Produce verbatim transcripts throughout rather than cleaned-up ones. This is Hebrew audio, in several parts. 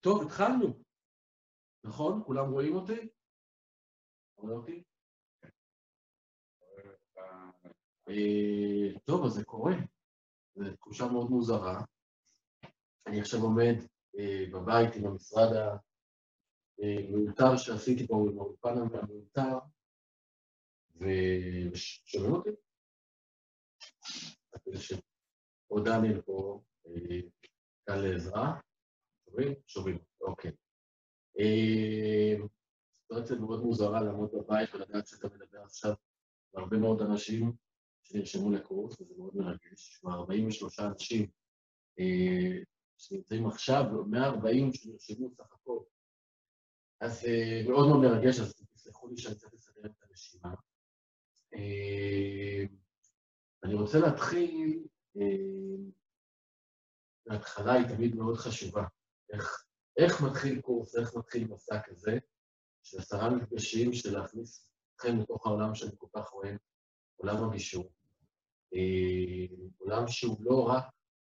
טוב, התחלנו. נכון? כולם רואים אותי? רואים אותי? טוב, אז זה קורה. זו תחושה מאוד מוזרה. אני עכשיו עומד בבית עם המשרד המאולתר שעשיתי פה, עם האולפן המאולתר, ושומעים אותי? עוד דניאל פה, כאן לעזרה. שומעים? שומעים, אוקיי. סיטואציה מאוד מוזרה לעמוד בבית ולדעת שאתה מדבר עכשיו להרבה מאוד אנשים שנרשמו לקורס, וזה מאוד מרגש. כבר ארבעים ושלושה אנשים שנמצאים עכשיו, מאה וארבעים שנרשמו סך הכל. אז מאוד מאוד מרגש, אז תסלחו לי שאני צריך לסדר את הנשימה. אני רוצה להתחיל, ההתחלה היא תמיד מאוד חשובה. איך, איך מתחיל קורס, איך מתחיל מסע כזה, של עשרה מפגשים של להכניס אתכם לתוך העולם שאני כל כך אוהב, עולם הגישור. עולם שהוא לא רק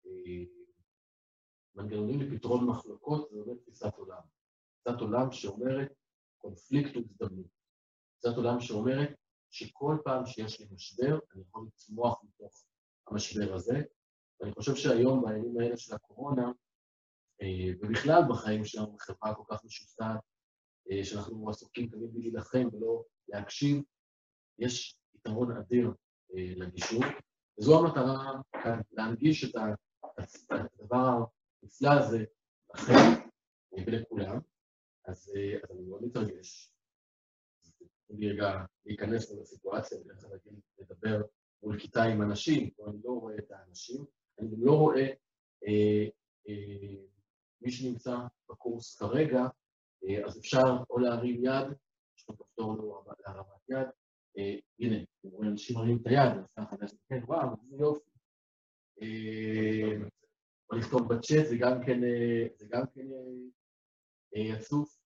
מנגנונים לפתרון מחלוקות, זה באמת תפיסת עולם. תפיסת עולם שאומרת קונפליקט והזדמנות. תפיסת עולם שאומרת שכל פעם שיש לי משבר, אני יכול לצמוח מתוך המשבר הזה. ואני חושב שהיום, בימים האלה של הקורונה, ובכלל בחיים שלנו, בחברה כל כך משוסעת, שאנחנו עסוקים תמיד בלהילחם ולא להקשיב, יש יתרון אדיר לגישור, וזו המטרה כאן, להנגיש את הדבר הנפלא הזה לכם ולכולם. אז אני מאוד מתרגש. אני רגע להיכנס לסיטואציה, ואיך אני לדבר מול כיתה עם אנשים, או אני לא רואה את האנשים, אני גם לא רואה מי שנמצא בקורס כרגע, אז אפשר או להרים יד, יש לו כפתור להרמת יד, הנה, אתם רואים אנשים מרים את היד, אז ככה חדש, כן, וואו, זה יופי. או לכתוב בצ'אט, זה גם כן, זה גם כן יצוף.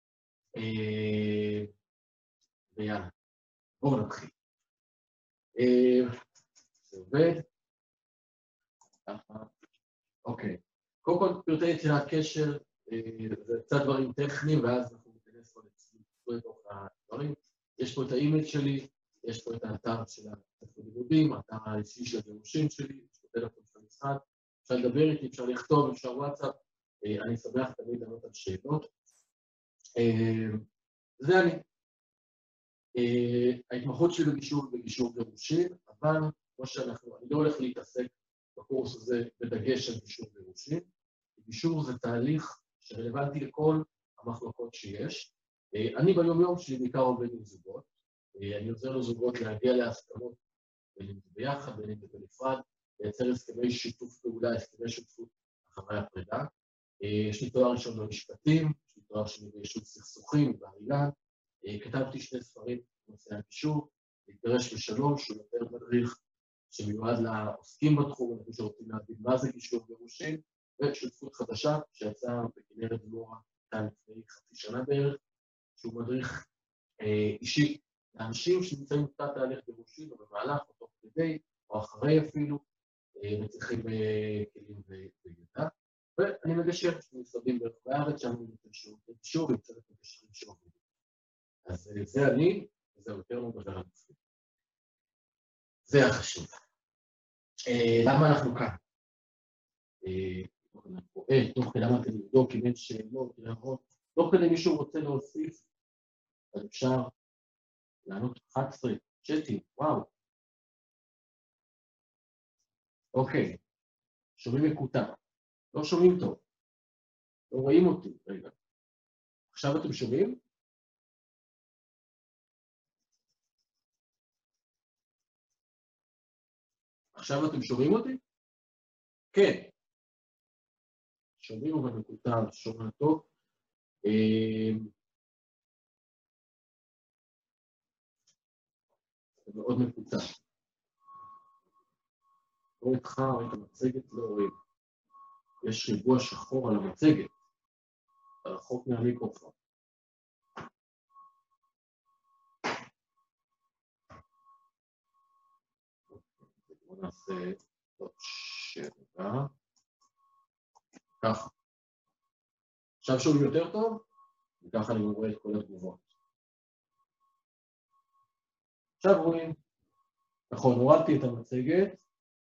ויאללה, בואו נתחיל. זה עובד. אוקיי. קודם כל, פרטי יצירת קשר, זה קצת דברים טכניים, ואז אנחנו ניכנס פה לתוך הדברים. יש פה את האימייל שלי, יש פה את האתר של הלימודים, האתר האישי של הגירושים שלי, יש פה טלפון של המשרד, אפשר לדבר איתי, אפשר לכתוב, אפשר וואטסאפ, אני שמח תמיד לענות על שאלות. זה אני. ההתמחות שלי בגישור בגישור גירושים, אבל כמו שאנחנו, אני לא הולך להתעסק בקורס הזה בדגש על גישור גירושים. גישור זה תהליך שרלוונטי לכל המחלוקות שיש. אני ביום יום שלי בעיקר עובד עם זוגות. אני עוזר לזוגות להגיע להסכמות בין אם זה ביחד, בין אם זה בנפרד, לייצר הסכמי שיתוף פעולה, הסכמי שותפות אחרי הפרידה. יש לי תואר ראשון במשפטים, יש לי תואר שני ביישוב סכסוכים, באילן. כתבתי שני ספרים בנושא הגישור, להתגרש בשלום, שהוא יותר מדריך שמיועד לעוסקים בתחום, אנחנו שרוצים להבין מה זה גישור גירושים, ושותפות חדשה שיצאה בכנרת דבורה כאן לפני חצי שנה בערך, שהוא מדריך אה, אישי לאנשים שנמצאים בתת תהליך גירושים, או במהלך, או תוך כדי, או אחרי אפילו, אה, וצריכים אה, כלים וידע. ואני מגשר שמשרדים ברחבי הארץ, שם אני נותן שירות לגישור, ויוצרת מגשרים שעובדים. אז אה, זה אני, וזה יותר לא מדבר על עצמי. זה החשוב. אה, למה אנחנו כאן? אה, אה, תוך כדי למה אתם לבדוק, אם אין שאלות, להראות, תוך כדי מישהו רוצה להוסיף, אז אפשר לענות אחת עשרה, צ'אטים, וואו. אוקיי, שומעים מקוטע, לא שומעים טוב, לא רואים אותי, רגע. עכשיו אתם שומעים? עכשיו אתם שומעים אותי? כן. שומעים אבל מקוטע, שומע טוב. זה מאוד מקוטע. לא איתך, את המצגת לא רואים. יש ריבוע שחור על המצגת, רחוק מהמיקרופון. בואו נעשה עוד שבע. ככה. עכשיו שומעים יותר טוב, וככה אני רואה את כל התגובות. עכשיו רואים, נכון, הורדתי את המצגת.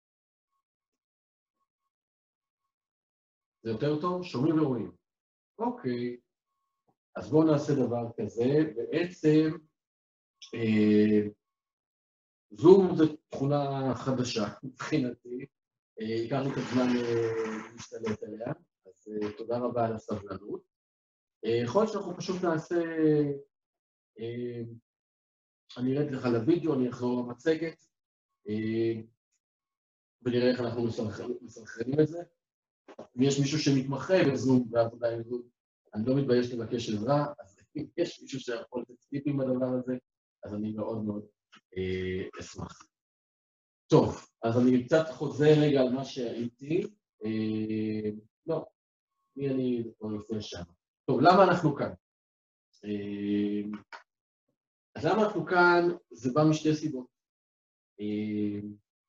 זה יותר טוב? שומעים ורואים. אוקיי, אז בואו נעשה דבר כזה. בעצם, אה, זום זו תכונה חדשה מבחינתי. אה, ייקח לי את הזמן אה, להשתלט עליה, אז אה, תודה רבה על הסבלנות. אה, יכול להיות שאנחנו פשוט נעשה, אה, אני ארד לך לוידאו, אני אחזור למצגת, אה, ונראה איך אנחנו מסנכרנים את זה. אם יש מישהו שמתמחה בזום, בעבודה עם זום, אני לא מתבייש לבקש עזרה, אז אם יש מישהו שיכול לתת טיפים בדבר הזה, אז אני מאוד מאוד אה, אשמח. טוב, אז אני קצת חוזר רגע על מה שהייתי. אה, לא, מי אני כבר יפה שם. טוב, למה אנחנו כאן? אה, אז למה אנחנו כאן? זה בא משתי סיבות. אה,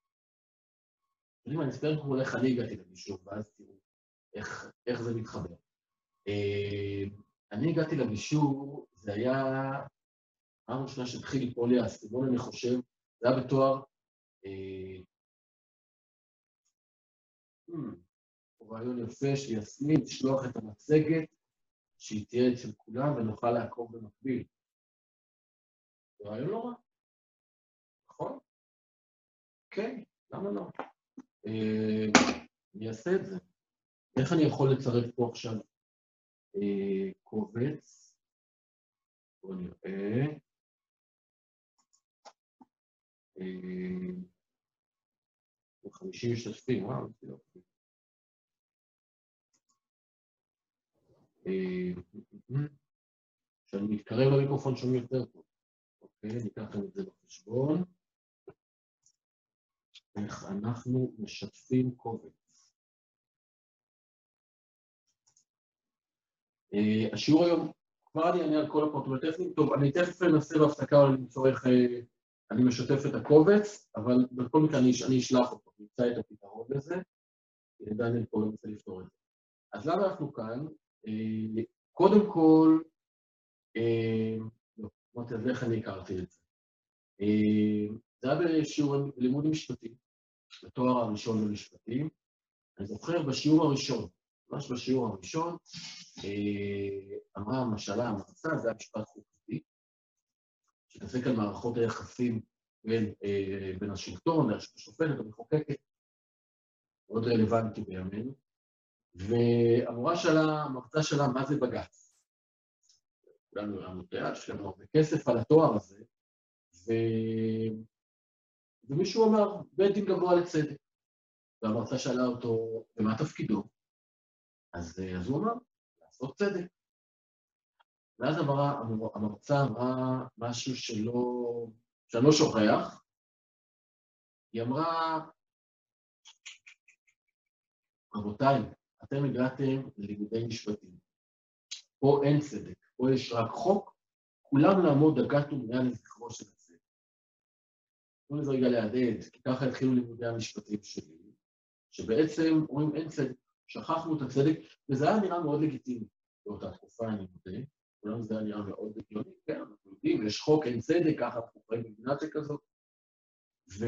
אני אספר לכם איך אני הגעתי לגישור, ואז תראו איך, איך זה מתחבר. Uh, אני הגעתי לגישור, זה היה פעם ראשונה שהתחיל ליפול לי האסימון, אני חושב, זה היה בתואר, uh, hmm, רעיון יפה שיסמין, לשלוח את המצגת, שהיא תהיה אצל כולם ונוכל לעקוב במקביל. זה רעיון לא רע, נכון? כן, למה לא? Uh, אני אעשה את זה. איך אני יכול לצרף פה עכשיו uh, קובץ? בואו נראה. חמישים משתתפים, וואו, זה יופי. כשאני מתקרב למיקרופון שומעים יותר טוב. אוקיי, ניקח את זה בחשבון. איך אנחנו משתפים קובץ. השיעור היום, כבר אני אענה על כל הפרטים. טוב, אני תכף אנסה בהפסקה או למצוא איך אני משתף את הקובץ, אבל בכל מקרה אני אשלח אותו, נמצא את הפתרון לזה, דניאל פה רוצה לפתור את זה. אז למה אנחנו כאן? קודם כל, לא, אמרתי, אז איך אני הכרתי את זה? זה היה בשיעור לימוד משפטי, בתואר הראשון במשפטים. אני זוכר בשיעור הראשון, ממש בשיעור הראשון, אמרה המשלה, המרצה, זה היה משפט חוקתי, שתעסק על מערכות היחסים בין, בין השלטון, השופטת המחוקקת, מאוד רלוונטי בימינו, והמורה שלה, המרצה שלה, מה זה בג"ץ? כולנו הרמנו את היד, יש לנו הרבה כסף על התואר הזה, ו... ומישהו אמר, בית דין גבוה לצדק. והמרצה שאלה אותו, ומה תפקידו? אז, אז הוא אמר, לעשות צדק. ואז אמרה, המרצה אמרה משהו שלא, שאני לא שוכח. היא אמרה, רבותיי, אתם הגעתם ללימודי משפטים. פה אין צדק, פה יש רק חוק, כולם לעמוד דקת ומאה לזכרו של הצדק. תנו לזה רגע להדהד, כי ככה התחילו לימודי המשפטים שלי, שבעצם אומרים אין צדק, שכחנו את הצדק, וזה היה נראה מאוד לגיטימי באותה תקופה, אני מודה, כולם זה היה נראה מאוד הגיוני, כן, אנחנו יודעים, יש חוק, אין צדק, ככה אנחנו חיים במדינה כזאת, ו...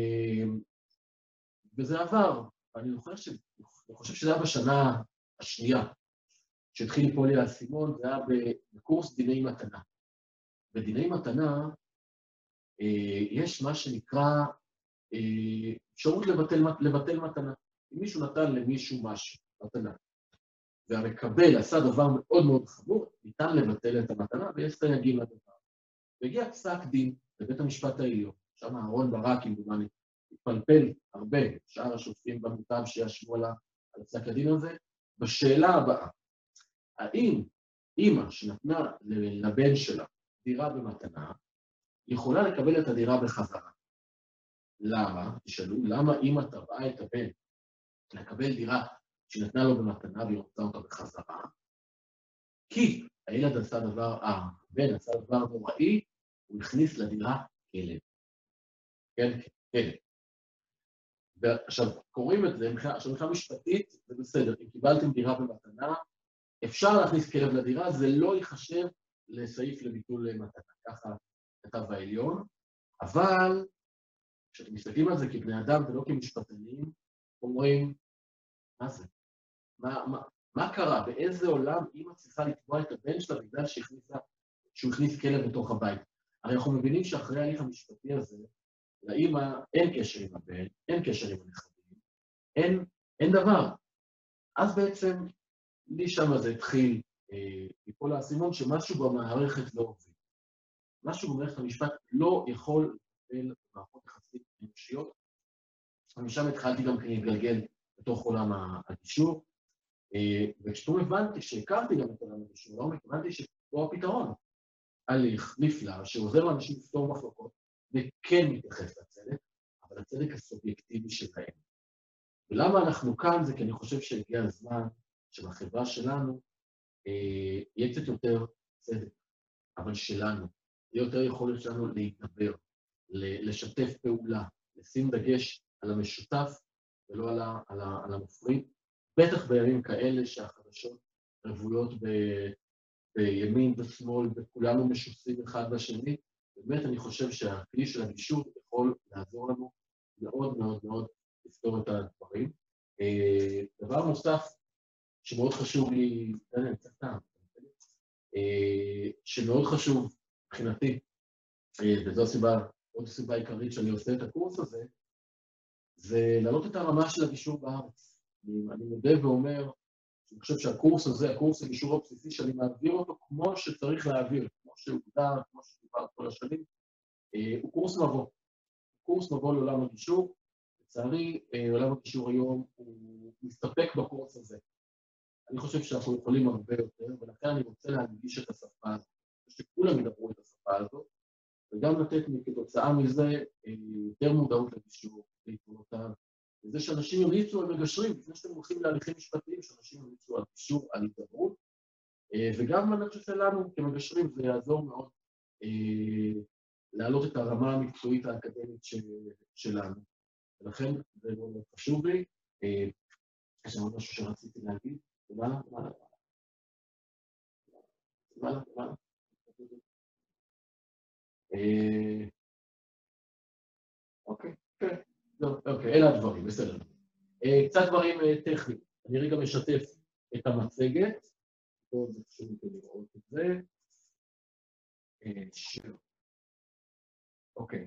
וזה עבר, ואני ש... חושב שזה היה בשנה השנייה, שהתחיל ליפול לי האסימון, זה היה בקורס דיני מתנה. בדיני מתנה יש מה שנקרא אפשרות לבטל, לבטל מתנה. אם מישהו נתן למישהו משהו, מתנה, והמקבל עשה דבר מאוד מאוד חמור, ניתן לבטל את המתנה, ויש סייגים לדבר. והגיע פסק דין בבית המשפט העליון, שם אהרון ברק, אם דומני, התפלפל הרבה, שאר השופטים במותם שישבו על פסק הדין הזה, בשאלה הבאה, האם אמא שנתנה לבן שלה דירה במתנה, יכולה לקבל את הדירה בחזרה? למה? תשאלו, למה אמא תבעה את הבן לקבל דירה שנתנה לו במתנה והיא רוצה אותה בחזרה? כי הילד עשה דבר, הבן עשה דבר נוראי, הוא הכניס לדירה כלב. כן, כלב. ועכשיו, קוראים את זה, עכשיו מבחינה משפטית, זה בסדר, אם קיבלתם דירה במתנה, אפשר להכניס כלב לדירה, זה לא ייחשב לסעיף לביטול מתנה, ככה כתב העליון, אבל כשאתם מסתכלים על זה כבני אדם ולא כמשפטנים, אומרים, מה זה? מה, מה, מה קרה? באיזה עולם אמא צריכה לתבוע את הבן שלה בגלל שהכניסה, שהוא הכניס כלב בתוך הבית? הרי אנחנו מבינים שאחרי ההליך המשפטי הזה, לאמא אין קשר עם הבן, אין קשר עם הנכדים, אין, אין דבר. אז בעצם, לי שם זה התחיל אה, מכל האסימון שמשהו במערכת לא עובד. משהו במערכת המשפט לא יכול לקבל מערכות יחסית אנושיות. ומשם התחלתי גם להתגלגל בתוך עולם הגישור, וכשתום הבנתי, שהכרתי גם את עולם הגישור, לא הבנתי שפה הפתרון. הליך נפלא שעוזר לאנשים לפתור מחלוקות, וכן מתייחס לצדק, אבל הצדק הסובייקטיבי שלהם. ולמה אנחנו כאן זה כי אני חושב שהגיע הזמן שבחברה שלנו אה, יהיה קצת יותר צדק, אבל שלנו. יהיה יותר יכולת שלנו להתדבר, לשתף פעולה, לשים דגש על המשותף ולא על, ה, על, ה, על המפריד. בטח בימים כאלה שהחדשות רבויות ב, בימין ושמאל וכולנו משוסים אחד בשני, באמת אני חושב שהכלי של הגישור יכול לעזור לנו מאוד מאוד מאוד לפתור את הדברים. דבר נוסף שמאוד חשוב לי, דניאל, קצת טעם, שמאוד חשוב מבחינתי, וזו הסיבה, עוד סיבה עיקרית שאני עושה את הקורס הזה, זה להעלות את הרמה של הגישור בארץ. אני, אני מודה ואומר, אני חושב שהקורס הזה, הקורס הגישור הבסיסי שאני מעביר אותו כמו שצריך להעביר, כמו שהוגדר, כמו שדובר כל השנים, הוא קורס מבוא. קורס מבוא לעולם הגישור. לצערי, עולם הגישור היום הוא מסתפק בקורס הזה. אני חושב שאנחנו יכולים הרבה יותר, ולכן אני רוצה להנגיש את השפה הזאת, שכולם ידברו את השפה הזאת, וגם לתת כתוצאה מזה יותר מודעות לגישור, להתמונותיו, וזה שאנשים ימליצו על מגשרים, לפני שאתם הולכים להליכים משפטיים, שאנשים ימליצו על גישור, על התדברות, וגם אני חושב שלנו כמגשרים זה יעזור מאוד להעלות את הרמה המקצועית האקדמית שלנו. ולכן זה מאוד חשוב לי. יש לנו משהו שרציתי להגיד. למעלה, למעלה. למעלה, למעלה. אוקיי, אוקיי. אוקיי, אלה הדברים, בסדר. קצת דברים טכניים. אני רגע משתף את המצגת. פה זה חשוב לי לראות את זה. אוקיי.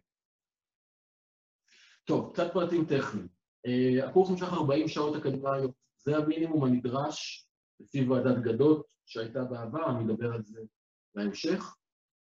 טוב, קצת פרטים טכניים. הקורס נמשך ארבעים שעות אקדמיות. זה המינימום הנדרש לפי ועדת גדות שהייתה בעבר, אני אדבר על זה בהמשך.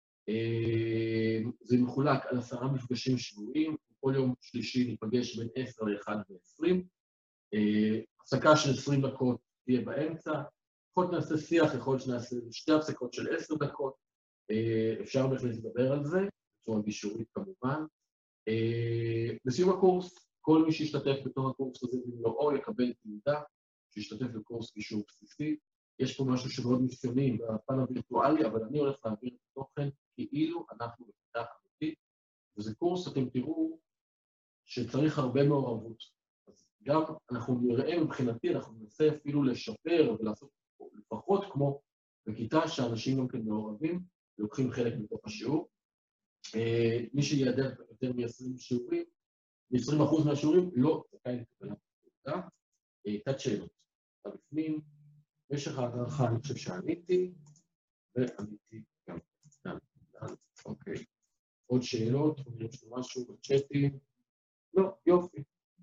זה מחולק על עשרה מפגשים שבועיים, כל יום שלישי ניפגש בין עשר לאחת ועשרים. הפסקה של עשרים דקות תהיה באמצע, יכול להיות נעשה שיח, יכול להיות שנעשה שתי הפסקות של עשר דקות, אפשר בהחלט לדבר על זה, בצורה גישורית כמובן. בסיום הקורס, כל מי שישתתף בתוך הקורס הזה במלואו יקבל תעודה, שישתתף בקורס גישור בסיסי. יש פה משהו שמאוד ניסיוני בפן הווירטואלי, אבל אני הולך להעביר את התוכן כאילו אנחנו בכיתה אמיתית, וזה קורס, אתם תראו, שצריך הרבה מעורבות. אז גם אנחנו נראה מבחינתי, אנחנו ננסה אפילו לשפר ולעשות לפחות כמו בכיתה שאנשים גם כן מעורבים, לוקחים חלק מתוך השיעור. מי שיעדר יותר מ-עשרים שיעורים, מ-עשרים אחוז מהשיעורים, לא זכאי לקבל תעודה. קצת שאלות. בפנים, במשך ההדרכה אני חושב שעניתי, ועניתי גם. אוקיי. עוד שאלות, יש לו משהו בצ'אטים? לא, יופי.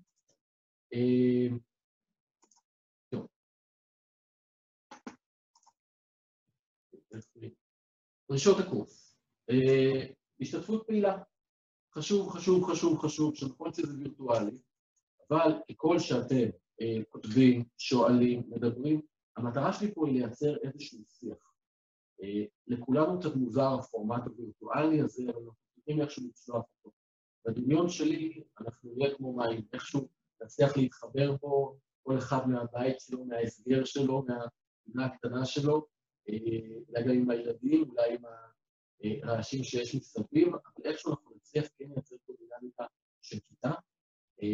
טוב. דרישות הקורס. השתתפות פעילה. חשוב, חשוב, חשוב, חשוב, שנכון שזה וירטואלי, אבל ככל שאתם כותבים, שואלים, מדברים, המטרה שלי פה היא לייצר איזשהו שיח. לכולנו קצת מוזר הפורמט הווירטואלי הזה, אבל אנחנו צריכים איכשהו לצלוח אותו. בדמיון שלי אנחנו נהיה כמו מים, איכשהו נצליח להתחבר פה, כל אחד מהבית שלו, מההסגר שלו, מהמדינה הקטנה שלו, אולי גם עם הילדים, אולי עם הרעשים שיש מסביב, אבל איכשהו אנחנו נצליח כן לייצר פה דינמיקה של כיתה.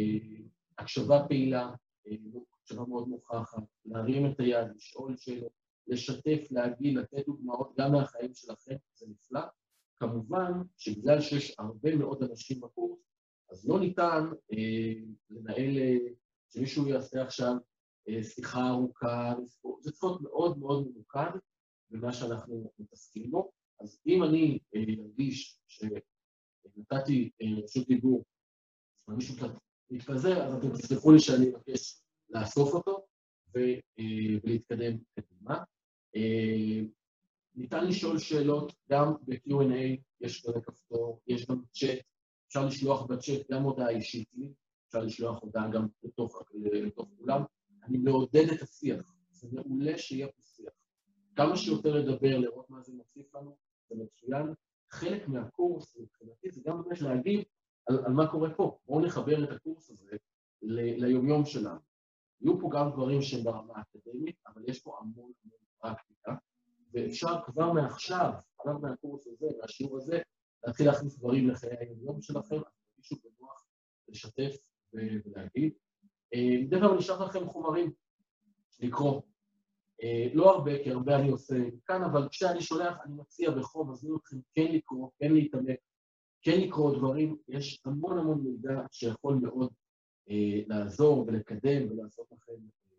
הקשבה פעילה, הקשבה מאוד מוכחת, להרים את היד, לשאול שאלות, לשתף, להגיד, לתת דוגמאות גם מהחיים שלכם, זה נפלא. כמובן שבגלל שיש הרבה מאוד אנשים בקורס, אז לא ניתן אה, לנהל, אה, שמישהו יעשה עכשיו אה, שיחה ארוכה, זה צריך להיות מאוד מאוד ממוקד במה שאנחנו מתעסקים בו. אז אם אני ארגיש אה, שנתתי אה, רשות דיבור, ומישהו קצת מתפזר, אז אתם תסלחו לי שאני מבקש לאסוף אותו ו, אה, ולהתקדם קדימה. אה, ניתן לשאול שאלות גם ב-קיו אנד איי, יש כזה כפתור, יש גם צ'אט, אפשר לשלוח בצ'אט גם הודעה אישית לי, אפשר לשלוח הודעה גם לתוך, לתוך כולם. אני מעודד את השיח, זה מעולה שיהיה פה שיח. כמה שיותר לדבר, לראות מה זה מוסיף לנו, זה מצוין. חלק מהקורס, מבחינתי, זה גם באמת להגיד על, על מה קורה פה. בואו נחבר את הקורס הזה ל, ליומיום שלנו. יהיו פה גם דברים שהם ברמה האקדמית, אבל יש פה המון המון פרקטיקה, ואפשר כבר מעכשיו, כבר מהקורס הזה, מהשיעור הזה, להתחיל להכניס דברים לחיי היום שלכם, אז תרגישו בנוח לשתף ולהגיד. בדרך כלל אני אשלח לכם חומרים לקרוא. לא הרבה, כי הרבה אני עושה כאן, אבל כשאני שולח, אני מציע בחום, מזמין אתכם כן לקרוא, כן להתעמק, כן לקרוא דברים. יש המון המון מידע שיכול מאוד לעזור ולקדם ולעשות לכם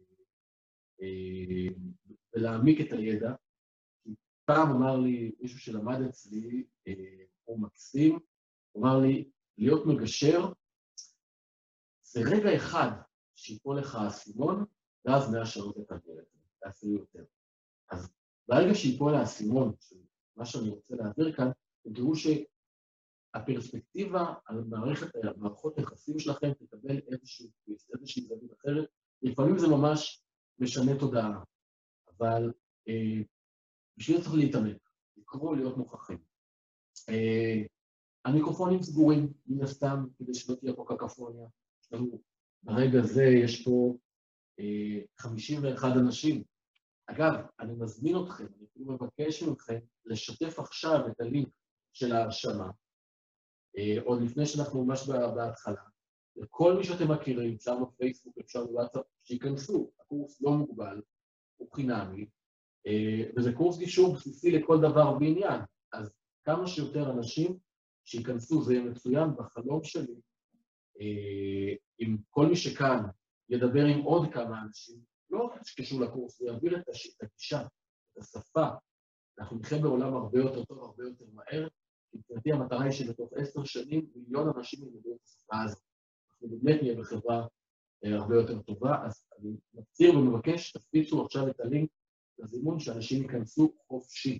ולהעמיק את הידע. פעם אמר לי, מישהו שלמד אצלי, הוא מקסים, הוא אמר לי, להיות מגשר, זה רגע אחד שיפול לך האסימון, ואז מאה שעות את הגרת, ואפילו יותר. אז ברגע שיפול האסימון, מה שאני רוצה להעביר כאן, אתם תראו שהפרספקטיבה על מערכת, מערכות היחסים שלכם תקבל איזשהו טוויסט, איזושהי זווית אחרת. לפעמים זה ממש משנה תודעה, אבל אה, בשביל זה צריך להתעמק, לקרוא, להיות נוכחים. אה, המיקרופונים סגורים, מן הסתם, כדי שלא תהיה פה קקפוניה. ברגע הזה יש פה אה, חמישים ואחד אנשים. אגב, אני מזמין אתכם, אני אפילו מבקש מכם לשתף עכשיו את הלינק של ההרשמה, אה, עוד לפני שאנחנו ממש בהתחלה, לכל מי שאתם מכירים, אפשר בפייסבוק, אפשר בוואטסאפ, שיכנסו, הקורס לא מוגבל, הוא חינמי, אה, וזה קורס גישור בסיסי לכל דבר בעניין, אז כמה שיותר אנשים שיכנסו, זה יהיה מצוין. בחלום שלי, אה, עם כל מי שכאן ידבר עם עוד כמה אנשים, לא רק שקשור לקורס, הוא יעביר את הגישה, את השפה, אנחנו נחיה בעולם הרבה יותר טוב, הרבה יותר מהר, כי מבחינתי המטרה היא שבתוך עשר שנים מיליון אנשים ילמדו את השפה הזאת. אנחנו באמת נהיה בחברה אה, הרבה יותר טובה, אז אני מפציר ומבקש, תפיצו עכשיו את הלינק לזימון שאנשים ייכנסו חופשי.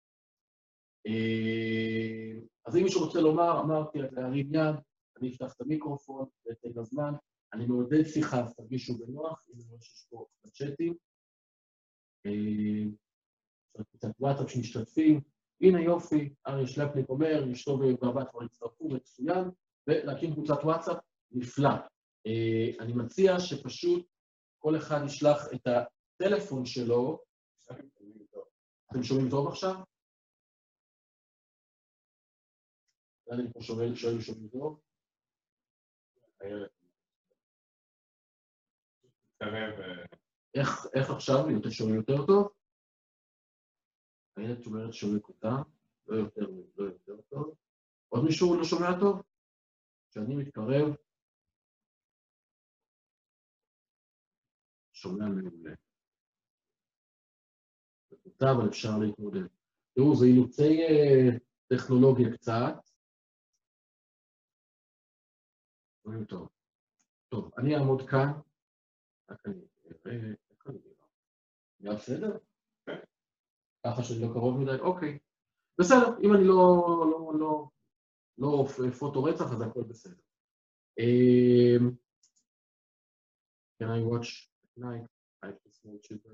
אה, אז אם מישהו רוצה לומר, אמרתי, להרים יד, אני אפתח את המיקרופון ואתן הזמן, אני מעודד שיחה, אז תרגישו בנוח, אם אני רואה שיש פה בצ'אטים. קצת וואטסאפ שמשתתפים, הנה יופי, אריה שלפניק אומר, אשתו ובת כבר הצטרפו, מצוין, ולהקים קבוצת וואטסאפ, נפלא. אני מציע שפשוט כל אחד ישלח את הטלפון שלו, אתם שומעים טוב עכשיו? אני פה שואל, שואל שומעים טוב? איך, איך עכשיו? אתם שומעים יותר טוב? הילד שומרת שומק אותה, לא יותר, לא יותר טוב. עוד מישהו לא שומע טוב? כשאני מתקרב, שומע מעולה. זה אבל אפשר להתמודד. תראו, זה אילוצי טכנולוגיה קצת. רואים טוב. טוב, אני אעמוד כאן. רק אני אראה, איך אני נראה? נראה בסדר? כן. ככה שאני לא קרוב מדי, אוקיי. בסדר, אם אני לא, לא, לא, לא פוטו רצח, אז הכל בסדר. Can I watch at night? I have to small children.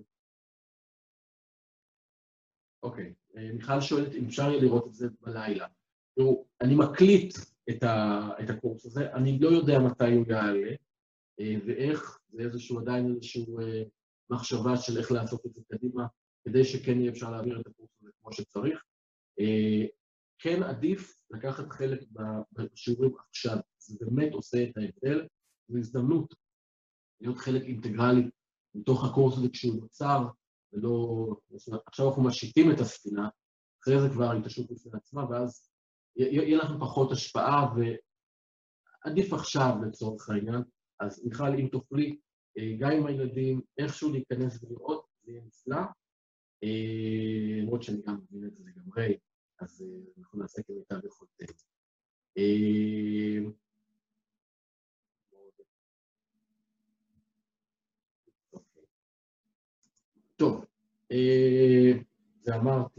אוקיי, מיכל שואלת אם אפשר יהיה לראות את זה בלילה. תראו, אני מקליט את, ה, את הקורס הזה, אני לא יודע מתי הוא יעלה, ואיך, זה איזשהו עדיין איזשהו מחשבה של איך לעשות את זה קדימה, כדי שכן יהיה אפשר להעביר את הקורס הזה כמו שצריך. כן עדיף לקחת חלק בשיעורים עכשיו, זה באמת עושה את ההבדל, זו הזדמנות להיות חלק אינטגרלי מתוך הקורס הזה כשהוא נוצר, ולא... עכשיו אנחנו משיתים את הספינה, אחרי זה כבר התעשרות בפני עצמה, ואז יהיה לכם פחות השפעה, ועדיף עכשיו לצורך העניין. אז מיכל, אם תוכלי, גם עם הילדים, איכשהו להיכנס ולראות, זה יהיה נפלא. למרות שאני גם מבין את זה לגמרי, אז אנחנו נעשה כמיטב יכולתנו. טוב, זה אמרתי.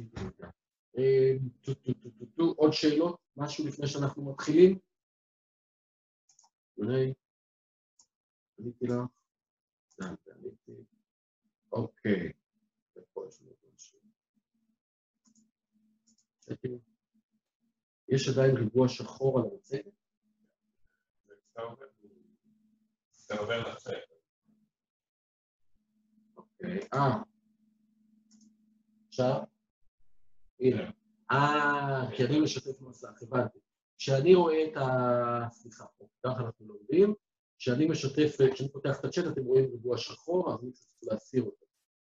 עוד שאלות? משהו לפני שאנחנו מתחילים? אולי, עניתי לך. אוקיי. יש עדיין ריבוע שחור על המצגת? זה עובר לצאת. אוקיי, אה. עכשיו? הנה. אה, כי אני משתף מסך, הבנתי. כשאני רואה את ה... סליחה, ככה אנחנו לומדים. כשאני משתף, כשאני פותח את הצ'אט, אתם רואים ריבוע שחור, אז אני צריך להסיר אותו.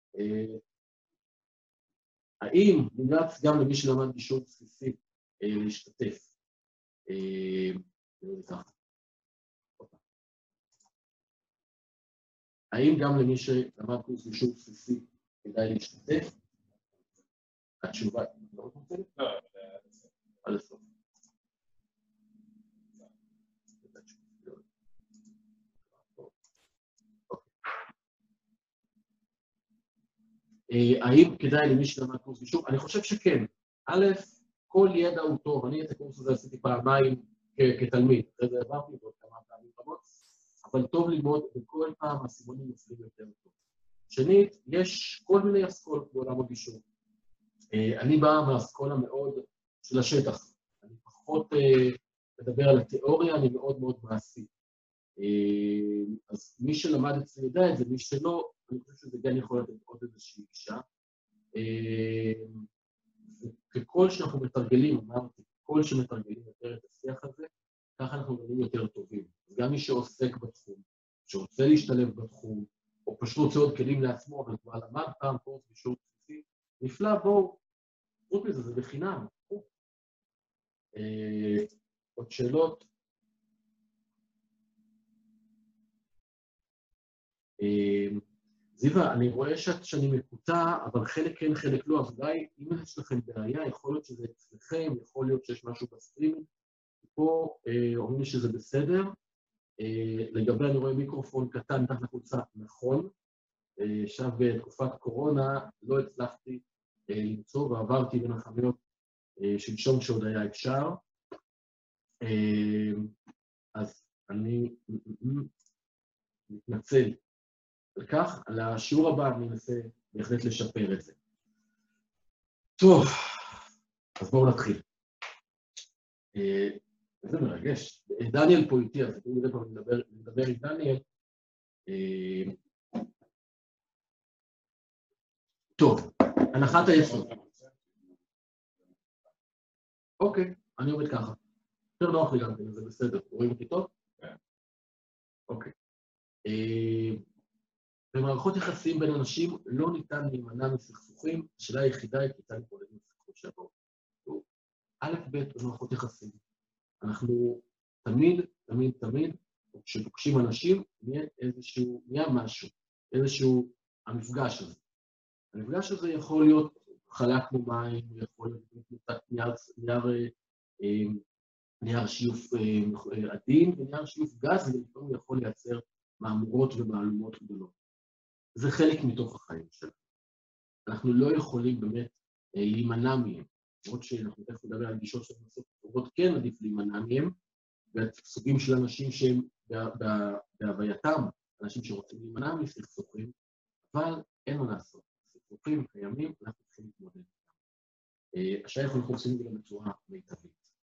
האם מומלץ גם למי שלמד גישור בסיסי להשתתף? האם גם למי שלמד קורס גישור בסיסי כדאי להשתתף? התשובה, לא רוצה? לא, על הסוף. האם כדאי למי שלמד קורס גישור? אני חושב שכן. א', כל ידע הוא טוב. אני את הקורס הזה עשיתי פעמיים כתלמיד. אחרי זה עברתי ועוד כמה פעמים רבות. אבל טוב ללמוד, וכל פעם הסימונים נופלים יותר טוב. שנית, יש כל מיני אסכולות בעולם הגישור. אני בא מהאסכולה מאוד של השטח. אני פחות מדבר על התיאוריה, אני מאוד מאוד מעשי. אז מי שלמד אצלי יודע את זה, מי שלא, אני חושב שזה גם יכול לתת עוד איזושהי גישה. וככל שאנחנו מתרגלים, אמרתי, ככל שמתרגלים יותר את השיח הזה, ככה אנחנו נראים יותר טובים. אז גם מי שעוסק בתחום, שרוצה להשתלב בתחום, או פשוט רוצה עוד כלים לעצמו, אבל כבר למד פעם קורס גישור בסיסי, נפלא, בואו, חוץ מזה, זה בחינם. עוד שאלות? זיווה, אני רואה שאני מקוטע, אבל חלק כן, חלק לא, אז אולי אם יש לכם בעיה, יכול להיות שזה אצלכם, יכול להיות שיש משהו בסטרימינג, פה אומרים לי שזה בסדר. לגבי אני רואה מיקרופון קטן, תחת החולצה, נכון. עכשיו בתקופת קורונה לא הצלחתי למצוא, ועברתי בין החנויות שלשום שעוד היה אפשר. אז אני מתנצל. וכך, על השיעור הבא אני אנסה בהחלט לשפר את זה. טוב, אז בואו נתחיל. איזה מרגש. דניאל פה איתי, אז אתם יודעים פעם לדבר עם דניאל. טוב, הנחת היסוד. אוקיי, אני עובד ככה. יותר נוח לי גם כן, זה בסדר. רואים אותי טוב? כן. אוקיי. במערכות יחסים בין אנשים לא ניתן להימנע מסכסוכים, השאלה היחידה היא כיצד להתמודד עם סכסוך שיבואו. א' ב' במערכות יחסים. אנחנו תמיד, תמיד, תמיד, כשפוגשים אנשים, נהיה איזשהו, נהיה משהו, איזשהו המפגש הזה. המפגש הזה יכול להיות חלק כמו מים, יכול להיות נייר, נייר, נייר שיוף עדין, ונייר שיוף גז, ולפעמים יכול לייצר מהמורות ומהלומות גדולות. זה חלק מתוך החיים שלנו. אנחנו לא יכולים באמת להימנע מהם. למרות שאנחנו תכף נדבר על גישות של מסות טובות, כן עדיף להימנע מהם, והסוגים של אנשים שהם בהווייתם, אנשים שרוצים להימנע מסכסוכים, אבל אין מה לעשות. סכסוכים קיימים, אנחנו צריכים להתמודד. השאלה אנחנו עושים את זה בצורה מיטבית.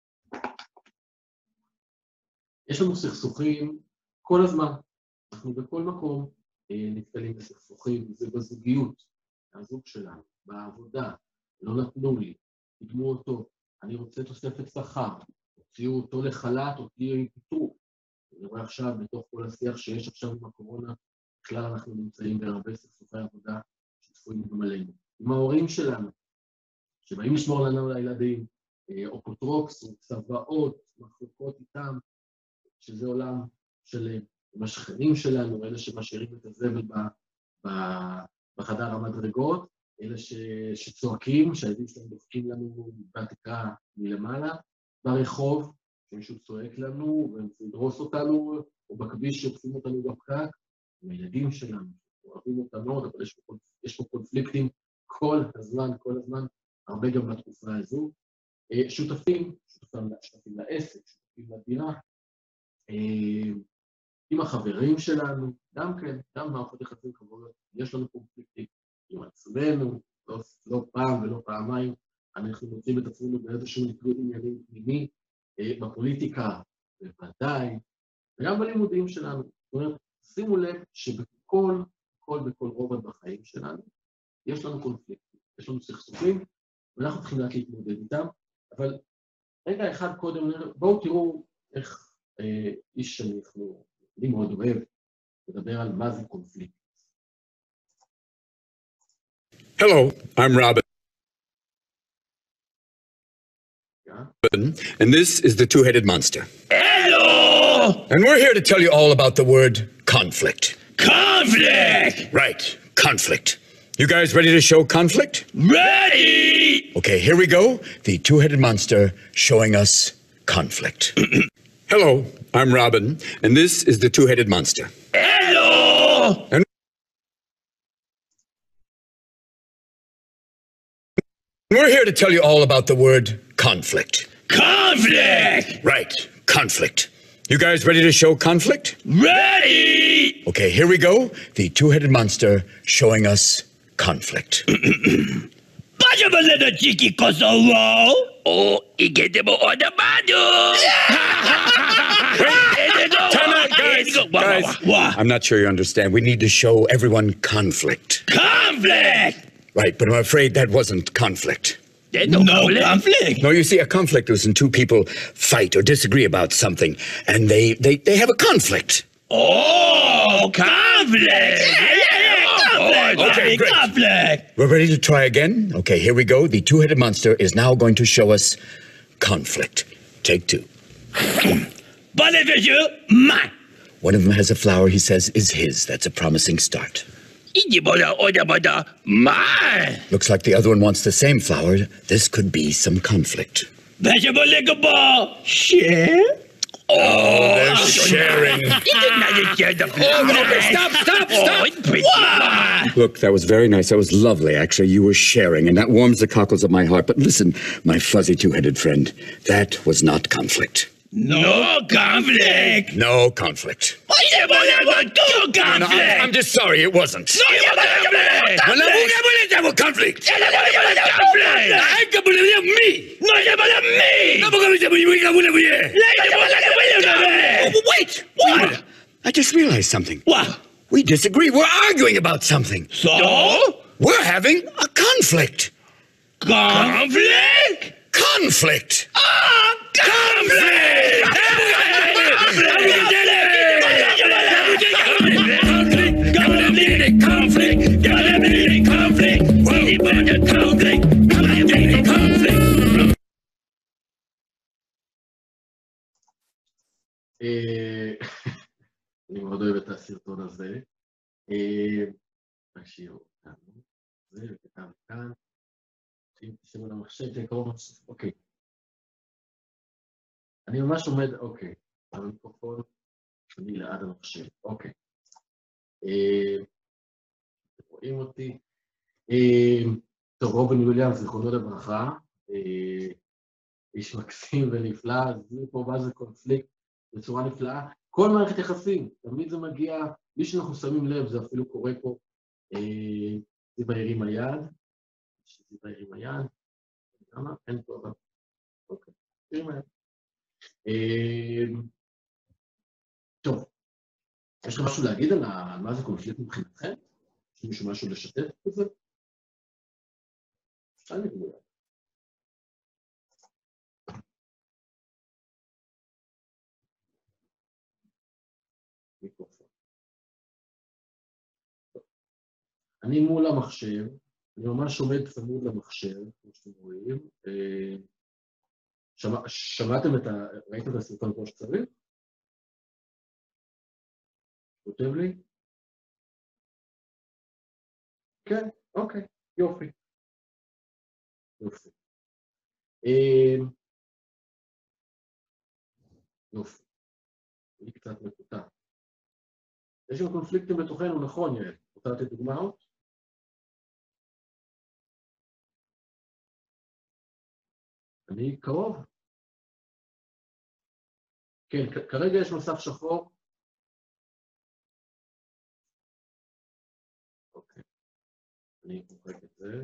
יש לנו סכסוכים כל הזמן. אנחנו בכל מקום נתקלים בסכסוכים, זה בזוגיות, הזוג שלנו, בעבודה, לא נתנו לי, קדמו אותו, אני רוצה תוספת שכר, הוציאו אותו לחל"ת, אותי פיטרו. אני רואה עכשיו, בתוך כל השיח שיש עכשיו עם הקורונה, בכלל אנחנו נמצאים בהרבה סכסוכי עבודה, צפויים גם עלינו. עם ההורים שלנו, שבאים לשמור לנו לילדים, אפוטרופסות, צוואות, מחלוקות איתם, שזה עולם שלם. עם השכנים שלנו, אלה שמשאירים את הזבל בחדר המדרגות, אלה שצועקים, שהילדים שלהם דופקים לנו בתקרה מלמעלה, ברחוב, שמישהו צועק לנו וידרוס אותנו, או בכביש שעושים אותנו בפקק, עם הילדים שלנו, אוהבים אותם מאוד, אבל יש פה, יש פה קונפליקטים כל הזמן, כל הזמן, הרבה גם בתקופה הזו. שותפים, שותפים, שותפים לעסק, שותפים לדירה, עם החברים שלנו, גם כן, גם מערכות יחסים חברות, יש לנו קונפליקטים עם עצמנו, לא, לא פעם ולא פעמיים, אנחנו מוצאים את עצמנו באיזשהו ניגוד עניינים פנימי, בפוליטיקה, בוודאי, וגם בלימודים שלנו. זאת אומרת, שימו לב שבכל, בכל, בכל רובד בחיים שלנו, יש לנו קונפליקטים, יש לנו סכסוכים, ואנחנו צריכים לדעת להתמודד איתם, אבל רגע אחד קודם, בואו תראו איך אה, איש שאנחנו, אני מאוד אוהב, לדבר על מה זה קונפליקט. Hello, I'm Robin. And this is the Two-Headed Monster. Hello! And we're here to tell you all about the word conflict. Conflict! Right, conflict. You guys ready to show conflict? Ready! Okay, here we go. The Two-Headed Monster showing us conflict. Hello, I'm Robin, and this is the Two-Headed Monster. Hello! And we're here to tell you all about the word conflict. Conflict! Right, conflict. You guys ready to show conflict? Ready! Okay, here we go. The Two-Headed Monster showing us conflict. Pajabalena Chiki Kosovo! Oh, Igetemo Odamado! Time out, guys. Guys, I'm not sure you understand. We need to show everyone conflict. Conflict! Right, but I'm afraid that wasn't conflict. There's no, no conflict. conflict. No, you see, a conflict is when two people fight or disagree about something, and they, they, they have a conflict. Oh, conflict! Yeah, yeah, yeah, conflict! Oh, okay, great. Conflict! We're ready to try again? Okay, here we go. The Two-Headed Monster is now going to show us conflict. Take two. Man. One of them has a flower he says is his. That's a promising start. Looks like the other one wants the same flower. This could be some conflict. Share? Oh, they're sharing. Oh, stop, stop, stop. Look, that was very nice. That was lovely, actually. You were sharing, and that warms the cockles of my heart. But listen, my fuzzy two-headed friend, that was not conflict. No conflict. No conflict. No conflict. No, I'm, I'm just sorry, it wasn't. No conflict. Wait! What? I just realized something. What? We disagree. We're arguing about something. So? We're having a conflict. Conflict? Conflict. Ah! Conflict! Conflict! Conflict! Conflict! Conflict! Conflict! Conflict! אני מאוד אוהב את הסרטון הזה. נשאיר אותנו. זה וכתב כאן. שימו למחשב, תקראו מחשב. אוקיי. אני ממש עומד, אוקיי. המיקרופון שלי ליד המחשב. אוקיי. רואים אותי. טוב, רובין וויליאמס, זיכרונו לברכה. איש מקסים ונפלא, זה פה מה זה קונפליקט בצורה נפלאה. כל מערכת יחסים, תמיד זה מגיע, בלי שאנחנו שמים לב, זה אפילו קורה פה. זה בעירים היד. זה בעירים היד. למה? אין פה אבל. אוקיי, בעירים היד. טוב, יש לכם משהו להגיד על מה זה קונפליקט מבחינתכם? יש מישהו משהו לשתף בזה? אפשר לגמרי. אני מול המחשב, אני ממש עומד צמוד למחשב, כמו שאתם רואים. שמע, שמעתם את ה... ראיתם את הסרטון כמו שצריך? כותב לי? כן, אוקיי, יופי. יופי. יופי. אני קצת מקוטע. יש לנו קונפליקטים בתוכנו, נכון, יעל? רוצה לתת דוגמאות? אני קרוב. כן, כרגע יש מסך שחור. אוקיי. אני מוחק את זה.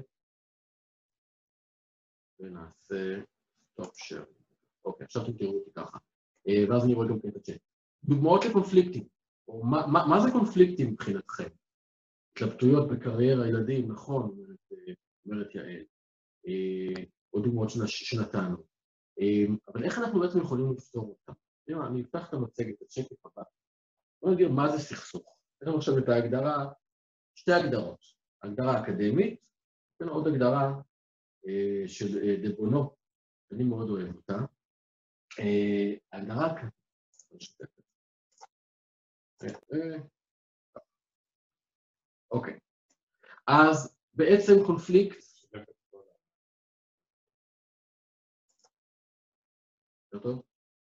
ונעשה סטופ שייר. אוקיי, עכשיו אתם תראו אותי ככה. ואז אני רואה גם כן את הצ'אט. דוגמאות לקונפליקטים. או מה, מה, מה זה קונפליקטים מבחינתכם? התלבטויות בקריירה, ילדים, נכון, אומרת, אומרת יעל. או דוגמאות שנתנו. אבל איך אנחנו בעצם יכולים לפתור אותם? אני אפתח את המצגת, את השקף הבא. בואו נגיד מה זה סכסוך. יש לנו עכשיו את ההגדרה, שתי הגדרות. הגדרה אקדמית, ועוד הגדרה של דה בונו, אני מאוד אוהב אותה. הגדרה אקדמית. אוקיי. אז בעצם קונפליקט, טוב?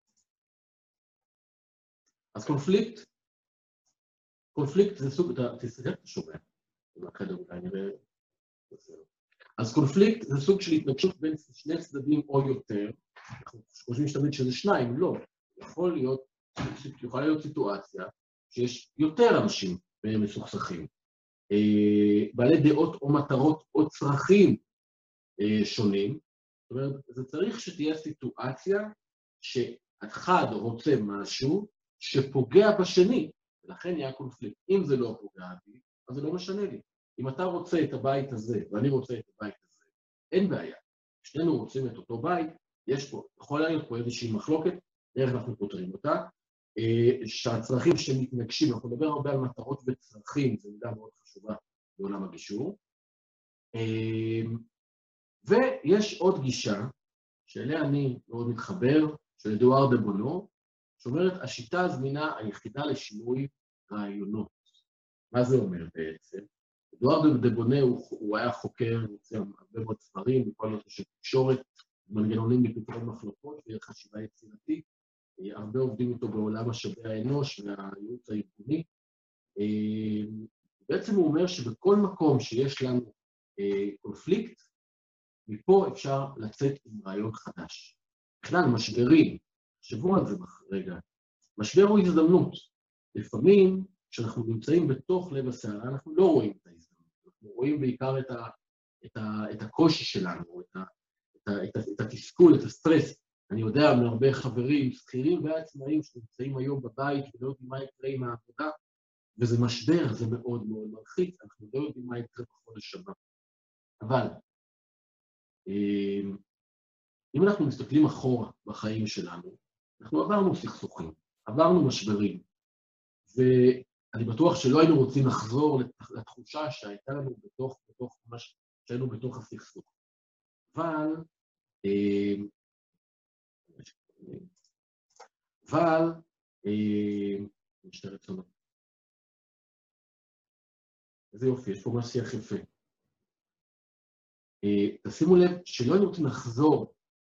אז קונפליקט, קונפליקט זה סוג, תסתכל, אתה שומע, בחדר אולי נראה, אז קונפליקט זה סוג של התנגשות בין שני צדדים או יותר, אנחנו חושבים שתמיד שזה שניים, לא, יכול להיות, יכולה להיות סיטואציה שיש יותר אנשים מסוכסכים, בעלי דעות או מטרות או צרכים שונים, זאת אומרת, זה צריך שתהיה סיטואציה שאחד רוצה משהו שפוגע בשני, ולכן יהיה קונפליקט. אם זה לא פוגע בי, אז זה לא משנה לי. אם אתה רוצה את הבית הזה, ואני רוצה את הבית הזה, אין בעיה. שנינו רוצים את אותו בית, יש פה, יכול להיות פה איזושהי מחלוקת, איך אנחנו פותרים אותה, שהצרכים שמתנגשים, אנחנו מדבר הרבה על מטרות וצרכים, זו מידה מאוד חשובה בעולם הגישור, ויש עוד גישה, שאליה אני מאוד מתחבר, של אדוארד דה בונו, שאומרת, השיטה הזמינה היחידה לשינוי רעיונות. מה זה אומר בעצם? אדוארד דה בונו הוא, הוא היה חוקר, הוא הוציא הרבה מאוד ספרים, בכל נושא של תקשורת, מנגנונים לפתרון מחלוקות וחשיבה יצירתית, הרבה עובדים איתו בעולם משאבי האנוש והייעוץ הארגוני. בעצם הוא אומר שבכל מקום שיש לנו קונפליקט, מפה אפשר לצאת עם רעיון חדש. בכלל, משברים, תחשבו על זה רגע, משבר הוא הזדמנות. לפעמים, כשאנחנו נמצאים בתוך לב הסערה, אנחנו לא רואים את ההזדמנות, אנחנו רואים בעיקר את, ה, את, ה, את הקושי שלנו, את, ה, את, ה, את, ה, את התסכול, את הסטרס. אני יודע מהרבה חברים, שכירים ועצמאים שנמצאים היום בבית ולא יודעים מה יקרה עם העבודה, וזה משבר, זה מאוד מאוד מלחיץ, אנחנו לא יודעים מה יקרה בחודש הבא. אבל, אם אנחנו מסתכלים אחורה בחיים שלנו, אנחנו עברנו סכסוכים, עברנו משברים, ואני בטוח שלא היינו רוצים לחזור לתחושה שהייתה לנו בתוך, בתוך, ממש, שהיינו בתוך הסכסוך. אבל, אבל, משטרת צונות. איזה יופי, יש פה ממש שיח יפה. תשימו לב שלא היינו רוצים לחזור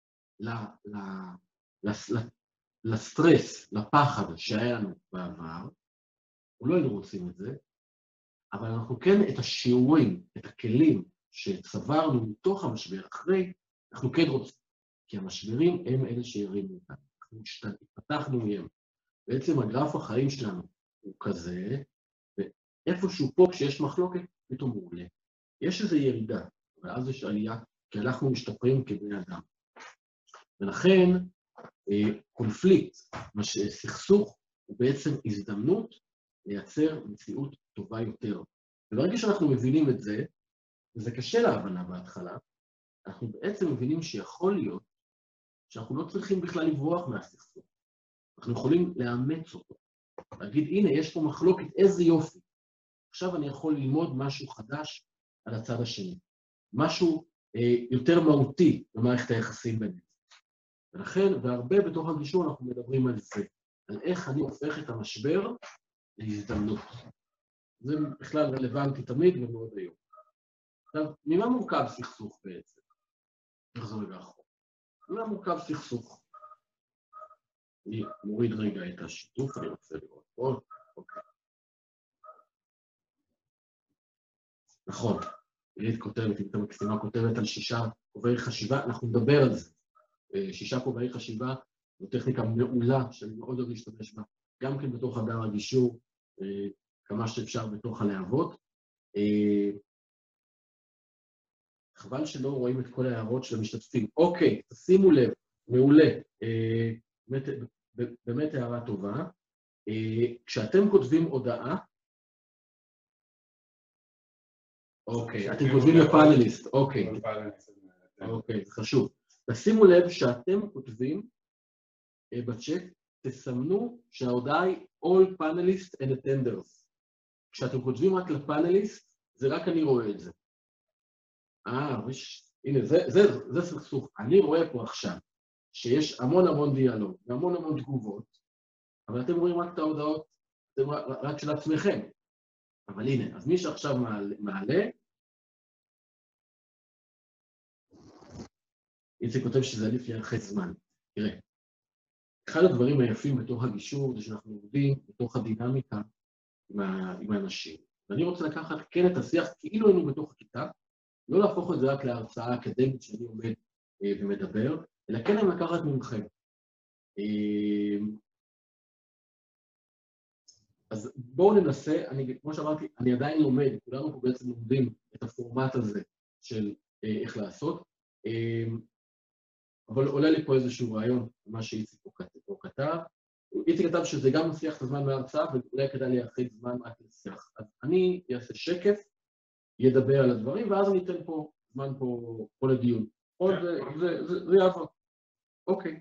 לסטרס, לפחד שהיה לנו בעבר, לא היינו רוצים את זה, אבל אנחנו כן את השיעורים, את הכלים שצברנו מתוך המשבר אחרי, אנחנו כן רוצים, כי המשברים הם אלה שירימו אותנו, אנחנו התפתחנו מהם. בעצם הגרף החיים שלנו הוא כזה, ואיפשהו פה כשיש מחלוקת, פתאום הוא עולה. יש איזו ירידה, ואז יש עלייה, כי אנחנו משתפרים כבני אדם. ולכן, קונפליקט, סכסוך, הוא בעצם הזדמנות לייצר מציאות טובה יותר. וברגע שאנחנו מבינים את זה, וזה קשה להבנה בהתחלה, אנחנו בעצם מבינים שיכול להיות שאנחנו לא צריכים בכלל לברוח מהסכסוך. אנחנו יכולים לאמץ אותו. להגיד, הנה, יש פה מחלוקת, איזה יופי. עכשיו אני יכול ללמוד משהו חדש על הצד השני. משהו אה, יותר מהותי במערכת היחסים בינינו. ולכן, והרבה בתוך הגישור אנחנו מדברים על זה, על איך אני הופך את המשבר להזדמנות. זה בכלל רלוונטי תמיד ומאוד היום. עכשיו, ממה מורכב סכסוך בעצם? נחזור רגע אחורה. ממה מורכב סכסוך? אני מוריד רגע את השיתוף, אני רוצה לראות פה. אוקיי. נכון, עילית כותבת, אם אתה מקסימה כותבת על שישה כובעי חשיבה, אנחנו נדבר על זה. שישה כובעי חשיבה זו טכניקה מעולה שאני מאוד אוהב להשתמש בה, גם כן בתוך הדר הגישור, כמה שאפשר בתוך הלהבות. חבל שלא רואים את כל ההערות של המשתתפים. אוקיי, תשימו לב, מעולה. באמת, באמת הערה טובה. כשאתם כותבים הודעה, אוקיי, אתם כותבים לפאנליסט, אוקיי. אוקיי, זה חשוב. תשימו לב שאתם כותבים בצ'אט, תסמנו שההודעה היא all panelists and attenders. כשאתם כותבים רק לפאנליסט, זה רק אני רואה את זה. אה, הנה, זה, זה, זה סכסוך. אני רואה פה עכשיו שיש המון המון דיאלוג, והמון המון תגובות, אבל אתם רואים רק את ההודעות, אתם רק של עצמכם. אבל הנה, אז מי שעכשיו מעלה, מעלה איציק כותב שזה עדיף לי אחרי זמן. תראה, אחד הדברים היפים בתוך הגישור זה שאנחנו עובדים בתוך הדינמיקה עם, ה, עם האנשים. ואני רוצה לקחת כן את השיח כאילו היינו בתוך הכיתה, לא להפוך את זה רק להרצאה אקדמית שאני עומד אה, ומדבר, אלא כן אני לקחת ממכם. אה, אז בואו ננסה, אני, כמו שאמרתי, אני עדיין לומד, כולנו פה בעצם לומדים את הפורמט הזה של אה, איך לעשות, אה, אבל עולה לי פה איזשהו רעיון, מה שאיציק פה כתב. איציק כתב שזה גם מסיח את הזמן מההרצאה, ואולי כדאי להרחיב זמן רק לשיח. אז אני אעשה שקף, ידבר על הדברים, ואז אני אתן פה זמן פה, פה לדיון. עוד, זה, זה, זה, זה יעבור. אוקיי.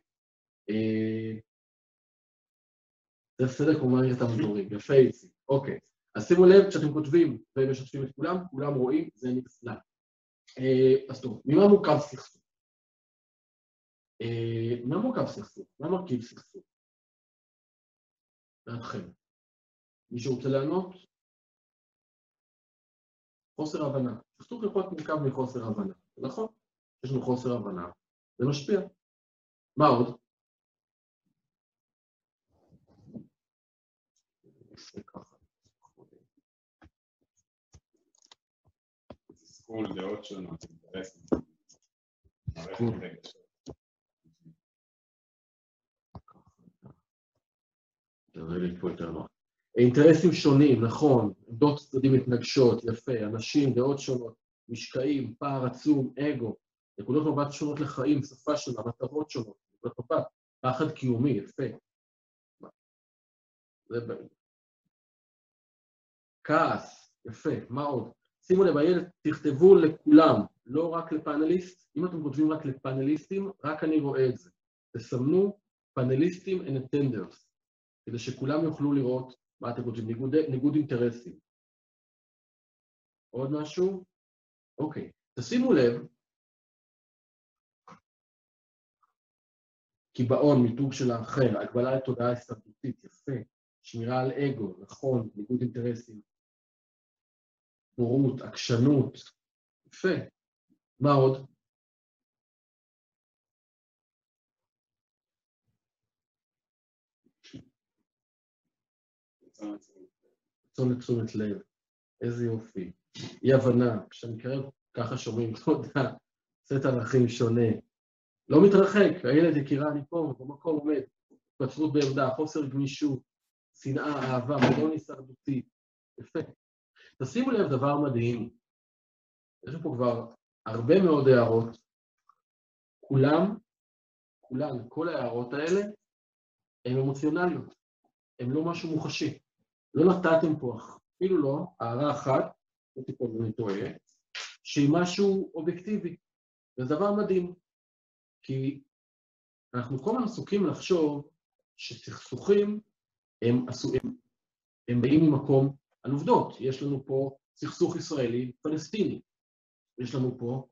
זה בסדר כמו מערכת המדורים, יפה איציק. אוקיי. אז שימו לב, כשאתם כותבים ומשתפים את כולם, כולם רואים, זה נפלא. אז טוב, ממה מורכב סכסוך? מה מורכב סכסוך? מה מרכיב סכסוך? דעתכם. מישהו רוצה לענות? חוסר הבנה. סכסוך יכול להיות מורכב מחוסר הבנה. נכון? יש לנו חוסר הבנה. זה משפיע. מה עוד? תסכול, דעות שונות, אינטרסים. אינטרסים שונים, נכון, עמדות צדדים מתנגשות, יפה, אנשים, דעות שונות, משקעים, פער עצום, אגו, נקודות מבט שונות לחיים, שפה שונה, מטרות שונות, נקודות מבט, פחד קיומי, יפה. כעס, יפה, מה עוד? שימו לב, הילד, תכתבו לכולם, לא רק לפאנליסט, אם אתם כותבים רק לפאנליסטים, רק אני רואה את זה. תסמנו פאנליסטים and attenders, כדי שכולם יוכלו לראות מה אתם כותבים, ניגוד, ניגוד אינטרסים. עוד משהו? אוקיי, תשימו לב, קיבעון, מיתוג של האחר, הגבלה לתודעה הישרדותית, יפה, שמירה על אגו, נכון, ניגוד אינטרסים, בורות, עקשנות, יפה. מה עוד? רצון לתשומת לב, איזה יופי. אי הבנה, כשאני קרב ככה שומעים, תודה, סט ערכים שונה. לא מתרחק, הילד יקירה, אני פה, במקום עומד, התפתחות בעמדה, חוסר גמישות, שנאה, אהבה, מודון הישרדותי, יפה. תשימו לב דבר מדהים, יש פה כבר הרבה מאוד הערות, כולם, כולן, כל ההערות האלה, הן אמוציונליות, הן לא משהו מוחשי. לא נתתם פה, אפילו לא, הערה אחת, לא טיפול ואני טועה, שהיא משהו אובייקטיבי, וזה דבר מדהים, כי אנחנו כל הזמן עסוקים לחשוב שסכסוכים הם, הם, הם באים ממקום על עובדות. יש לנו פה סכסוך ישראלי-פלסטיני. יש לנו פה...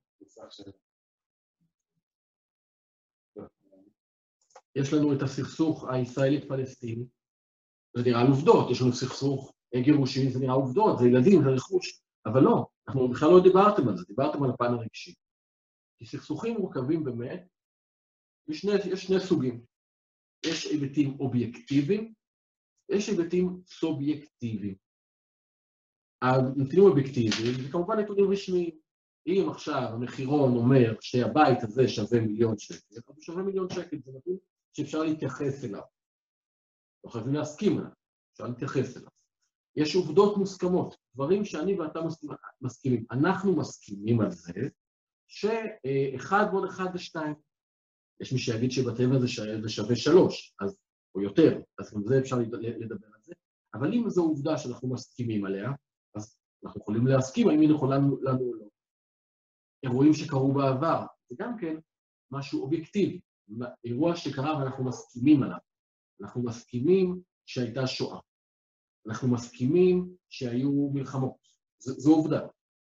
יש לנו את הסכסוך הישראלי-פלסטיני, זה נראה על עובדות, יש לנו סכסוך גירושים, זה נראה עובדות, זה ילדים, זה רכוש, אבל לא, אנחנו בכלל לא דיברתם על זה, דיברתם על הפן הרגשי. כי סכסוכים מורכבים באמת, יש שני, יש שני סוגים. יש היבטים אובייקטיביים, יש היבטים סובייקטיביים. הנתונים אובייקטיביים, זה כמובן נתונים רשמיים. אם עכשיו המחירון אומר שהבית הזה שווה מיליון שקל, אז הוא שווה מיליון שקל, זה נתון שאפשר להתייחס אליו. לא חייבים להסכים עליו, אפשר להתייחס אליו. יש עובדות מוסכמות, דברים שאני ואתה מסכימים. אנחנו מסכימים על זה שאחד ועוד אחד זה שתיים. יש מי שיגיד שבטבע זה שווה שלוש, אז, או יותר, אז גם זה אפשר לדבר על זה. אבל אם זו עובדה שאנחנו מסכימים עליה, אז אנחנו יכולים להסכים האם היא נכונה לנו או לא. אירועים שקרו בעבר, זה גם כן משהו אובייקטיבי. אירוע שקרה ואנחנו מסכימים עליו. אנחנו מסכימים שהייתה שואה. אנחנו מסכימים שהיו מלחמות. ז- זו עובדה.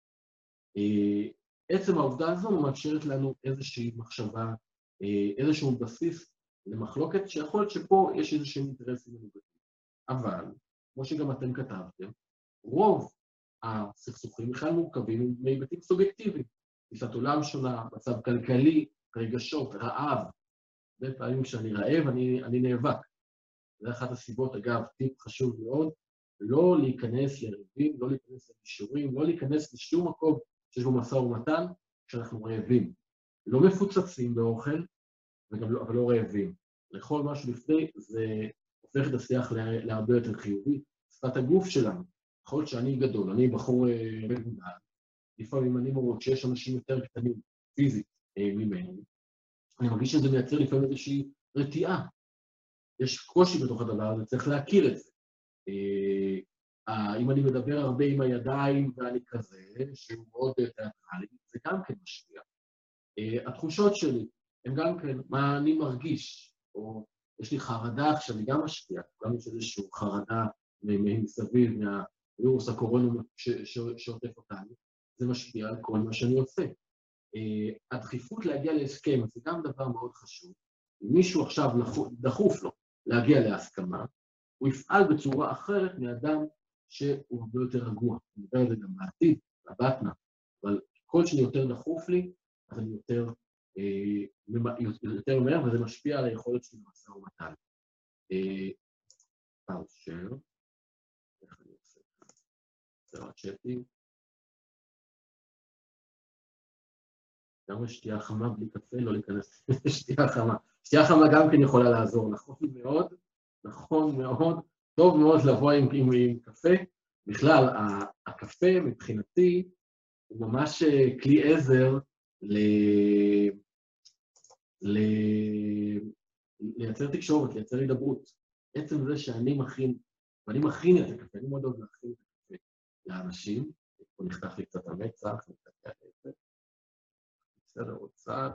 עצם העובדה הזו מאפשרת לנו איזושהי מחשבה, איזשהו בסיס למחלוקת, שיכול להיות שפה יש איזשהם אינטרסים מנוגדים. אבל, כמו שגם אתם כתבתם, רוב הסכסוכים בכלל מורכבים מהיבטים סובייקטיביים. תפיסת עולם שונה, מצב כלכלי, רגשות, רעב. הרבה פעמים כשאני רעב, אני, אני נאבק. זה אחת הסיבות, אגב, טיפ חשוב מאוד, לא להיכנס לריבים, לא להיכנס לגישורים, לא להיכנס לשום מקום שיש בו משא ומתן כשאנחנו רעבים. לא מפוצצים באוכל, וגם לא, אבל לא רעבים. לאכול משהו לפני, זה הופך את השיח לה, להרבה יותר חיובי. שפת הגוף שלנו, יכול להיות שאני גדול, אני בחור מגודל, לפעמים אני מראות שיש אנשים יותר קטנים פיזית ממני, אני מרגיש שזה מייצר לפעמים איזושהי רתיעה. יש קושי בתוך הדבר הזה, צריך להכיר את זה. אם אני מדבר הרבה עם הידיים ואני כזה, שהוא מאוד תיאטרלי, זה גם כן משפיע. התחושות שלי הן גם כן, מה אני מרגיש, או יש לי חרדה שאני גם משפיע, גם יש איזושהי חרדה מסביב מהווירוס הקורונה שעוטף אותנו, זה משפיע על כל מה שאני עושה. הדחיפות להגיע להסכם, זה גם דבר מאוד חשוב. אם מישהו עכשיו דחוף לו להגיע להסכמה, הוא יפעל בצורה אחרת מאדם שהוא הרבה יותר רגוע. אני מדבר על זה גם בעתיד, לבטנה, אבל כל שאני יותר דחוף לי, אז אני יותר, יותר אומר, וזה משפיע על היכולת שלי במשא ומתן. פאושר, איך אני עושה כאן? זה רק צ'אטים. גם שתייה חמה בלי קפה, לא להיכנס לשתייה חמה. שתייה חמה גם כן יכולה לעזור, נכון מאוד, נכון מאוד, טוב מאוד לבוא עם, עם, עם קפה. בכלל, הקפה מבחינתי הוא ממש כלי עזר ל... ל... לייצר תקשורת, לייצר הידברות. עצם זה שאני מכין, ואני מכין את הקפה, אני מאוד אוהב להכין את הקפה לאנשים, פה נחתך לי קצת המצח, נחתך לי את זה. בסדר, עוד צעד.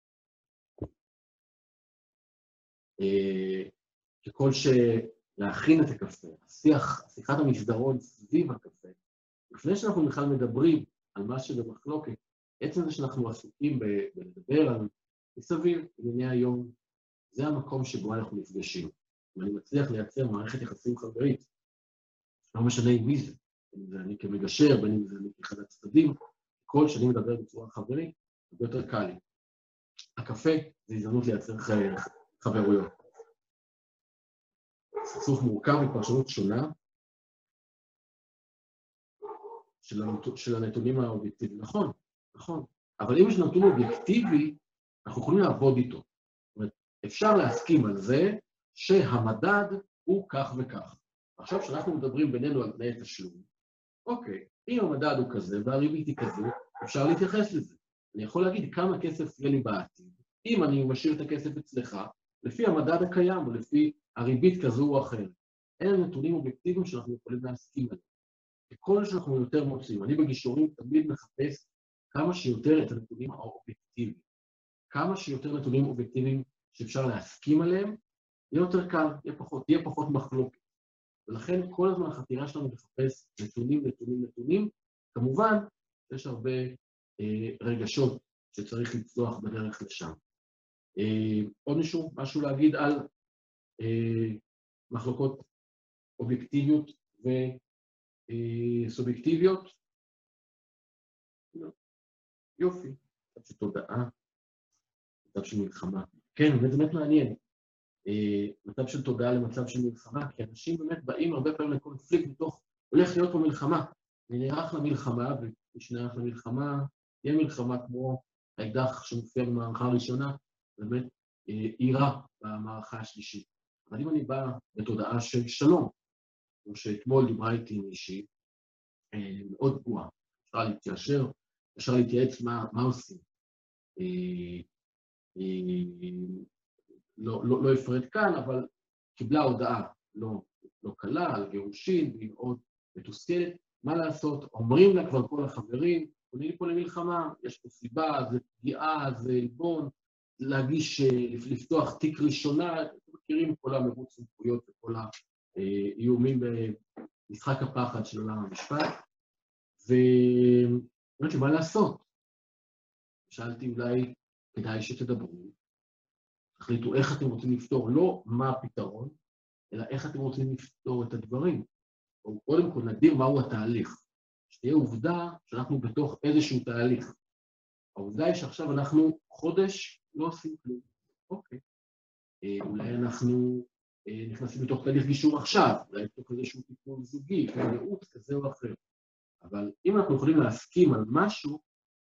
ככל שלהכין את הקפה, השיח, שיחת המסדרון סביב הקפה, לפני שאנחנו בכלל מדברים על מה שבמחלוקת, עצם זה שאנחנו עסוקים בלדבר על מסביב, ענייני היום, זה המקום שבו אנחנו נפגשים. ואני מצליח לייצר מערכת יחסים חברית, לא משנה עם מי זה, בין אם זה אני כמגשר, בין אם זה אני כאחד הצדדים, כל שאני מדבר בצורה חברית, הרבה יותר קל לי. הקפה זה הזדמנות לייצר חברויות. סכסוך מורכב מפרשנות שונה של, הנת... של הנתונים האובייקטיביים. נכון, נכון. אבל אם יש נתון אובייקטיבי, אנחנו יכולים לעבוד איתו. זאת אומרת, אפשר להסכים על זה שהמדד הוא כך וכך. עכשיו שאנחנו מדברים בינינו על תנאי תשלום, אוקיי, אם המדד הוא כזה והריבית היא כזו, אפשר להתייחס לזה. אני יכול להגיד כמה כסף יהיה לי בעתיד, אם אני משאיר את הכסף אצלך, לפי המדד הקיים או לפי הריבית כזו או אחרת. אלה נתונים אובייקטיביים שאנחנו יכולים להסכים עליהם. ככל שאנחנו יותר מוצאים, אני בגישורים תמיד מחפש כמה שיותר את הנתונים האובייקטיביים. כמה שיותר נתונים אובייקטיביים שאפשר להסכים עליהם, יהיה יותר קל, יהיה פחות, יהיה פחות מחלוקת. ולכן כל הזמן החתירה שלנו לחפש נתונים, נתונים, נתונים. כמובן, יש הרבה אה, רגשות שצריך לצלוח בדרך לשם. אה, עוד מישהו, משהו להגיד על אה, מחלוקות אובייקטיביות וסובייקטיביות? יופי, מצב של תודעה, מצב של מלחמה. כן, זה באמת מעניין. מצב של תודעה למצב של מלחמה, כי אנשים באמת באים הרבה פעמים לקונפליקט מתוך, הולך להיות פה מלחמה. אני נערך למלחמה, ונשנערך למלחמה, תהיה מלחמה כמו האקדח שמופיע במערכה הראשונה, באמת עירה במערכה השלישית. אבל אם אני בא בתודעה של שלום, כמו שאתמול דיברה איתי מישהי, מאוד פגועה, אפשר להתיישר, אפשר להתייעץ מה, מה עושים. לא, לא, לא אפרט כאן, אבל קיבלה הודעה לא, לא קלה על גירושין, והיא מאוד מתוסכלת. מה לעשות? אומרים לה כבר כל החברים, פונים לי פה למלחמה, יש פה סיבה, זה פגיעה, זה עלבון, להגיש, לפתוח תיק ראשונה, אתם מכירים כל המרוץ סמכויות וכל האיומים במשחק הפחד של עולם המשפט, ואומרת לי, מה לעשות? שאלתי, אולי כדאי שתדברו, תחליטו איך אתם רוצים לפתור, לא מה הפתרון, אלא איך אתם רוצים לפתור את הדברים. או קודם כל נגדיר מהו התהליך. שתהיה עובדה שאנחנו בתוך איזשהו תהליך. העובדה היא שעכשיו אנחנו חודש לא עושים כלום. אוקיי. אולי אנחנו נכנסים לתוך תהליך גישור עכשיו, אולי לתוך איזשהו טיפול זוגי, כמו ייעוץ כזה או אחר. אבל אם אנחנו יכולים להסכים על משהו,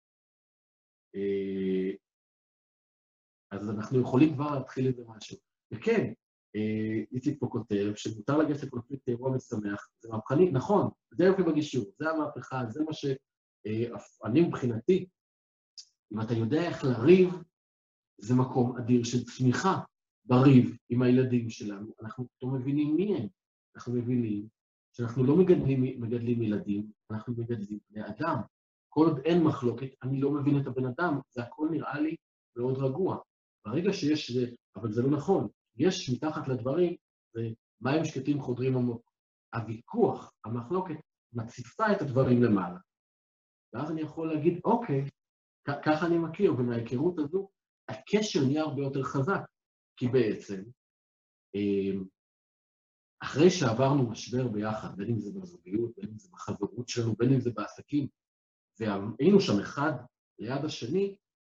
אז אנחנו יכולים כבר להתחיל איזה משהו. וכן, איציק פה כותב, שמותר לגשת לקונפליקט אירוע משמח, זה מהפכני, נכון, זה יופי בגישור, זה המהפכה, זה מה שאני מבחינתי, אם אתה יודע איך לריב, זה מקום אדיר של צמיחה בריב עם הילדים שלנו, אנחנו פתאום מבינים מי הם, אנחנו מבינים שאנחנו לא מגדלים, מגדלים ילדים, אנחנו מגדלים בני אדם. כל עוד אין מחלוקת, אני לא מבין את הבן אדם, זה הכל נראה לי מאוד רגוע. ברגע שיש זה, אבל זה לא נכון, יש מתחת לדברים, ומים שקטים חודרים עמוק. הוויכוח, המחלוקת, מציפה את הדברים למעלה. ואז אני יכול להגיד, אוקיי, ככה אני מכיר, ומההיכרות הזו, הקשר נהיה הרבה יותר חזק, כי בעצם, אחרי שעברנו משבר ביחד, בין אם זה בזוגיות, בין אם זה בחברות שלנו, בין אם זה בעסקים, והיינו שם אחד ליד השני,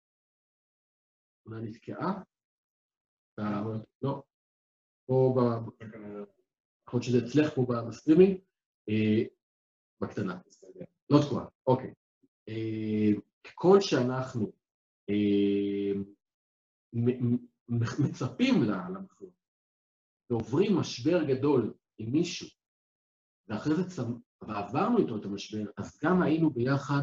אולי נתקעה, לא, פה ב... יכול להיות שזה אצלך פה בסטרימינג, בקטנה, לא תקועה, אוקיי. ככל שאנחנו מצפים למחלוקת, ועוברים משבר גדול עם מישהו, ואחרי זה ועברנו איתו את המשבר, אז גם היינו ביחד,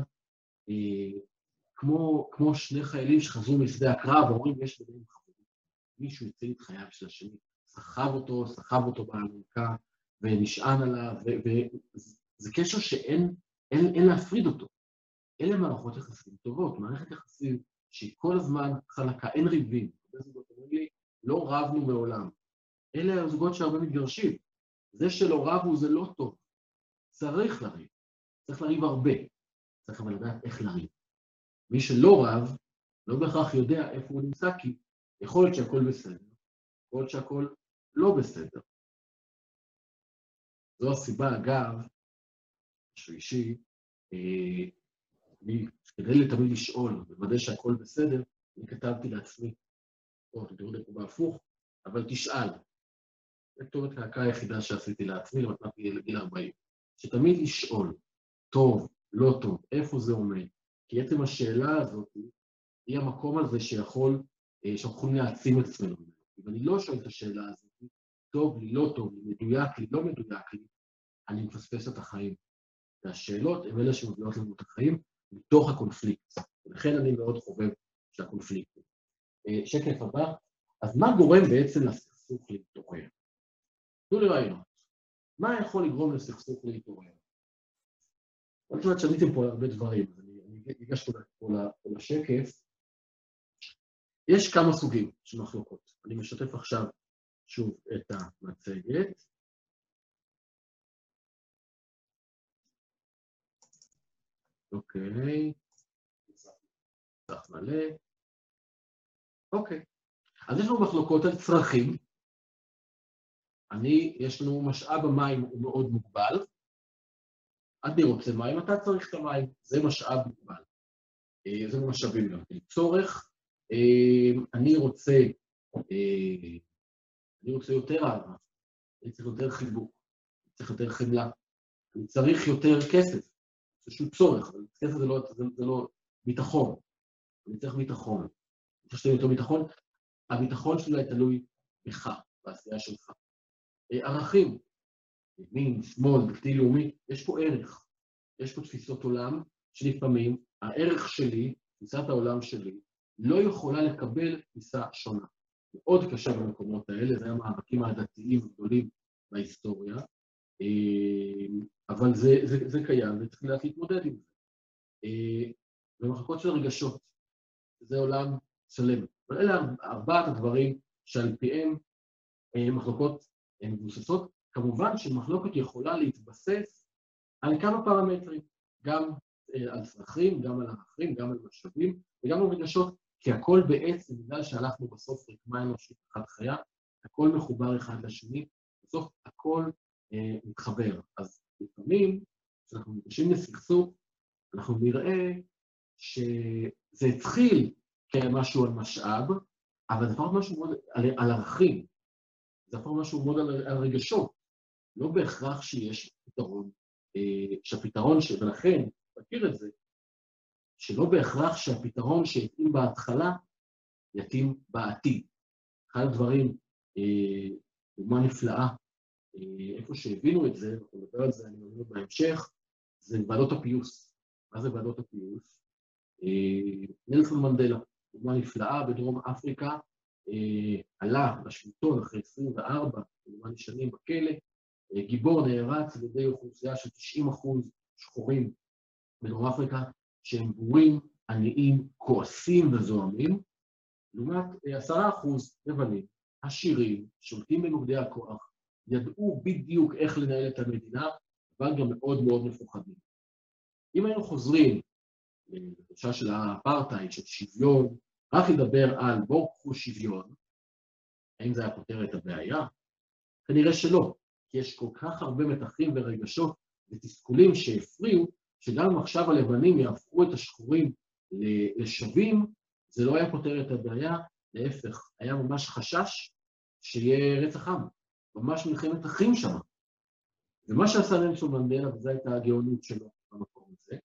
כמו, כמו שני חיילים שחזרו משדה הקרב, ואומרים, יש ביניהם חברים. מישהו יצא את חייו של השני, סחב אותו, סחב אותו באלונקה, ונשען עליו, וזה קשר שאין אין, אין להפריד אותו. אלה מערכות יחסים טובות, מערכת יחסים שהיא כל הזמן חלקה, אין ריבים. זוגות אומרים לי, לא רבנו מעולם. אלה הזוגות שהרבה מתגרשים. זה שלא רבו זה לא טוב. צריך לריב. צריך לריב הרבה. צריך אבל לדעת איך לריב. מי שלא רב, לא בהכרח יודע איפה הוא נמצא, כי יכול להיות שהכל בסדר, יכול להיות שהכל לא בסדר. זו הסיבה, אגב, שלישי, אני, כדי תמיד לשאול, בוודא שהכל בסדר, אני כתבתי לעצמי, או, תראו לי פה בהפוך, אבל תשאל. זה כתובת ההקה היחידה שעשיתי לעצמי, למתנתי לגיל ארבעים. שתמיד לשאול, טוב, לא טוב, איפה זה עומד? כי עצם השאלה הזאת היא המקום הזה שיכול, שאנחנו יכולים להעצים את עצמנו. אם אני לא שואל את השאלה הזאת, טוב לי, לא טוב לי, מדויק לי, לא מדויק לי, אני מפספס את החיים. והשאלות הן אלה שמביאות לנו את החיים מתוך הקונפליקט. ולכן אני מאוד חובב של הקונפליקט. שקף הבא, אז מה גורם בעצם לסכסוך להתעורר? תנו לי רעיונות. מה יכול לגרום לסכסוך להתעורר? אני חושבת שעניתם פה הרבה דברים, אז אני אגש פה לשקף. יש כמה סוגים של מחלוקות. אני משתף עכשיו שוב את המצגת. אוקיי. צריך מלא. אוקיי. אז יש לנו מחלוקות על צרכים. אני, יש לנו משאב המים הוא מאוד מוגבל. אני רוצה מים, אתה צריך את המים. זה משאב מוגבל. זה משאבים גם. צורך, אני רוצה, אני רוצה יותר אהבה. אני צריך יותר חיבוק. אני צריך יותר חמלה. אני צריך יותר כסף. זה שהוא צורך, אבל כסף זה לא, זה, זה לא ביטחון. אני צריך ביטחון. אני צריך שתהיה יותר ביטחון. הביטחון שלי היה תלוי בך, בעשייה שלך. ערכים, ימין, שמאל, דתי, לאומי, יש פה ערך. יש פה תפיסות עולם שלפעמים הערך שלי, תפיסת העולם שלי, לא יכולה לקבל תפיסה שונה. מאוד קשה במקומות האלה, זה היה המאבקים הדתיים הגדולים בהיסטוריה, אבל זה, זה, זה קיים, וצריך להתמודד עם זה. במחלקות של רגשות, זה עולם שלם. אבל אלה ארבעת הדברים שעל פיהם מחלוקות מבוססות. כמובן שמחלוקת יכולה להתבסס על כמה פרמטרים, גם על צרכים, גם על ערכים, גם על משאבים, וגם על רגשות, כי הכל בעצם, בגלל שהלכנו בסוף רקמה אנושית אחת חיה, הכל מחובר אחד לשני, בסוף הכל אה, מתחבר. אז לפעמים, כשאנחנו ניגשים לסכסוך, אנחנו נראה שזה התחיל כמשהו על משאב, אבל זה הפך משהו מאוד על, על ערכים, זה הפך משהו מאוד על, על רגשות, לא בהכרח שיש פתרון, אה, שהפתרון ש... ולכן, תכיר את זה, שלא בהכרח שהפתרון שהתאים בהתחלה יתאים בעתיד. אחד הדברים, אה, דוגמה נפלאה, אה, איפה שהבינו את זה, אנחנו נדבר על זה, אני אומר בהמשך, זה ועדות הפיוס. מה זה ועדות הפיוס? אה, נלסון מנדלה, דוגמה נפלאה בדרום אפריקה, אה, עלה לשלטון אחרי עשרים וארבע, כמובן שנים בכלא, אה, גיבור נערץ על ידי אוכלוסייה של תשעים אחוז שחורים בדרום אפריקה, שהם בורים, עניים, כועסים וזוהמים, לעומת עשרה אחוז לבנים, עשירים, שולטים במוקדי הכוח, ידעו בדיוק איך לנהל את המדינה, אבל גם מאוד מאוד מפוחדים. אם היינו חוזרים לדרישה של האפרטהייד, של שוויון, רק לדבר על בואו קחו שוויון, האם זה היה פותר את הבעיה? כנראה שלא, כי יש כל כך הרבה מתחים ורגשות ותסכולים שהפריעו, שגם אם עכשיו הלבנים יהפכו את השחורים לשווים, זה לא היה פותר את הבעיה, להפך, היה ממש חשש שיהיה רצח עם, ממש מלחמת אחים שם. ומה שעשה נלסון מנדלה, וזו הייתה הגאונות שלו במקום הזה,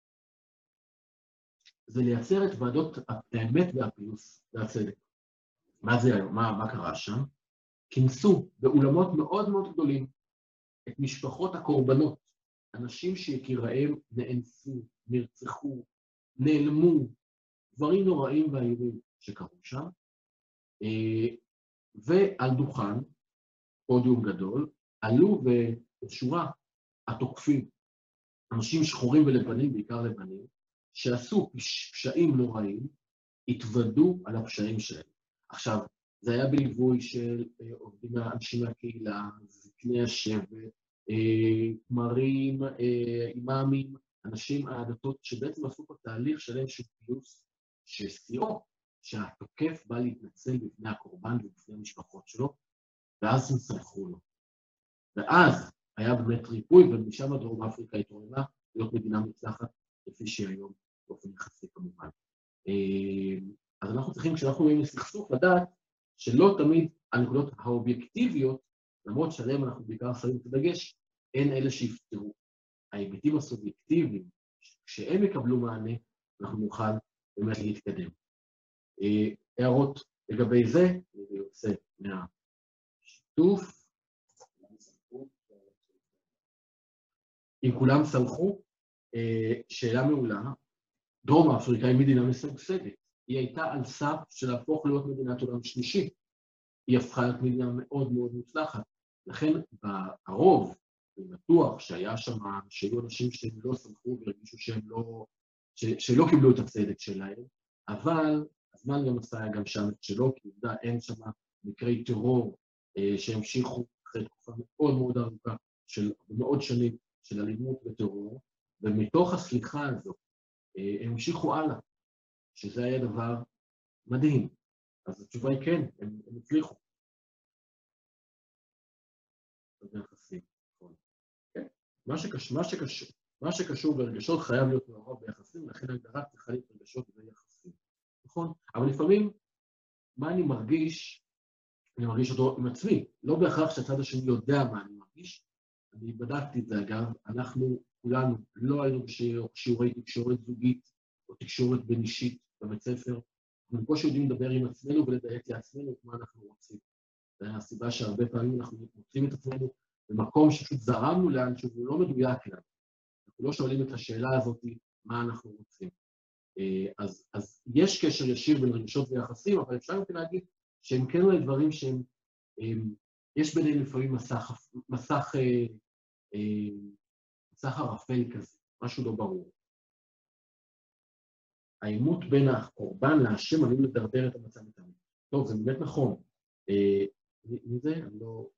זה לייצר את ועדות האמת והפיוס והצדק. מה זה היום? מה, מה קרה שם? כינסו באולמות מאוד מאוד גדולים את משפחות הקורבנות, אנשים שיקיריהם נאנסו, נרצחו, נעלמו, דברים נוראים ואיומים שקרו שם, ועל דוכן, פודיום גדול, עלו בשורה התוקפים, אנשים שחורים ולבנים, בעיקר לבנים, שעשו פשעים נוראים, התוודו על הפשעים שלהם. עכשיו, זה היה בליווי של עובדים אנשים מהקהילה, זקני השבט, כמרים, אימאמים, אנשים מהדתות שבעצם עשו פה תהליך שלם של פיוס, ששיאו שהתוקף בא להתנצל בפני הקורבן ובפני המשפחות שלו, ואז הם סלחו לו. ואז היה באמת ריפוי, ומשם דרום אפריקה התעוררה להיות מדינה מוצלחת, כפי שהיא היום באופן יחסי כמובן. אז אנחנו צריכים, כשאנחנו רואים לסכסוך, לדעת שלא תמיד הנקודות האובייקטיביות, למרות שעליהם אנחנו בעיקר שמים את הדגש, אין אלה שיפתרו. ההיבטים הסובייקטיביים, כשהם יקבלו מענה, אנחנו נוכל באמת להתקדם. הערות לגבי זה, אני יוצא מהשיתוף. אם כולם סלחו, שאלה מעולה, דרום אפריקה היא מדינה משגשגת. היא הייתה על סף של להפוך להיות מדינת עולם שלישי. היא הפכה להיות מדינה מאוד מאוד מוצלחת. לכן ברוב, אני בטוח שהיה שם, שהיו אנשים שהם לא סמכו והרגישו שהם לא, ש, שלא קיבלו את הצדק שלהם, אבל הזמן גם עשה גם שם את שלו, כי עובדה אין שם מקרי טרור אה, שהמשיכו אחרי תקופה מאוד מאוד ארוכה, של מאות שנים של אלימות וטרור, ומתוך הסליחה הזו, הם המשיכו הלאה, שזה היה דבר מדהים. אז התשובה היא כן, הם, הם הצליחו. זה יחסי, נכון. כן. מה שקשור, מה שקשור, מה שקשור ברגשות חייב להיות מעורב ביחסים, לכן ההגדרה צריכה להיות רגשות ויחסים. נכון? אבל לפעמים, מה אני מרגיש, אני מרגיש אותו עם עצמי. לא בהכרח שהצד השני יודע מה אני מרגיש. אני בדקתי את זה, אגב, אנחנו כולנו לא היינו בשיעורי תקשורת זוגית או תקשורת בין אישית בבית ספר. אנחנו בקושי יודעים לדבר עם עצמנו ולדייק לעצמנו את מה אנחנו רוצים. זו הסיבה שהרבה פעמים אנחנו מוצאים את עצמנו במקום שפשוט זרמנו לאנשהו והוא לא מדויק לנו. אנחנו לא שואלים את השאלה הזאת, מה אנחנו רוצים. אז, אז יש קשר ישיר בין רגשות ויחסים, אבל אפשר גם להגיד שהם כן אולי דברים שהם, הם, יש ביניהם לפעמים מסך, מסך, מסך ערפל כזה, משהו לא ברור. העימות בין הקורבן לאשם עלול לדרדר את המצב איתנו. טוב, זה באמת נכון. מי זה? אני לא...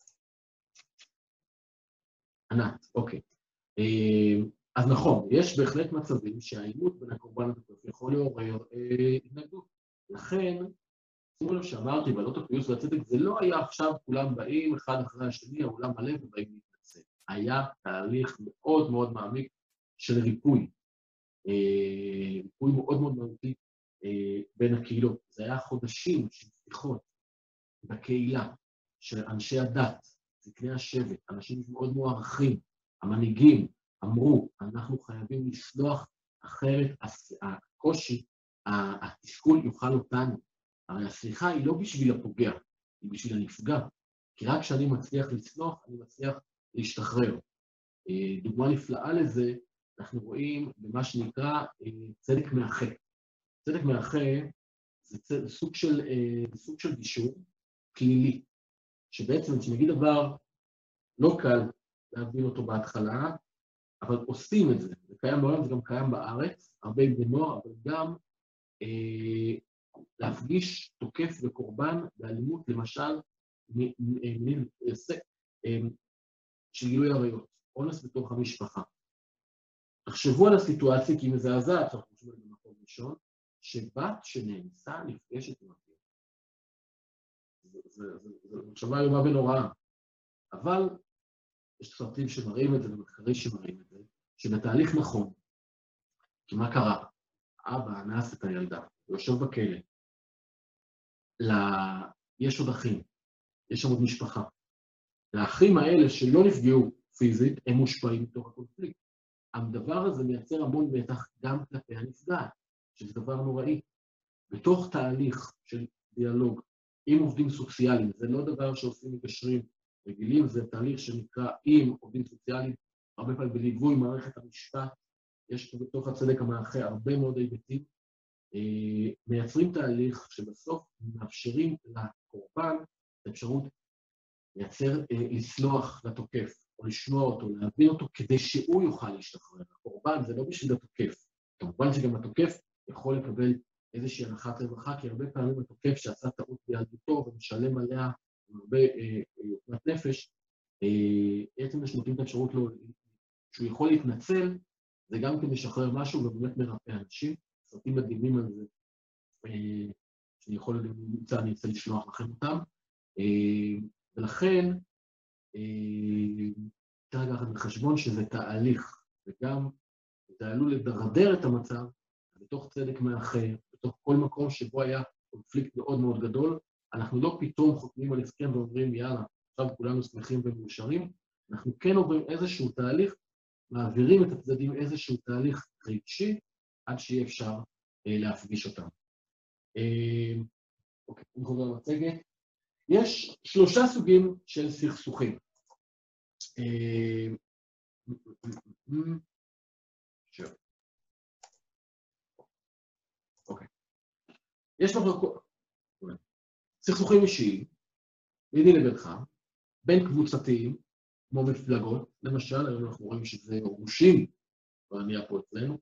ענת, אוקיי. אז נכון, יש בהחלט מצבים שהעימות בין הקורבן לתוקף יכול לעורר התנגדות. לכן, שימו לב שאמרתי, בעלות הפיוס והצדק, זה לא היה עכשיו כולם באים אחד אחרי השני, העולם מלא ובאים להתנצל. היה תהליך מאוד מאוד מעמיק של ריפוי. ריפוי מאוד מאוד מהותי בין הקהילות. זה היה חודשים של שיחות בקהילה של אנשי הדת, זקני השבט, אנשים מאוד מוערכים, המנהיגים, אמרו, אנחנו חייבים לסלוח, אחרת הקושי, התסכול יוכל אותנו. הרי הסליחה היא לא בשביל הפוגע, היא בשביל הנפגע. כי רק כשאני מצליח לסלוח, אני מצליח להשתחרר. דוגמה נפלאה לזה, אנחנו רואים במה שנקרא צדק מאחה. צדק מאחה זה סוג של, סוג של גישור כלילי, שבעצם כשנגיד דבר לא קל להבין אותו בהתחלה, אבל עושים את זה. זה קיים בעולם, זה גם קיים בארץ, הרבה בני נוער, אבל גם אה, להפגיש תוקף וקורבן באלימות, למשל, מילים של גילוי עריות, אונס בתוך המשפחה. תחשבו על הסיטואציה, כי היא מזעזעת, שאנחנו חושבים על במקום ראשון, שבת שנאנסה נפגשת עם אביה. זו מחשבה איומה ונוראה. אבל יש סרטים שמראים את זה, ומחקרים שמראים את זה, שבתהליך נכון, כי מה קרה? אבא אנס את הילדה, הוא יושב בכלא. יש עוד אחים, יש עוד משפחה. לאחים האלה שלא נפגעו פיזית, הם מושפעים מתוך הקונפליקט. הדבר הזה מייצר המון מתח גם כלפי הנפגעת, שזה דבר נוראי. בתוך תהליך של דיאלוג עם עובדים סוציאליים, זה לא דבר שעושים מגשרים רגילים, זה תהליך שנקרא עם עובדים סוציאליים, הרבה פעמים בליווי מערכת המשפט, יש בתוך הצדק המאחה הרבה מאוד היבטים, מייצרים תהליך שבסוף מאפשרים לקורבן את האפשרות לייצר, לסלוח לתוקף, או לשמוע אותו, להבין אותו, כדי שהוא יוכל להשתחרר. הקורבן זה לא בשביל התוקף. כמובן שגם התוקף יכול לקבל איזושהי הנחת רווחה, כי הרבה פעמים התוקף שעשה טעות בילדותו ומשלם עליה הרבה יוקמת נפש, בעצם יש נותנים את האפשרות לו, שהוא יכול להתנצל, זה גם כן משחרר משהו ובאמת מרפא אנשים. סרטים מדהימים על זה, שאני יכול למצוא, אני אצא לשלוח לכם אותם. ולכן, צריך לקחת בחשבון שזה תהליך, וגם זה עלול לדרדר את המצב בתוך צדק מאחה, בתוך כל מקום שבו היה קונפליקט מאוד מאוד גדול. אנחנו לא פתאום חותמים על הסכם ואומרים, יאללה, עכשיו כולנו שמחים ומאושרים, אנחנו כן עוברים איזשהו תהליך, מעבירים את הצדדים איזשהו תהליך רגשי, עד שיהיה אפשר להפגיש אותם. אוקיי, אני חוזר למצגת. יש שלושה סוגים של סכסוכים. אוקיי. יש מחלוקות, סכסוכים אישיים, ביני לבינך, בין קבוצתיים, כמו מפלגות, למשל, היום אנחנו רואים שזה רושים, אבל נהיה פה אצלנו,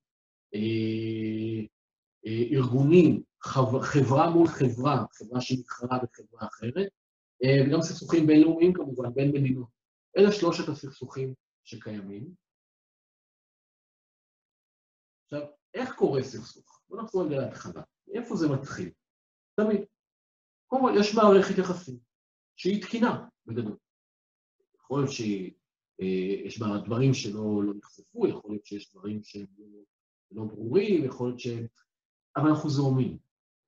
ארגונים, חברה מול חברה, חברה שמתחרה בחברה אחרת, וגם סכסוכים בינלאומיים כמובן, בין מדינות. אלה שלושת הסכסוכים שקיימים. עכשיו, איך קורה סכסוך? בואו נחזור רגע להתחלה. איפה זה מתחיל? תמיד. קודם כל, יש מערכת יחסים, שהיא תקינה, בגדול. יכול להיות שיש בה דברים שלא לא נחשפו, יכול להיות שיש דברים שהם לא, לא ברורים, יכול להיות שהם... אבל אנחנו זורמים.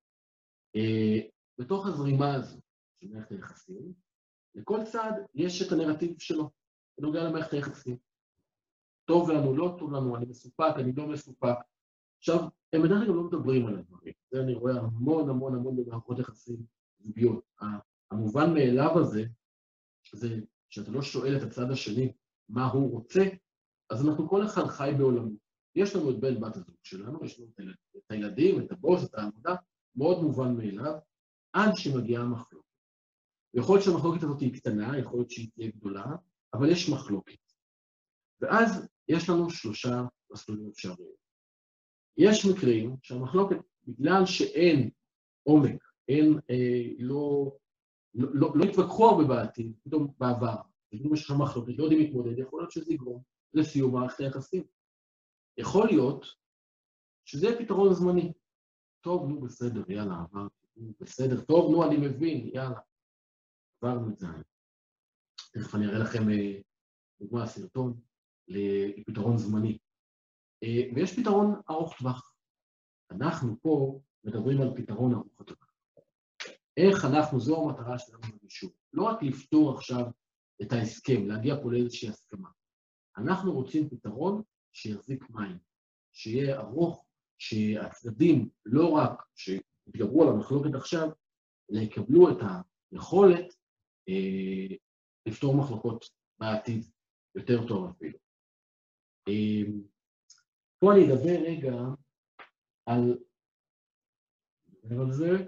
בתוך הזרימה הזו של מערכת היחסים, לכל צד יש את הנרטיב שלו, בנוגע למערכת היחסים. טוב לנו, לא טוב לנו, אני מסופק, אני לא מסופק. עכשיו, הם בדרך כלל לא מדברים על הדברים. זה אני רואה המון המון המון במערכות יחסים זוגיות. המובן מאליו הזה, זה שאתה לא שואל את הצד השני מה הוא רוצה, אז אנחנו כל אחד חי בעולמו. יש לנו את בן בת הזוג שלנו, יש לנו את הילדים, את הבוס, את העבודה, מאוד מובן מאליו, עד שמגיעה המחלוקת. יכול להיות שהמחלוקת הזאת היא קטנה, יכול להיות שהיא תהיה גדולה, אבל יש מחלוקת. ואז יש לנו שלושה מסלולים אפשריים. יש מקרים שהמחלוקת, בגלל שאין עומק, אין, אה, לא, לא, לא, לא התווכחו הרבה בעתיד, פתאום בעבר, פתאום יש לך מחלוקת, לא יודעים להתמודד, יכול להיות שזה יגרום לסיום מערכת היחסים. יכול להיות שזה יהיה פתרון זמני. טוב, נו, בסדר, יאללה, עברתי, נו, בסדר, טוב, נו, אני מבין, יאללה. עברנו את זה. תכף אני אראה לכם דוגמה, סרטון, לפתרון זמני. ויש פתרון ארוך טווח. אנחנו פה מדברים על פתרון ארוך טווח. איך אנחנו, זו המטרה שלנו בגישור. לא רק לפתור עכשיו את ההסכם, להגיע פה לאיזושהי הסכמה. אנחנו רוצים פתרון שיחזיק מים, שיהיה ארוך, שהצדדים לא רק שיתגברו על המחלוקת עכשיו, אלא יקבלו את היכולת אה, לפתור מחלוקות בעתיד יותר טוב אפילו. אה, פה אני אדבר רגע על... נדבר על זה?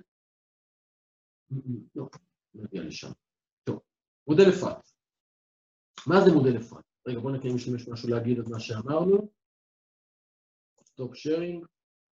לא, נגיע לשם. טוב, מודל אפרת. מה זה מודל אפרת? רגע, בואו נקיים אם יש משהו להגיד על מה שאמרנו. סטופ שיירינג.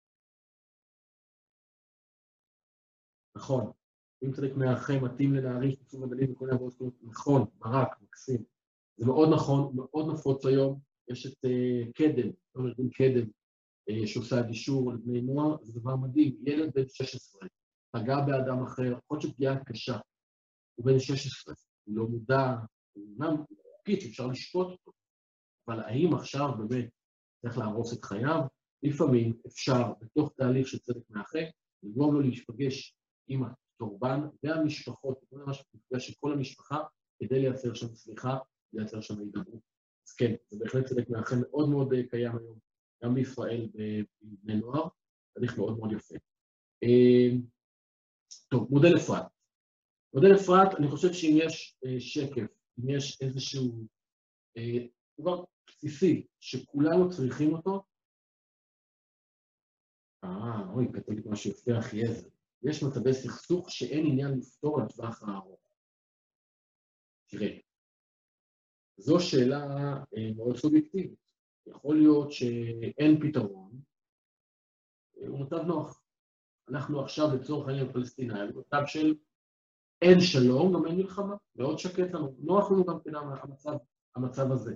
נכון, אם צדק מהחיים מתאים לנערים שתצאו מדלים וכל העבוד כלות, נכון, מרק, מקסים. זה מאוד נכון, מאוד נפוץ היום. יש את uh, קדם, לא ארגון קדם, uh, שעושה גישור לבני נוער, זה דבר מדהים. ילד בן שש עשרה, פגע באדם אחר, יכול להיות שפגיעה קשה, הוא בן שש עשרה, הוא לא מודע, הוא אומנם חוקית שאפשר לשפוט אותו, אבל האם עכשיו באמת צריך להרוס את חייו? לפעמים אפשר, בתוך תהליך של צדק מאחה, לגרום לו להיפגש עם הקורבן והמשפחות, זה ממש מפגש של כל המשפחה, כדי לייצר שם סליחה, לייצר שם הידברות. אז כן, זה בהחלט צדק מאחה מאוד מאוד קיים היום, גם בישראל בבני נוער, תהליך מאוד מאוד יפה. טוב, מודל אפרת. מודל אפרת, אני חושב שאם יש שקף, אם יש איזשהו דבר בסיסי שכולנו צריכים אותו, אה, אוי, כתב לי משהו יפה, אחי עזר. יש מצבי סכסוך שאין עניין לפתור לטווח הארוך. תראה, זו שאלה מאוד סובייקטיבית. יכול להיות שאין פתרון, הוא מצב נוח. אנחנו עכשיו לצורך העניין פלסטינאים, במצב של אין שלום, גם אין מלחמה, מאוד שקט לנו. נוח לנו גם כן המצב, המצב הזה.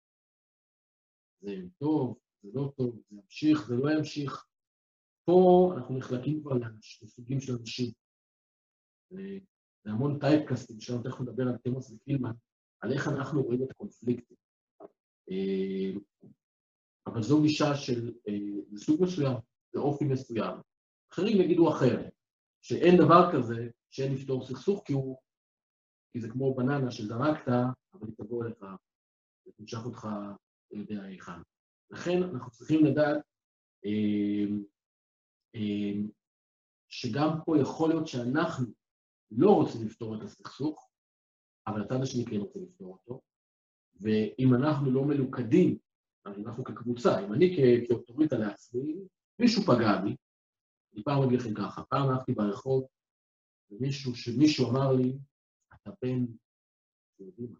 זה טוב, זה לא טוב, זה ימשיך, זה לא ימשיך. פה אנחנו נחלקים כבר לסוגים של אנשים. זה המון טייפקאסטים, שאנחנו תכף נדבר על תימוס וקילמן, על איך אנחנו רואים את הקונפליקטים. אבל זו גישה של סוג מסוים, זה אופי מסוים. אחרים יגידו אחרת, שאין דבר כזה שאין לפתור סכסוך, כי, הוא, כי זה כמו בננה שזרקת, אבל היא תבוא אליך, ותמשך אותך לידי היכן. לכן אנחנו צריכים לדעת אה, אה, שגם פה יכול להיות שאנחנו לא רוצים לפתור את הסכסוך, אבל הצד השני כן רוצה לפתור אותו, ואם אנחנו לא מלוכדים, אנחנו כקבוצה, אם אני כאוטוריטה לעצמי, מישהו פגע בי, אני פעם אגיד לכם ככה, פעם הלכתי ברחוב, ומישהו שמישהו אמר לי, אתה בן, אתם יודעים מה?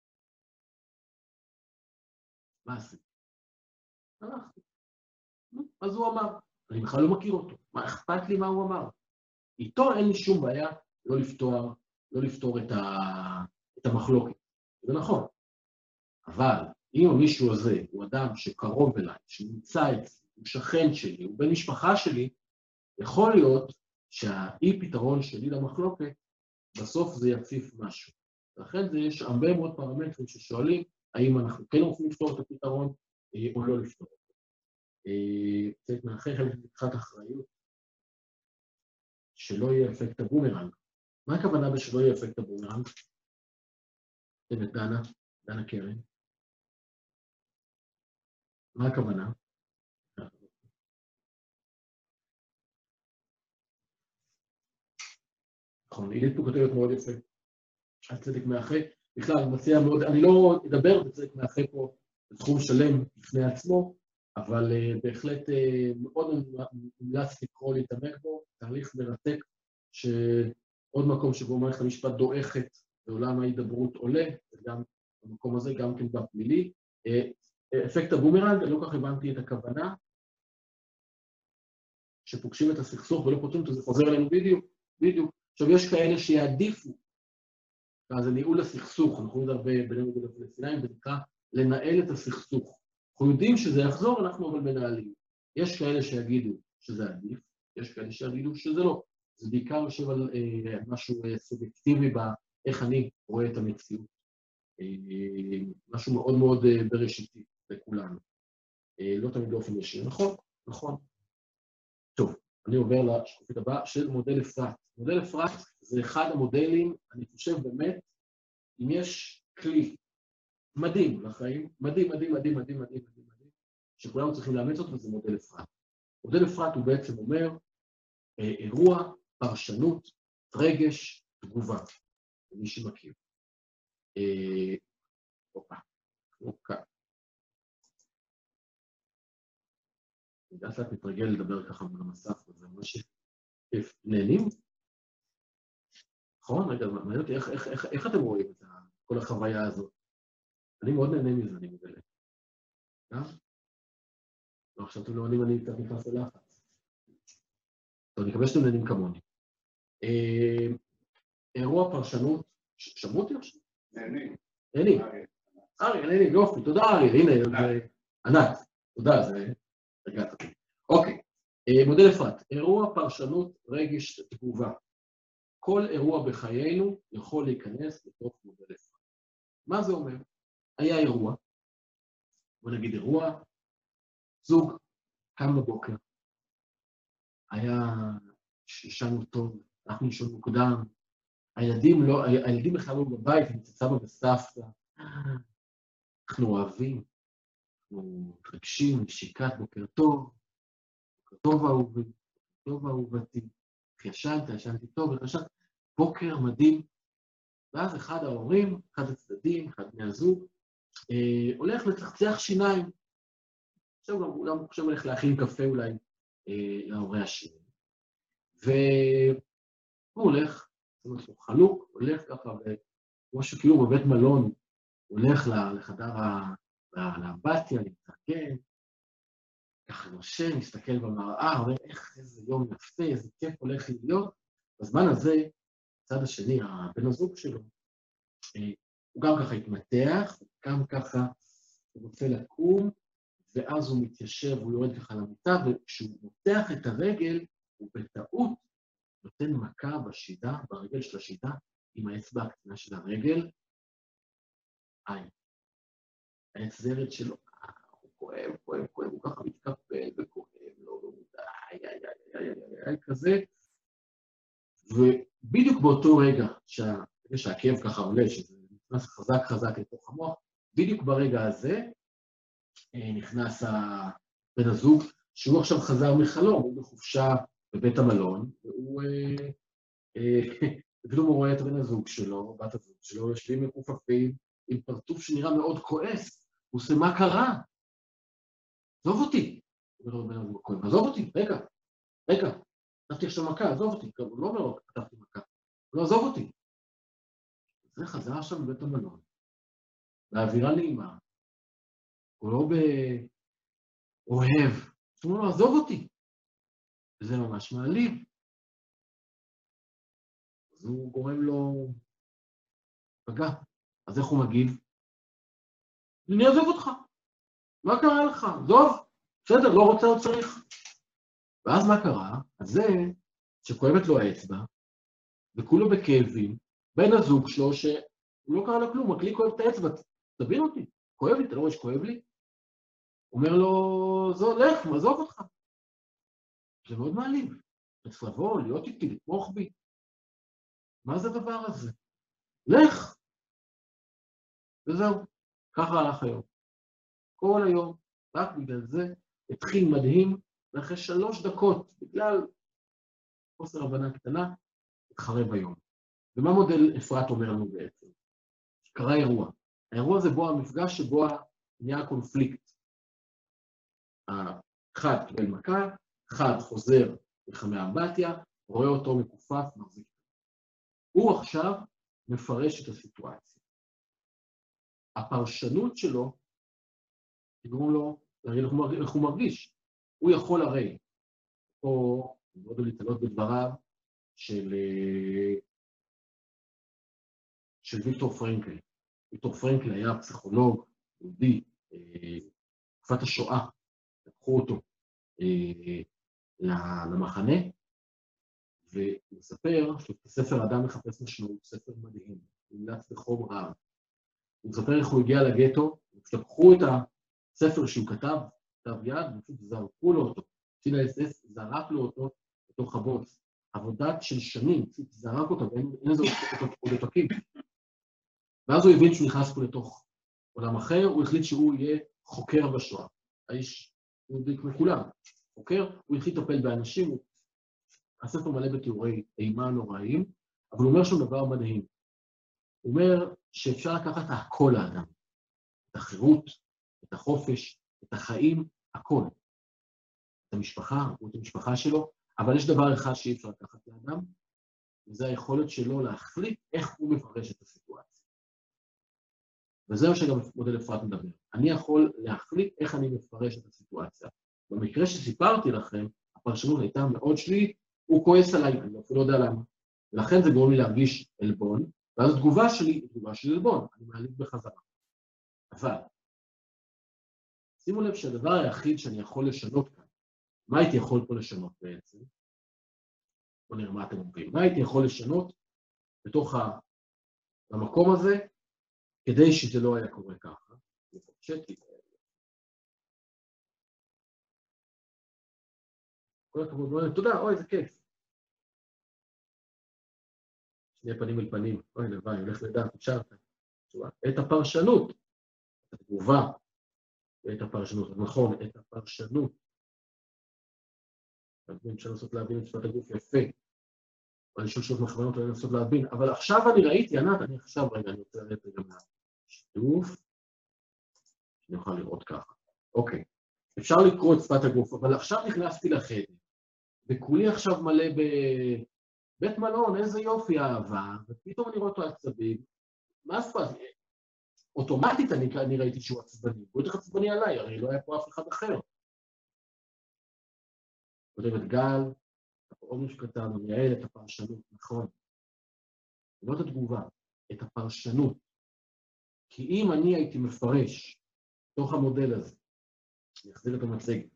מה עשיתי? הלכתי. אז הוא אמר, אני בכלל לא מכיר אותו, מה אכפת לי מה הוא אמר? איתו אין לי שום בעיה לא לפתור, לא לפתור את, ה, את המחלוקת. זה נכון. אבל אם המישהו הזה הוא אדם שקרוב אליי, שנמצא אצלי, הוא שכן שלי, הוא בן משפחה שלי, יכול להיות שהאי פתרון שלי למחלוקת, בסוף זה יציף משהו. לכן זה יש הרבה מאוד פרמטרים ששואלים, האם אנחנו כן רוצים לפתור את הפתרון, או לא לפתור אותו. קצת מאחרי חלק לקחת אחריות, שלא יהיה אפקט הבומרנג. מה הכוונה בשלא יהיה אפקט הבומרנג? אתם את דנה, דנה קרן. מה הכוונה? נכון, עילית פה כותבת מאוד יפה. הצדק מאחרי, בכלל, אני מציע מאוד, אני לא אדבר בצדק מאחרי פה בתחום שלם בפני עצמו, אבל uh, בהחלט uh, מאוד מומלץ לקרוא להתעמק בו, תהליך מרתק, שעוד מקום שבו מערכת המשפט דועכת ועולם ההידברות עולה, וגם במקום הזה, גם כן בפלילי. Uh, אפקט הבומרנג, אני לא כך הבנתי את הכוונה, שפוגשים את הסכסוך ולא פותרים אותו, זה חוזר אלינו בדיוק, בדיוק. עכשיו, יש כאלה שיעדיפו, אז זה ניהול הסכסוך, אנחנו יודעים הרבה בינינו ובין הפלסטינאים, זה נקרא לנהל את הסכסוך. אנחנו יודעים שזה יחזור, אנחנו אבל מנהלים. יש כאלה שיגידו שזה עדיף, יש כאלה שיגידו שזה לא. זה בעיקר יושב על אה, משהו אה, סובייקטיבי באיך אני רואה את המציאות. אה, משהו מאוד מאוד אה, בראשיתי לכולנו. אה, לא תמיד באופן ישיר, נכון? נכון. טוב, אני עובר לשקופית הבאה של מודל אפרת. מודל אפרת זה אחד המודלים, אני חושב באמת, אם יש כלי מדהים לחיים, מדהים, מדהים, מדהים, מדהים, מדהים, מדהים, מדהים, שכולנו צריכים לאמץ אותו, וזה מודל אפרת. מודל אפרת הוא בעצם אומר, אירוע, פרשנות, רגש, תגובה. מי שמכיר. אופה, אופה. אני יודעת שאת מתרגל לדבר ככה מול המסך, וזה ממש כיף. נהנים? נכון? רגע, מעניין אותי, איך, איך, איך, איך אתם רואים את כל החוויה הזאת? אני מאוד נהנה מזה, אני מגלה. אה? לא, עכשיו אתם לא עונים, אני קצת נכנס ללחץ. טוב, אני מקווה שאתם נהנים כמוני. אה, אירוע פרשנות, שמעו אותי עכשיו? נהנים. נהנים. ארי, נהנים, יופי, תודה ארי, הנה, ענת, תודה, זה רגעת אותי. אוקיי, מודל אפרת, אירוע פרשנות רגש תגובה. כל אירוע בחיינו יכול להיכנס לתוך מודל אפרת. מה זה אומר? היה אירוע, בוא נגיד אירוע, זוג קם בבוקר, היה שישנו טוב, אנחנו נשאנו מוקדם, הילדים לא, הילדים בכלל לא בבית, הם סבא וסבתא, אנחנו אוהבים, אנחנו מתרגשים, נשיקת בוקר טוב, בוקר טוב אהובי, בוקר טוב אהובתי, איך ישנת, ישנתי טוב, איך ישנת, בוקר מדהים, ואז אחד ההורים, אחד הצדדים, אחד בני הזוג, אה, הולך לצחצח שיניים. עכשיו גם הוא חושב הולך להכין קפה אולי אה, להורי השני. והוא הולך, זאת אומרת, הוא חלוק, הולך ככה, כמו שכאילו בבית מלון, הולך לחדר לאמבטיה, להתארגן, ככה נושם, מסתכל במראה, אומר איך איזה יום יפה, איזה כיף הולך להיות. בזמן הזה, הצד השני, הבן הזוג שלו, הוא גם ככה התמתח, גם ככה הוא רוצה לקום, ואז הוא מתיישב, הוא יורד ככה למיטה, וכשהוא מותח את הרגל, הוא בטעות נותן מכה בשידה, ברגל של השידה, עם האצבע הקטנה של הרגל, עין. ההצזרת שלו, הוא כואב, כואב, כואב, הוא ככה מתקפל וכואב, לא, לא מודע, איי, איי, איי, איי, איי, כזה. ובדיוק באותו רגע, שהכאב ככה עולה, שזה נכנס חזק חזק לתוך המוח, בדיוק ברגע הזה נכנס בן הזוג, שהוא עכשיו חזר מחלום, הוא בחופשה בבית המלון, והוא פתאום הוא רואה את בן הזוג שלו, בת הזוג שלו, יושבים מכופפים, עם פרצוף שנראה מאוד כועס, הוא עושה, מה קרה? עזוב אותי. הוא אומר לו בן הזוג כואב, עזוב אותי, רגע, רגע, כתבתי עכשיו מכה, עזוב אותי, הוא לא אומר לו, כתבתי מכה, הוא לא עזוב אותי. זה חזר עכשיו בבית המלון, באווירה נעימה, הוא לא באוהב, הוא אומר לו, עזוב אותי. וזה ממש מעליב. אז הוא גורם לו פגע. אז איך הוא מגיב? אני אעזוב אותך. מה קרה לך? עזוב. בסדר, לא רוצה או צריך. ואז מה קרה? אז זה שכואבת לו האצבע, וכולו בכאבים, בין הזוג שלו שהוא לא קרה לו כלום, רק לי כואב את האצבע, תבין אותי, כואב לי, אתה לא רואה שכואב לי? אומר לו, זו, לך, מעזוב אותך. זה מאוד מעליב. אתה צריך לבוא, להיות איתי, לתמוך בי. מה זה הדבר הזה? לך! וזהו, ככה הלך היום. כל היום, רק בגלל זה, התחיל מדהים, ואחרי שלוש דקות, בגלל חוסר הבנה קטנה, התחרב היום. ומה מודל אפרת אומר לנו בעצם? קרה אירוע. האירוע זה בו המפגש שבו נהיה קונפליקט. אחד קיבל מכה, אחד חוזר לחמי אמבטיה, רואה אותו מקופף, מחזיק. הוא עכשיו מפרש את הסיטואציה. הפרשנות שלו, תגרום לו, איך הוא מרגיש. הוא יכול הרי, או מאוד להתעלות בדבריו, של, של ויקטור פרנקל. ויקטור פרנקל היה פסיכולוג יהודי, תקופת השואה, לקחו אותו למחנה, והוא מספר שספר אדם מחפש משמעות, ספר מדהים, מומלץ בחום רב. הוא מספר איך הוא הגיע לגטו, לקחו את הספר שהוא כתב, כתב יד, ופשוט זרקו לו אותו, קצין האס אס זרק לו אותו בתוך הבוץ. עבודת של שנים, זרק אותו, ואין איזה עוד עותקים. ואז הוא הבין שהוא נכנס פה לתוך עולם אחר, הוא החליט שהוא יהיה חוקר בשואה. האיש יהודי כמו כולם, חוקר, הוא התחיל לטפל באנשים, הספר מלא בתיאורי אימה נוראים, אבל הוא אומר שם דבר מדהים. הוא אומר שאפשר לקחת הכל לאדם, את החירות, את החופש, את החיים, הכל. את המשפחה, את המשפחה שלו, אבל יש דבר אחד שאי אפשר לקחת לאדם, וזה היכולת שלו להחליט איך הוא מפרש את הסיטואציה. וזה מה שגם מודל אפרת מדבר. אני יכול להחליט איך אני מפרש את הסיטואציה. במקרה שסיפרתי לכם, הפרשנות הייתה מאוד שלילית, הוא כועס עליי, אני אפילו לא יודע למה. ולכן זה גורם לי להרגיש עלבון, ואז התגובה שלי היא תגובה של עלבון, אני מעליב בחזרה. אבל, שימו לב שהדבר היחיד שאני יכול לשנות כאן, מה הייתי יכול פה לשנות בעצם? בוא נראה מה אתם אומרים. מה הייתי יכול לשנות בתוך המקום הזה, כדי שזה לא היה קורה ככה? לפרשת לי. כל הכבוד, תודה, אוי, זה כיף. שני פנים אל פנים, אוי, לוואי, הולך לדעת, אפשרת. את הפרשנות, את התגובה, ואת הפרשנות, נכון, את הפרשנות. אני אפשר לנסות להבין את שפת הגוף יפה. אני שואל שוב מכוונות, אני לנסות להבין, אבל עכשיו אני ראיתי, ענת, אני עכשיו, רגע, אני רוצה לראות גם מהשיתוף, שאני אוכל לראות ככה. אוקיי, אפשר לקרוא את שפת הגוף, אבל עכשיו נכנסתי לחדר, וכולי עכשיו מלא בבית מלון, איזה יופי אהבה, ופתאום אני רואה אותו עצבים, מה אכפת? אוטומטית אני, אני ראיתי שהוא עצבני, הוא יותר עצבני עליי, הרי לא היה פה אף אחד אחר. כותבת גל, עוד משהו קטן, הוא מייעל את הפרשנות, נכון. לא את התגובה, את הפרשנות. כי אם אני הייתי מפרש תוך המודל הזה, אני אחזיר את המצגת,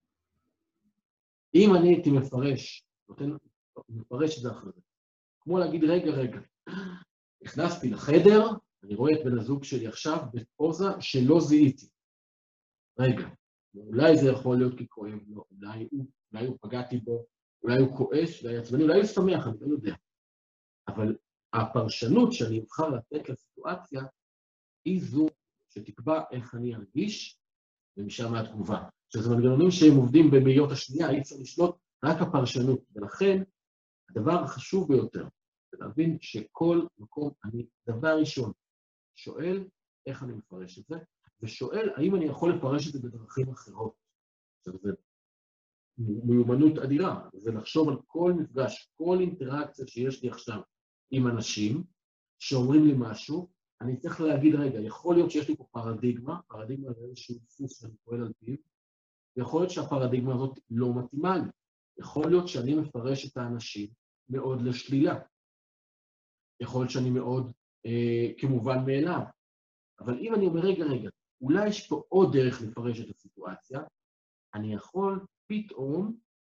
אם אני הייתי מפרש, נותן, מפרש את זה אחרי זה, כמו להגיד, רגע, רגע, נכנסתי לחדר, אני רואה את בן הזוג שלי עכשיו בפוזה שלא זיהיתי. רגע, אולי זה יכול להיות כי כואב לו, אולי הוא, אולי הוא פגעתי בו, אולי הוא כועס, אולי עצבני, אולי הוא שמח, אני לא יודע. אבל הפרשנות שאני אבחר לתת לסיטואציה, היא זו שתקבע איך אני ארגיש, ומשם מהתגובה. שזה מנגנונים שהם עובדים במאיות השנייה, אי אפשר לשלוט רק הפרשנות. ולכן, הדבר החשוב ביותר, זה להבין שכל מקום אני, דבר ראשון, שואל איך אני מפרש את זה, ושואל האם אני יכול לפרש את זה בדרכים אחרות. זה מיומנות אדירה, זה לחשוב על כל מפגש, כל אינטראקציה שיש לי עכשיו עם אנשים שאומרים לי משהו, אני צריך להגיד, רגע, יכול להיות שיש לי פה פרדיגמה, פרדיגמה זה איזשהו דפוס שאני פועל על פיו, ויכול להיות שהפרדיגמה הזאת לא מתאימה לי. יכול להיות שאני מפרש את האנשים מאוד לשלילה. יכול להיות שאני מאוד אה, כמובן מאליו. אבל אם אני אומר, רגע, רגע, אולי יש פה עוד דרך לפרש את הסיטואציה, אני יכול פתאום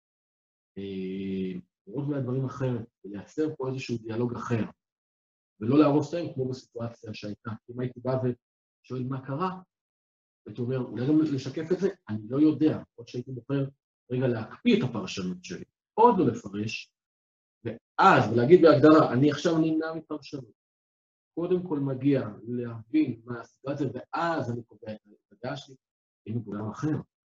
לראות מהדברים אחרת, ולייצר פה איזשהו דיאלוג אחר, ולא להרוס להם כמו בסיטואציה שהייתה. אם הייתי בא ושואל מה קרה, הייתי אומר, אולי גם לשקף את זה, אני לא יודע, עוד שהייתי בוחר רגע להקפיא את הפרשנות שלי, עוד לא לפרש, ואז, ולהגיד בהגדרה, אני עכשיו נמנע מפרשנות. קודם כל מגיע להבין מה הסיטואציה, ואז אני קובע את הדעה שלי, אם הוא בעולם אחר.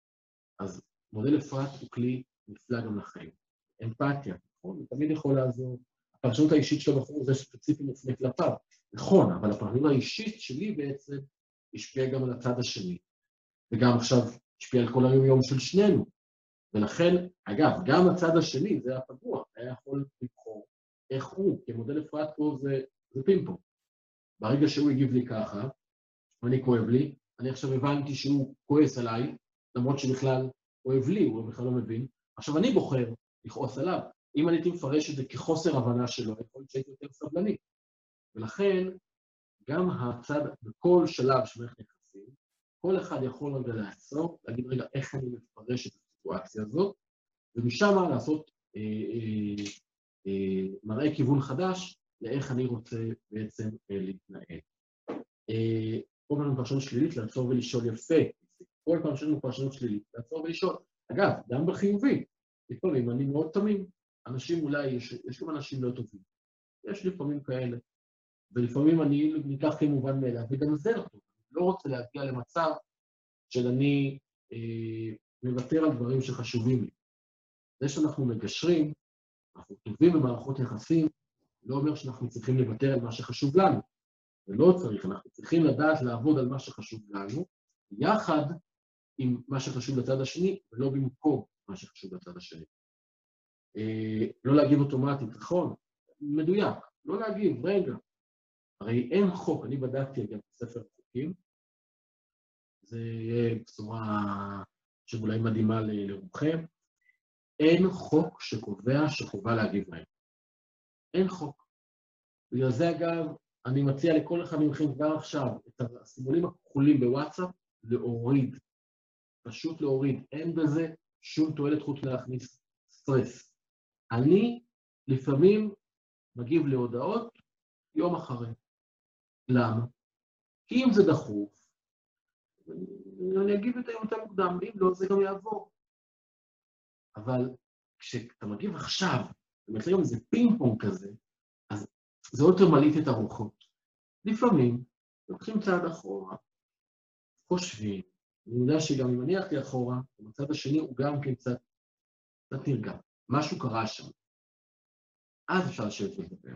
אז מודל אפרת הוא כלי נפלא גם לחיים. אמפתיה, נכון? הוא תמיד יכול לעזור. הפרשנות האישית של הבחור זה ספציפי מופנה כלפיו. נכון, אבל הפרשנות האישית שלי בעצם השפיעה גם על הצד השני. וגם עכשיו השפיעה על כל היום-יום של שנינו. ולכן, אגב, גם הצד השני, זה הפגוע, היה יכול לבחור איך הוא, כי מודל אפרת פה זה, זה פינג-פונג. ברגע שהוא הגיב לי ככה, ואני כואב לי, אני עכשיו הבנתי שהוא כועס עליי, למרות שבכלל כואב לי, הוא בכלל לא מבין. עכשיו אני בוחר לכעוס עליו. אם אני הייתי מפרש את זה כחוסר הבנה שלו, יכול להיות שהייתי יותר סבלני. ולכן, גם הצד, בכל שלב של מערכת יחסים, כל אחד יכול רגע לעצור, להגיד רגע איך אני מפרש את הסיטואציה הזאת, ומשם לעשות אה, אה, אה, מראה כיוון חדש, לאיך אני רוצה בעצם אה, להתנהל. אה, כל פעם פרשנות שלילית, לעצור ולשאול יפה. כל פעם שיש לנו פרשנות שלילית, לעצור ולשאול. אגב, גם בחיובי, לפעמים אני מאוד תמים. אנשים אולי, יש, יש גם אנשים לא טובים. יש לפעמים כאלה. ולפעמים אני ניקח כמובן מאליו, וגם זה לא טוב. אני לא רוצה להגיע למצב של אני אה, מוותר על דברים שחשובים לי. זה שאנחנו מגשרים, אנחנו טובים במערכות יחסים, לא אומר שאנחנו צריכים לוותר על מה שחשוב לנו. ולא צריך, אנחנו צריכים לדעת לעבוד על מה שחשוב לנו, יחד עם מה שחשוב לצד השני, ולא במקום מה שחשוב לצד השני. אה, לא להגיב אוטומטית, נכון? מדויק, לא להגיב, רגע. הרי אין חוק, אני בדקתי גם בספר החוקים, זה יהיה בשורה שאולי מדהימה לרובכם, אין חוק שקובע שחובה להגיב להם. אין חוק. בגלל זה אגב, אני מציע לכל אחד מכם כבר עכשיו את הסימולים הכחולים בוואטסאפ, להוריד, פשוט להוריד. אין בזה שום תועלת חוץ להכניס סטרס. אני לפעמים מגיב להודעות יום אחרי. למה? כי אם זה דחוף, אני אגיב את היום יותר מוקדם, אם לא, זה גם יעבור. אבל כשאתה מגיב עכשיו, באמת היום איזה פינג פונג כזה, אז זה יותר מלהיט את הרוחות. לפעמים, לוקחים צעד אחורה, חושבים, אני יודע שגם אם אני הלכתי אחורה, במצב השני הוא גם כן קצת, קצת נרגע. משהו קרה שם. אז אפשר לשבת ולדבר.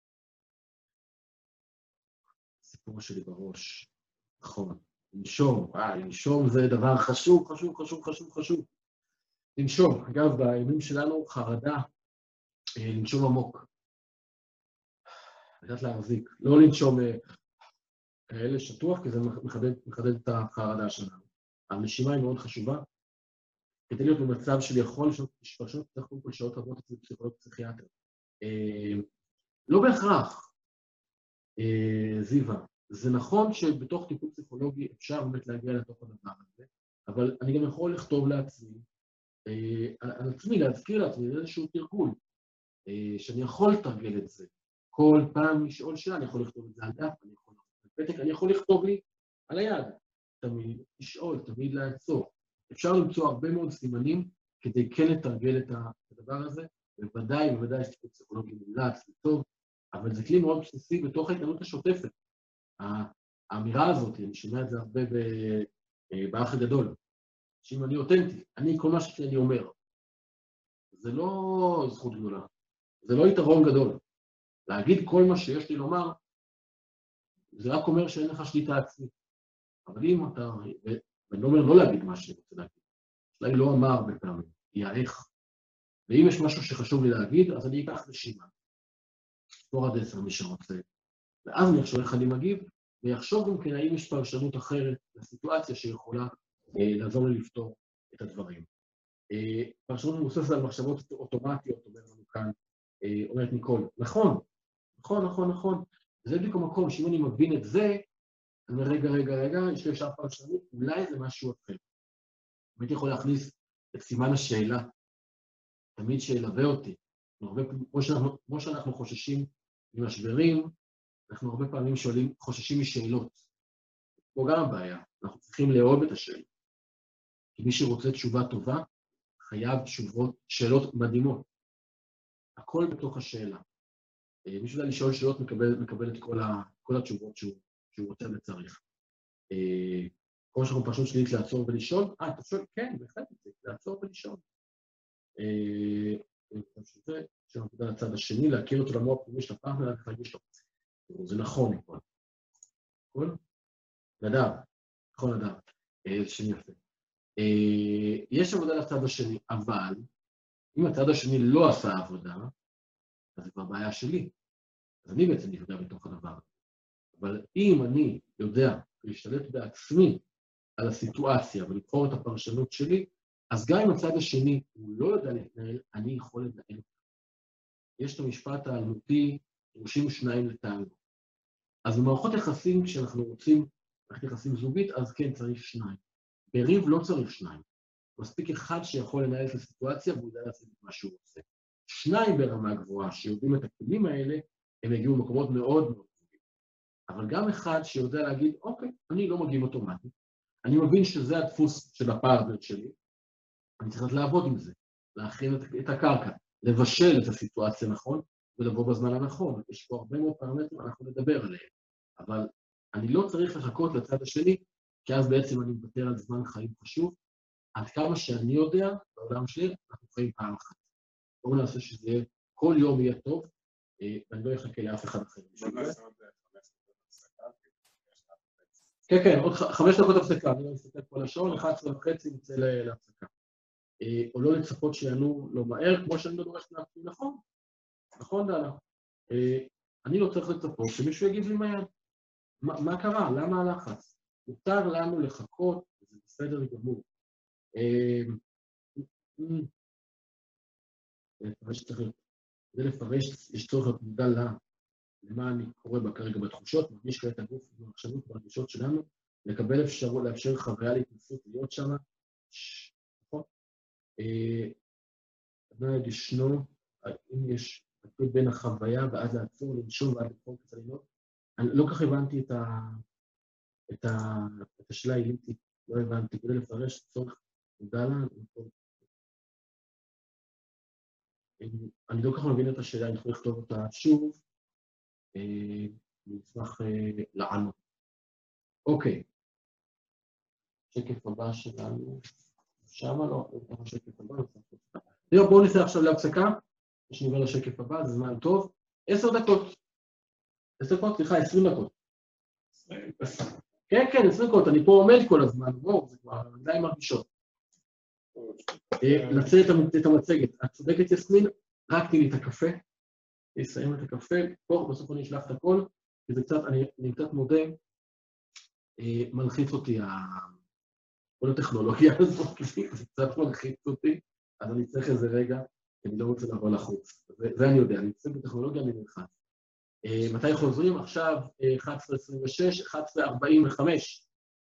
הסיפור שלי בראש, נכון, לנשום, אה, לנשום זה דבר חשוב, חשוב, חשוב, חשוב, חשוב. לנשום, אגב, בימים שלנו חרדה, לנשום עמוק. לדעת להחזיק, לא לנשום כאלה שטוח, כי זה מחדד, מחדד את החרדה שלנו. הנשימה היא מאוד חשובה, כדי להיות במצב של יכול לשנות פרשנות, צריך קודם כל שעות רבות אצל פסיכולוג פסיכיאטר. לא בהכרח, זיווה, זה נכון שבתוך טיפול פסיכולוגי אפשר באמת להגיע לתוך הדבר הזה, אבל אני גם יכול לכתוב לעצמי, על עצמי, להזכיר לעצמי, זה איזשהו תרגול, שאני יכול לתרגל את זה. כל פעם לשאול שאלה, אני יכול לכתוב את זה על דף, אני יכול לפתק, אני יכול לכתוב לי על היד. תמיד לשאול, תמיד לעצור. אפשר למצוא הרבה מאוד סימנים כדי כן לתרגל את הדבר הזה, ובוודאי, בוודאי יש טיפול פסיכולוגי מומלץ, זה טוב, אבל זה כלי מאוד בסיסי בתוך ההתנהלות השוטפת. האמירה הזאת, אני שומע את זה הרבה באח הגדול, שאם אני אותנטי, אני כל מה שאני אומר, זה לא זכות גדולה, זה לא יתרון גדול. להגיד כל מה שיש לי לומר, זה רק אומר שאין לך שליטה עצמית. אבל אם אתה, ואני לא אומר לא להגיד מה שאני רוצה להגיד, אולי לא אמר הרבה פעמים, היא האיך. ואם יש משהו שחשוב לי להגיד, אז אני אקח נשימה. ספור עד עשר מי שרוצה. ואז אני אחשוב איך אני מגיב, ויחשוב גם כן האם יש פרשנות אחרת לסיטואציה שיכולה אה, לעזור לי לפתור את הדברים. אה, פרשנות מבוססת על מחשבות אוטומטיות, אומר לנו כאן, אה, אומרת ניקול, נכון, נכון, נכון, נכון. זה בדיוק המקום שאם אני מבין את זה, אני אומר, רגע, רגע, רגע, יש לי ישר פרשנות, אולי זה משהו אחר. הייתי יכול להכניס את סימן השאלה, תמיד שילווה אותי. הרבה, כמו, שאנחנו, כמו שאנחנו חוששים ממשברים, אנחנו הרבה פעמים שואלים, חוששים משאלות. פה גם הבעיה, אנחנו צריכים לאהוב את השאלה. כי מי שרוצה תשובה טובה, חייב תשובות, שאלות מדהימות. הכל בתוך השאלה. מי שיודע לשאול שאלות מקבל, מקבל את כל, ה, כל התשובות שהוא, שהוא רוצה וצריך. כמו שאנחנו פשוט שלילית לעצור ולשאול, אה, אתה שואל, כן, בהחלט, לעצור ולשאול. זה שנקודה לצד השני, להכיר את עולמו הפנימי של הפרטנר, להרגיש לו. זה נכון, נכון. נכון? נדב, נכון נדב, זה שני יפה. יש עבודה לצד השני, אבל אם הצד השני לא עשה עבודה, אז זה כבר בעיה שלי. אז אני בעצם נפגע בתוך הדבר. אבל אם אני יודע להשתלט בעצמי על הסיטואציה ולבחור את הפרשנות שלי, אז גם אם הצד השני הוא לא יודע להתנהל, אני יכול לנהל. יש את המשפט האלמותי, דרושים שניים לטנגו. אז במערכות יחסים, כשאנחנו רוצים מערכת יחסים זוגית, אז כן צריך שניים. בריב לא צריך שניים. מספיק אחד שיכול לנהל את הסיטואציה והוא יודע לעשות את מה שהוא עושה. שניים ברמה גבוהה שיודעים את הכלים האלה, הם יגיעו למקומות מאוד מאוד טובים. אבל גם אחד שיודע להגיד, אוקיי, אני לא מגיעים אוטומטית, אני מבין שזה הדפוס של הפרטנר שלי, אני צריך לעבוד עם זה, להכין את הקרקע, לבשל את הסיטואציה נכון, ולבוא בזמן הנכון. יש פה הרבה מאוד פרמטרים, אנחנו נדבר עליהם. אבל אני לא צריך לחכות לצד השני, כי אז בעצם אני מוותר על זמן חיים חשוב. עד כמה שאני יודע, בעולם שלי, אנחנו חיים פעם אחת. בואו נעשה שזה יהיה, כל יום יהיה טוב, ואני לא אחכה לאף אחד אחר. כן, כן, עוד חמש דקות הפסקה, אני לא אסתכל פה לשעון, אחת עשרה וחצי נצא להפסקה. או לא לצפות שיענו לא מהר, כמו שאני לא דורש להפסקה, נכון? נכון, דנה? אני לא צריך לצפות שמישהו יגיב לי מהר. מה קרה? למה הלחץ? מותר לנו לחכות, זה בסדר גמור. כדי לפרש, יש צורך להיות מודע למה אני קורא בה כרגע בתחושות, מרגיש כעת הגוף במחשבות ברגישות שלנו, לקבל אפשרות, לאפשר חוויה להתנסות, להיות שם. נכון? עדיין ישנו, אם יש תקוד בין החוויה ועד לעצור, לנשום ועד לבחור קצת לילות, אני לא כך הבנתי את ה... את ה... את השאלה העילית, לא הבנתי, כדי לפרש צורך מודע לה, אני לא כך מבין את השאלה, אני יכול לכתוב אותה שוב, אני אשמח לענות. אוקיי. שקף הבא שלנו, שמה לא, לא שקף הבא, לא, בואו נצא עכשיו להפסקה, יש נעבר לשקף הבא, זה זמן טוב, עשר דקות. עשר דקות, סליחה, עשרים דקות. כן, כן, עשרים דקות, אני פה עומד כל הזמן, בואו, זה כבר עדיין מרגישות. נצא את המצגת, את צודקת יסמין, רק תני לי את הקפה, אסיים את הקפה, פה בסוף אני אשלח את הכל, כי זה קצת, אני קצת מודה, מלחיץ אותי, כל הטכנולוגיה הזאת, זה קצת מלחיץ אותי, אז אני צריך איזה רגע, כי אני לא רוצה לבוא לחוץ, זה אני יודע, אני מצטרף בטכנולוגיה, אני נלחץ. מתי חוזרים? עכשיו אחת עשרה עשרים ושש, אחת עשרה ארבעים וחמש.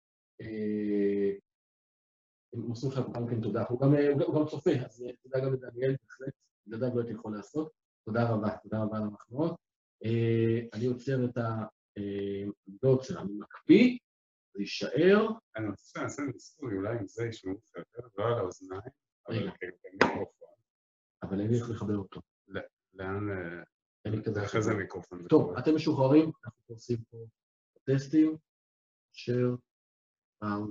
הם עושים לך פעם כן תודה, הוא גם צופה, אז תודה גם לדניאל, בהחלט, לדעת לא הייתי יכול לעשות, תודה רבה, תודה רבה על המחמאות. אני עוצר את העמדות שלה, אני מקפיא, זה יישאר. אני רוצה שנעשה ניסוי, אולי עם זה ישמעו קצת יותר, לא על האוזניים, אבל במיקרופון. אבל אין לי איך לחבר אותו. לאן... אין לי כזה אחרי זה מיקרופון. טוב, אתם משוחררים, אנחנו עושים פה טסטים, share, פאוז,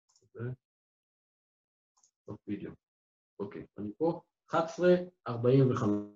סוף וידאו. אוקיי, אני פה, אחת עשרה ארבעים וחמש.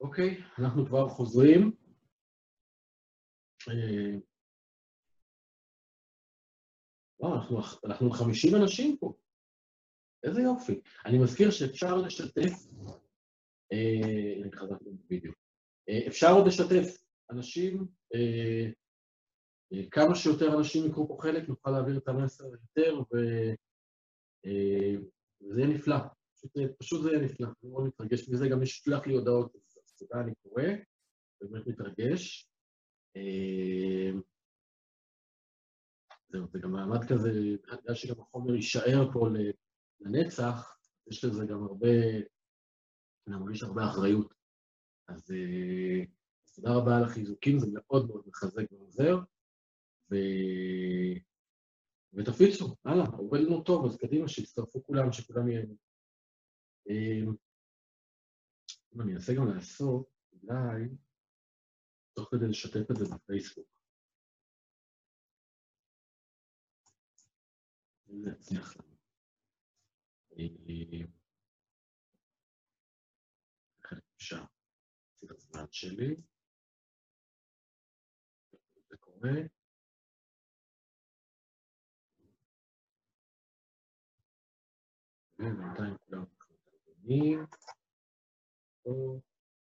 אוקיי, אנחנו כבר חוזרים. וואו, אנחנו, אנחנו חמישים אנשים פה. איזה יופי. אני מזכיר שאפשר לשתף, אה, אני חזרתי בווידאו, אה, אפשר עוד לשתף אנשים, אה, אה, כמה שיותר אנשים יקרו פה חלק, נוכל להעביר את המסר יותר, וזה אה, יהיה נפלא. פשוט, פשוט זה יהיה נפלא. אני מאוד מתרגש מזה, גם יש שלח לי הודעות, אז תודה, אני קורא, באמת מתרגש. אה, זהו, זה גם מעמד כזה, בגלל שגם החומר יישאר פה לנצח, יש לזה גם הרבה, אני מרגיש הרבה אחריות. אז תודה רבה על החיזוקים, זה מאוד מאוד מחזק ועוזר, ו... ותפיצו, הלאה, עובד לנו טוב, אז קדימה שיצטרפו כולם, שכולם יהיו. אם אני אעשה גם לעשות, אולי, תוך כדי לשתף את זה בפייסבוק. זה יצליח לנו. חלק אפשר. את הזמן שלי. זה קורה. ובינתיים כולם מתחילים. אוקיי.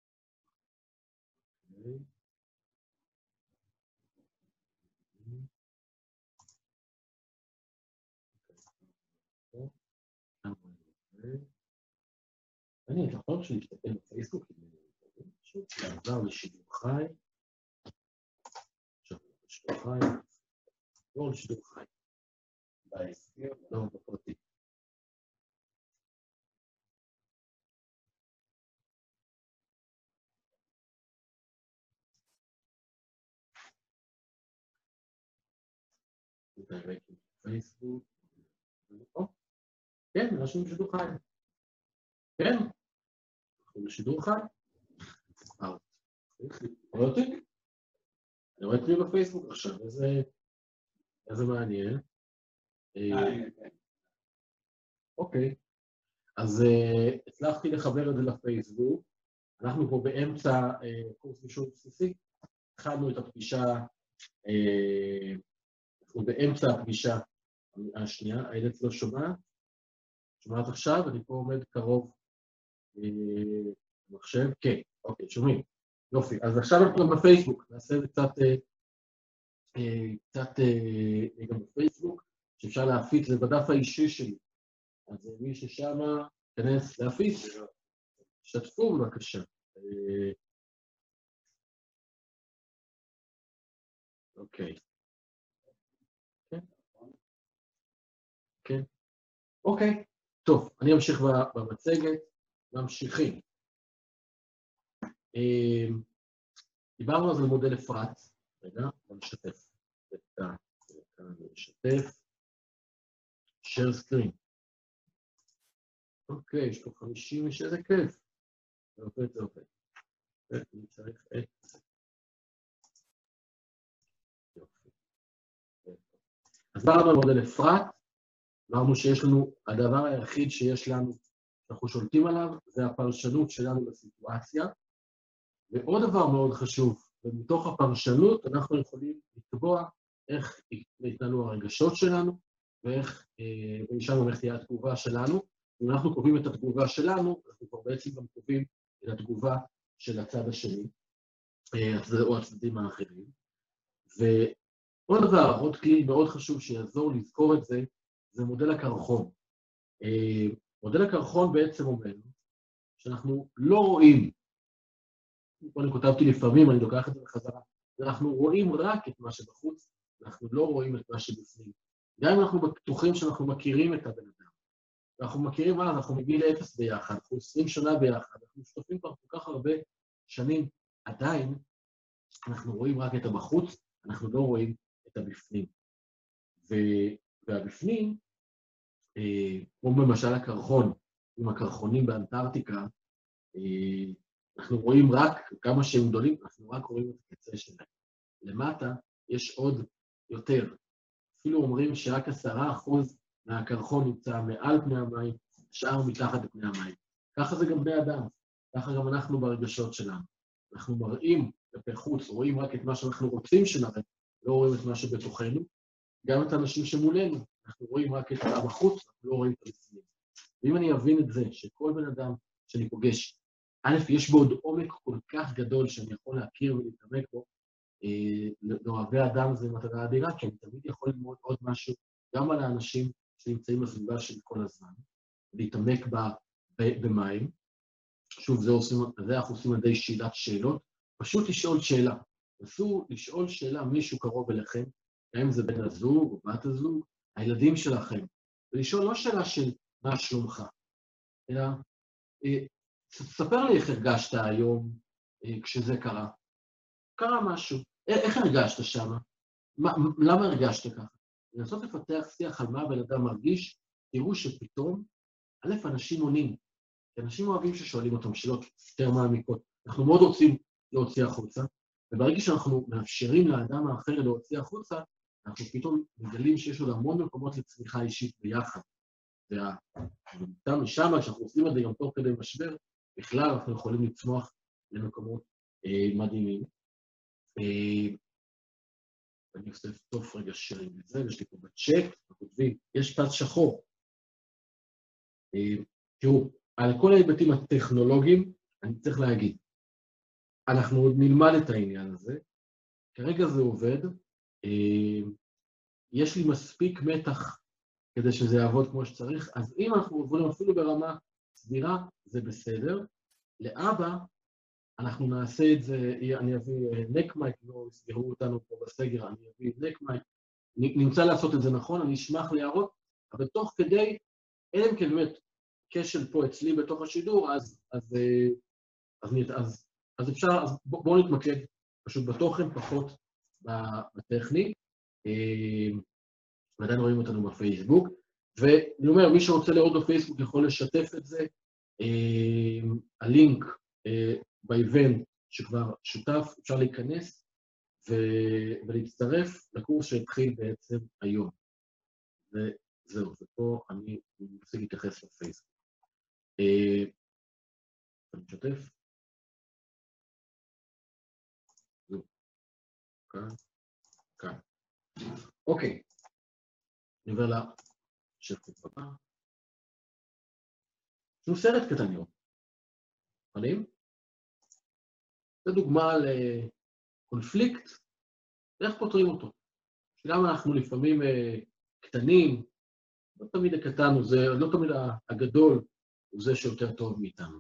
אני את החוק שלי להשתתף בפייסבוק, פשוט לעזר לשידור חי, עכשיו לשידור חי, לא לשידור חי, בהסגר, לא בפרטי. דיירקט בפייסבוק, כן, רשום שידור חי. כן, אנחנו בשידור חי. רואה אותי? אני רואה אותי בפייסבוק עכשיו, איזה מעניין. אוקיי, אז הצלחתי לחבר את זה לפייסבוק. אנחנו פה באמצע קורס בישול בסיסי. התחלנו את הפגישה, אנחנו באמצע הפגישה השנייה, הילד לא שומע. שומעת עכשיו, אני פה עומד קרוב למחשב, כן, אוקיי, שומעים, יופי. אז עכשיו אנחנו גם בפייסבוק, נעשה את זה קצת, קצת גם בפייסבוק, שאפשר להפיץ, זה בדף האישי שלי. אז מי ששם, כנס להפיץ, שתפו בבקשה. אוקיי. כן? כן. אוקיי. טוב, אני אמשיך במצגת, ממשיכים. דיברנו על זה מודל אפרת, רגע, בוא נשתף את ה... נשתף, share screen. אוקיי, יש פה חמישים איש, איזה כיף. זה עובד, זה עובד. אני צריך את... יופי. אז דיברנו על מודל אפרת, אמרנו שיש לנו, הדבר היחיד שיש לנו, שאנחנו שולטים עליו, זה הפרשנות שלנו לסיטואציה. ועוד דבר מאוד חשוב, ומתוך הפרשנות אנחנו יכולים לקבוע איך יתנהלו הרגשות שלנו, ואיך, ומשם איך תהיה התגובה שלנו. אם אנחנו קובעים את התגובה שלנו, אנחנו כבר בעצם גם קובעים את התגובה של הצד השני, או הצדדים האחרים. ועוד דבר, עוד כלי מאוד חשוב שיעזור לזכור את זה, זה מודל הקרחון. מודל הקרחון בעצם אומר שאנחנו לא רואים, פה אני כותבתי לפעמים, אני לוקח את זה בחזרה, אנחנו רואים רק את מה שבחוץ, אנחנו לא רואים את מה שבפנים. גם אם אנחנו בטוחים שאנחנו מכירים את הבן אדם, אנחנו מכירים מה, אנחנו מגיל אפס ביחד, אנחנו עשרים שנה ביחד, אנחנו משתתפים כבר כל כך הרבה שנים, עדיין אנחנו רואים רק את הבחוץ, אנחנו לא רואים את הבפנים. ו... והבפנים, אה, כמו במשל הקרחון, עם הקרחונים באנטארקטיקה, אה, אנחנו רואים רק כמה שהם גדולים, אנחנו רק רואים את הקצה שלהם. למטה יש עוד יותר. אפילו אומרים שרק עשרה אחוז מהקרחון נמצא מעל פני המים, השאר מתחת לפני המים. ככה זה גם בני אדם. ככה גם אנחנו ברגשות שלנו. אנחנו מראים כלפי חוץ, רואים רק את מה שאנחנו רוצים שנראה, לא רואים את מה שבתוכנו, גם את האנשים שמולנו, אנחנו רואים רק את הבחוץ, אנחנו לא רואים את הלפנים. ואם אני אבין את זה, שכל בן אדם שאני פוגש, א', יש בו עוד עומק כל כך גדול שאני יכול להכיר ולהתעמק בו, לאוהבי אדם זה מטרה אדירה, כי אני תמיד יכול ללמוד עוד משהו, גם על האנשים שנמצאים בסביבה שלי כל הזמן, להתעמק במים. שוב, זה, עושים, זה אנחנו עושים על ידי שאלת שאלות, פשוט לשאול שאלה. נסו לשאול שאלה מישהו קרוב אליכם, האם זה בן הזוג או בת הזוג, הילדים שלכם, ולשאול לא שאלה של מה שלומך, אלא ספר לי איך הרגשת היום כשזה קרה. קרה משהו. איך הרגשת שם? מה, למה הרגשת ככה? לנסות לפתח שיח על מה הבן אדם מרגיש, תראו שפתאום, א', אנשים עונים. אנשים אוהבים ששואלים אותם שאלות יותר מעמיקות. אנחנו מאוד רוצים להוציא החוצה, וברגע שאנחנו מאפשרים לאדם האחר להוציא החוצה, אנחנו פתאום מגלים שיש עוד המון מקומות לצמיחה אישית ביחד. וגם משם, כשאנחנו עושים את זה גם תוך כדי משבר, בכלל אנחנו יכולים לצמוח למקומות אה, מדהימים. אה, אני עושה טוב רגע שרים את זה, ויש לי פה בצ'ק, וכותבים, יש פס שחור. אה, תראו, על כל ההיבטים הטכנולוגיים, אני צריך להגיד, אנחנו עוד נלמד את העניין הזה, כרגע זה עובד, אה, יש לי מספיק מתח כדי שזה יעבוד כמו שצריך, אז אם אנחנו עוברים אפילו ברמה סבירה, זה בסדר. לאבא, אנחנו נעשה את זה, אני אביא נק מייק, לא יסגרו אותנו פה בסגר, אני אביא נק מייק, נמצא לעשות את זה נכון, אני אשמח להראות, אבל תוך כדי, אלא אם כן באמת כשל פה אצלי בתוך השידור, אז, אז, אז, אז, אז אפשר, אז בואו נתמקד פשוט בתוכן, פחות בטכני. ועדיין רואים אותנו בפייסבוק, ואני אומר, מי שרוצה לראות בפייסבוק יכול לשתף את זה, הלינק באיבנט שכבר שותף, אפשר להיכנס ולהצטרף לקורס שהתחיל בעצם היום. וזהו, ופה אני מפסיק להתייחס לפייסבוק. אני משתף. זהו. כאן, כאן. אוקיי. אני עובר לשקף הבא. יש לנו סרט קטן היום. מוכנים? זו דוגמה לקונפליקט, ואיך פותרים אותו. שגם אנחנו לפעמים קטנים, לא תמיד הקטן הוא זה, לא תמיד הגדול הוא זה שיותר טוב מאיתנו.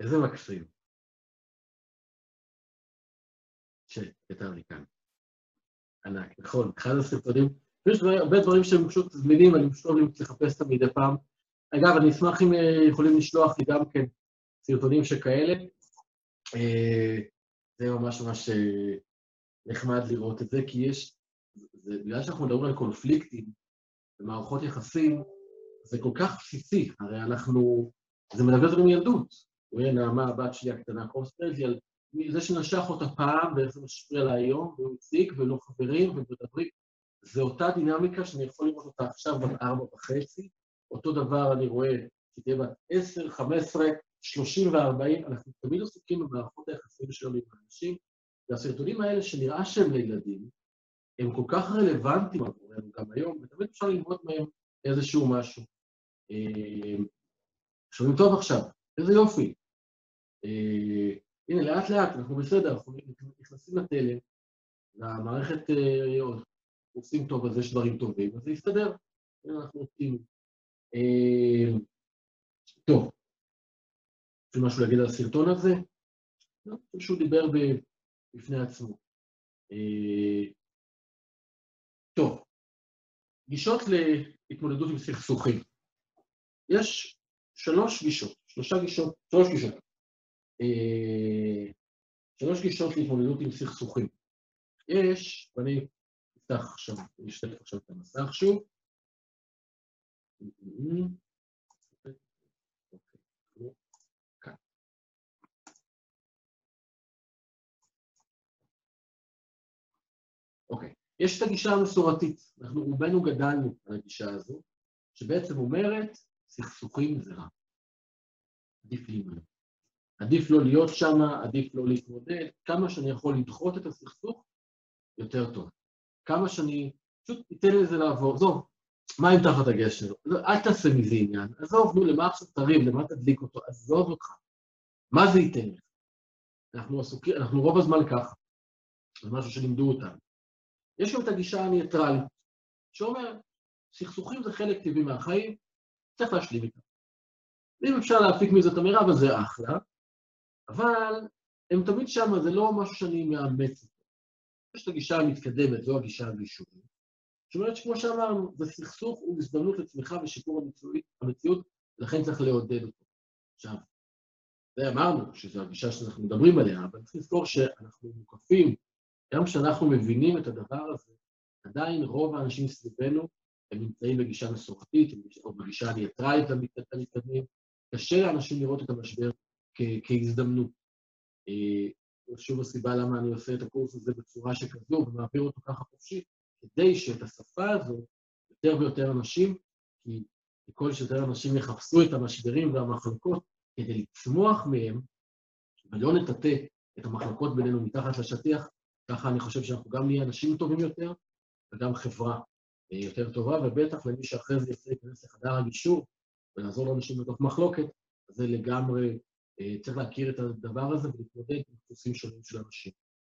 איזה מקסים. שכתב לי כאן. ענק, נכון, אחד הסרטונים. יש הרבה דברים שהם פשוט זמינים, אני פשוט אוהב לחפש אותם מדי פעם. אגב, אני אשמח אם יכולים לשלוח לי גם כן סרטונים שכאלה. זה ממש ממש נחמד לראות את זה, כי יש, זה, בגלל שאנחנו מדברים על קונפליקטים ומערכות יחסים, זה כל כך בסיסי, הרי אנחנו, זה מלווה אותנו מילדות. רואה נעמה, הבת שלי הקטנה, קורסטרזי, על זה שנשך אותה פעם, ואיך זה משפיע לה היום, והוא הציג, ולא חברים, ומדברים. זה אותה דינמיקה שאני יכול לראות אותה עכשיו בת ארבע וחצי, אותו דבר אני רואה שתהיה בת עשר, חמש עשרה, שלושים וארבעים, אנחנו תמיד עסוקים במערכות היחסים שלנו עם האנשים, והסרטונים האלה שנראה שהם לילדים, הם כל כך רלוונטיים עבורנו גם היום, ותמיד אפשר ללמוד מהם איזשהו משהו. שומעים טוב עכשיו, איזה יופי. הנה, לאט לאט, אנחנו בסדר, אנחנו נכנסים לתלם, והמערכת עושים טוב, אז יש דברים טובים, אז זה יסתדר. אנחנו עושים. טוב, יש משהו להגיד על הסרטון הזה? לא, שהוא דיבר בפני עצמו. טוב, גישות להתמודדות עם סכסוכים. יש שלוש גישות, שלושה גישות, שלוש גישות. שלוש גישות להתמודדות עם סכסוכים. יש, ואני אפתח עכשיו, אני אשתף עכשיו את המסך שוב. אוקיי, יש את הגישה המסורתית, אנחנו רובנו גדלנו על הגישה הזו, שבעצם אומרת, סכסוכים זה רע. עדיף להימנע. עדיף לא להיות שם, עדיף לא להתמודד, כמה שאני יכול לדחות את הסכסוך, יותר טוב. כמה שאני, פשוט ניתן לזה לעבור, עזוב, מה עם תחת הגשר? אל תעשה מזה עניין, עזוב, נו, למה עכשיו תריב, למה תדליק אותו, עזוב אותך. מה זה ייתן לך? אנחנו עסוקים, אנחנו רוב הזמן ככה, זה משהו שלימדו אותנו. יש גם את הגישה הניטרלית, שאומר, סכסוכים זה חלק טבעי מהחיים, צריך להשלים איתם. אם אפשר להפיק מזה את המרב, אז זה אחלה, אבל הם תמיד שם, זה לא משהו שאני מאמץ אותו. יש את הגישה המתקדמת, זו הגישה הגישורית, שאומרת שכמו שאמרנו, זה סכסוך והזדמנות לצמיחה ושיפור המציאות, ולכן צריך לעודד אותו. עכשיו, זה אמרנו, שזו הגישה שאנחנו מדברים עליה, אבל צריך לזכור שאנחנו מוקפים, גם כשאנחנו מבינים את הדבר הזה, עדיין רוב האנשים סביבנו, הם נמצאים בגישה מסורתית, או בגישה הניטרלית למתקדמים, קשה לאנשים לראות את המשבר כהזדמנות. שוב הסיבה למה אני עושה את הקורס הזה בצורה שכזו, ומעביר אותו ככה חופשי, כדי שאת השפה הזו, יותר ויותר אנשים, כי כל שיותר אנשים יחפשו את המשברים והמחלוקות, כדי לצמוח מהם, ולא נטאטא את המחלוקות בינינו מתחת לשטיח, ככה אני חושב שאנחנו גם נהיה אנשים טובים יותר, וגם חברה יותר טובה, ובטח למי שאחרי זה יצא להיכנס לחדר הגישור, ולעזור לאנשים בתוך מחלוקת, אז זה לגמרי, צריך להכיר את הדבר הזה ולהתמודד עם דפוסים שונים של אנשים.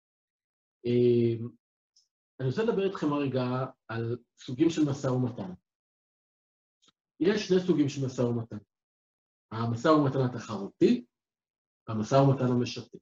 אני רוצה לדבר איתכם הרגע על סוגים של משא ומתן. יש שני סוגים של משא ומתן. המשא ומתן התחרותי, והמשא ומתן המשתף.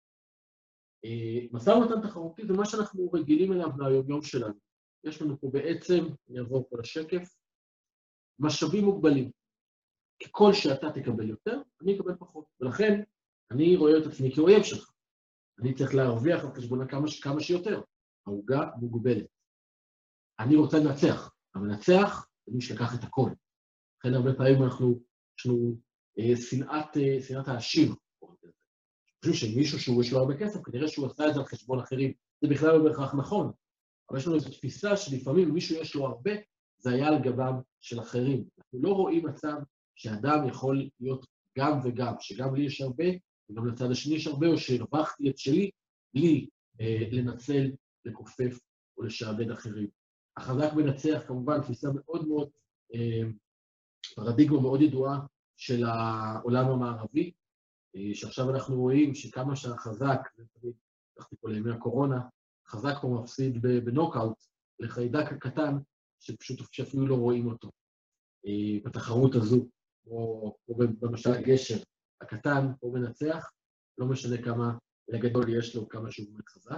משא ומתן תחרותי זה מה שאנחנו רגילים אליו ביום-יום שלנו. יש לנו פה בעצם, אני אעבור פה לשקף, משאבים מוגבלים. ככל שאתה תקבל יותר, אני אקבל פחות. ולכן, אני רואה את עצמי כאויב שלך. אני צריך להרוויח על חשבונה כמה, כמה שיותר. העוגה מוגבלת. אני רוצה לנצח. המנצח זה מי שלקח את הכל. לכן הרבה פעמים אנחנו, יש לנו אה, שנאת, אה, שנאת העשיר. חושבים שמישהו שיש לו הרבה כסף, כנראה שהוא עשה את זה על חשבון אחרים. זה בכלל לא בהכרח נכון. אבל יש לנו איזו תפיסה שלפעמים מישהו יש לו הרבה, זה היה על גבם של אחרים. אנחנו לא רואים מצב שאדם יכול להיות גם וגם, שגם לי יש הרבה, וגם לצד השני יש הרבה, או שהרווחתי את שלי, בלי אה, לנצל, לכופף או לשעבד אחרים. החזק מנצח, כמובן, תפיסה מאוד מאוד, אה, פרדיגמה מאוד ידועה של העולם המערבי, אה, שעכשיו אנחנו רואים שכמה שהחזק, זה תמיד, הלכתי פה לימי הקורונה, חזק פה מפסיד בנוקאוט, לחיידק הקטן, שפשוט שאפילו לא רואים אותו. בתחרות הזו, או במשל הגשר, הקטן הוא מנצח, לא משנה כמה לגדול יש לו, כמה שהוא באמת חזק.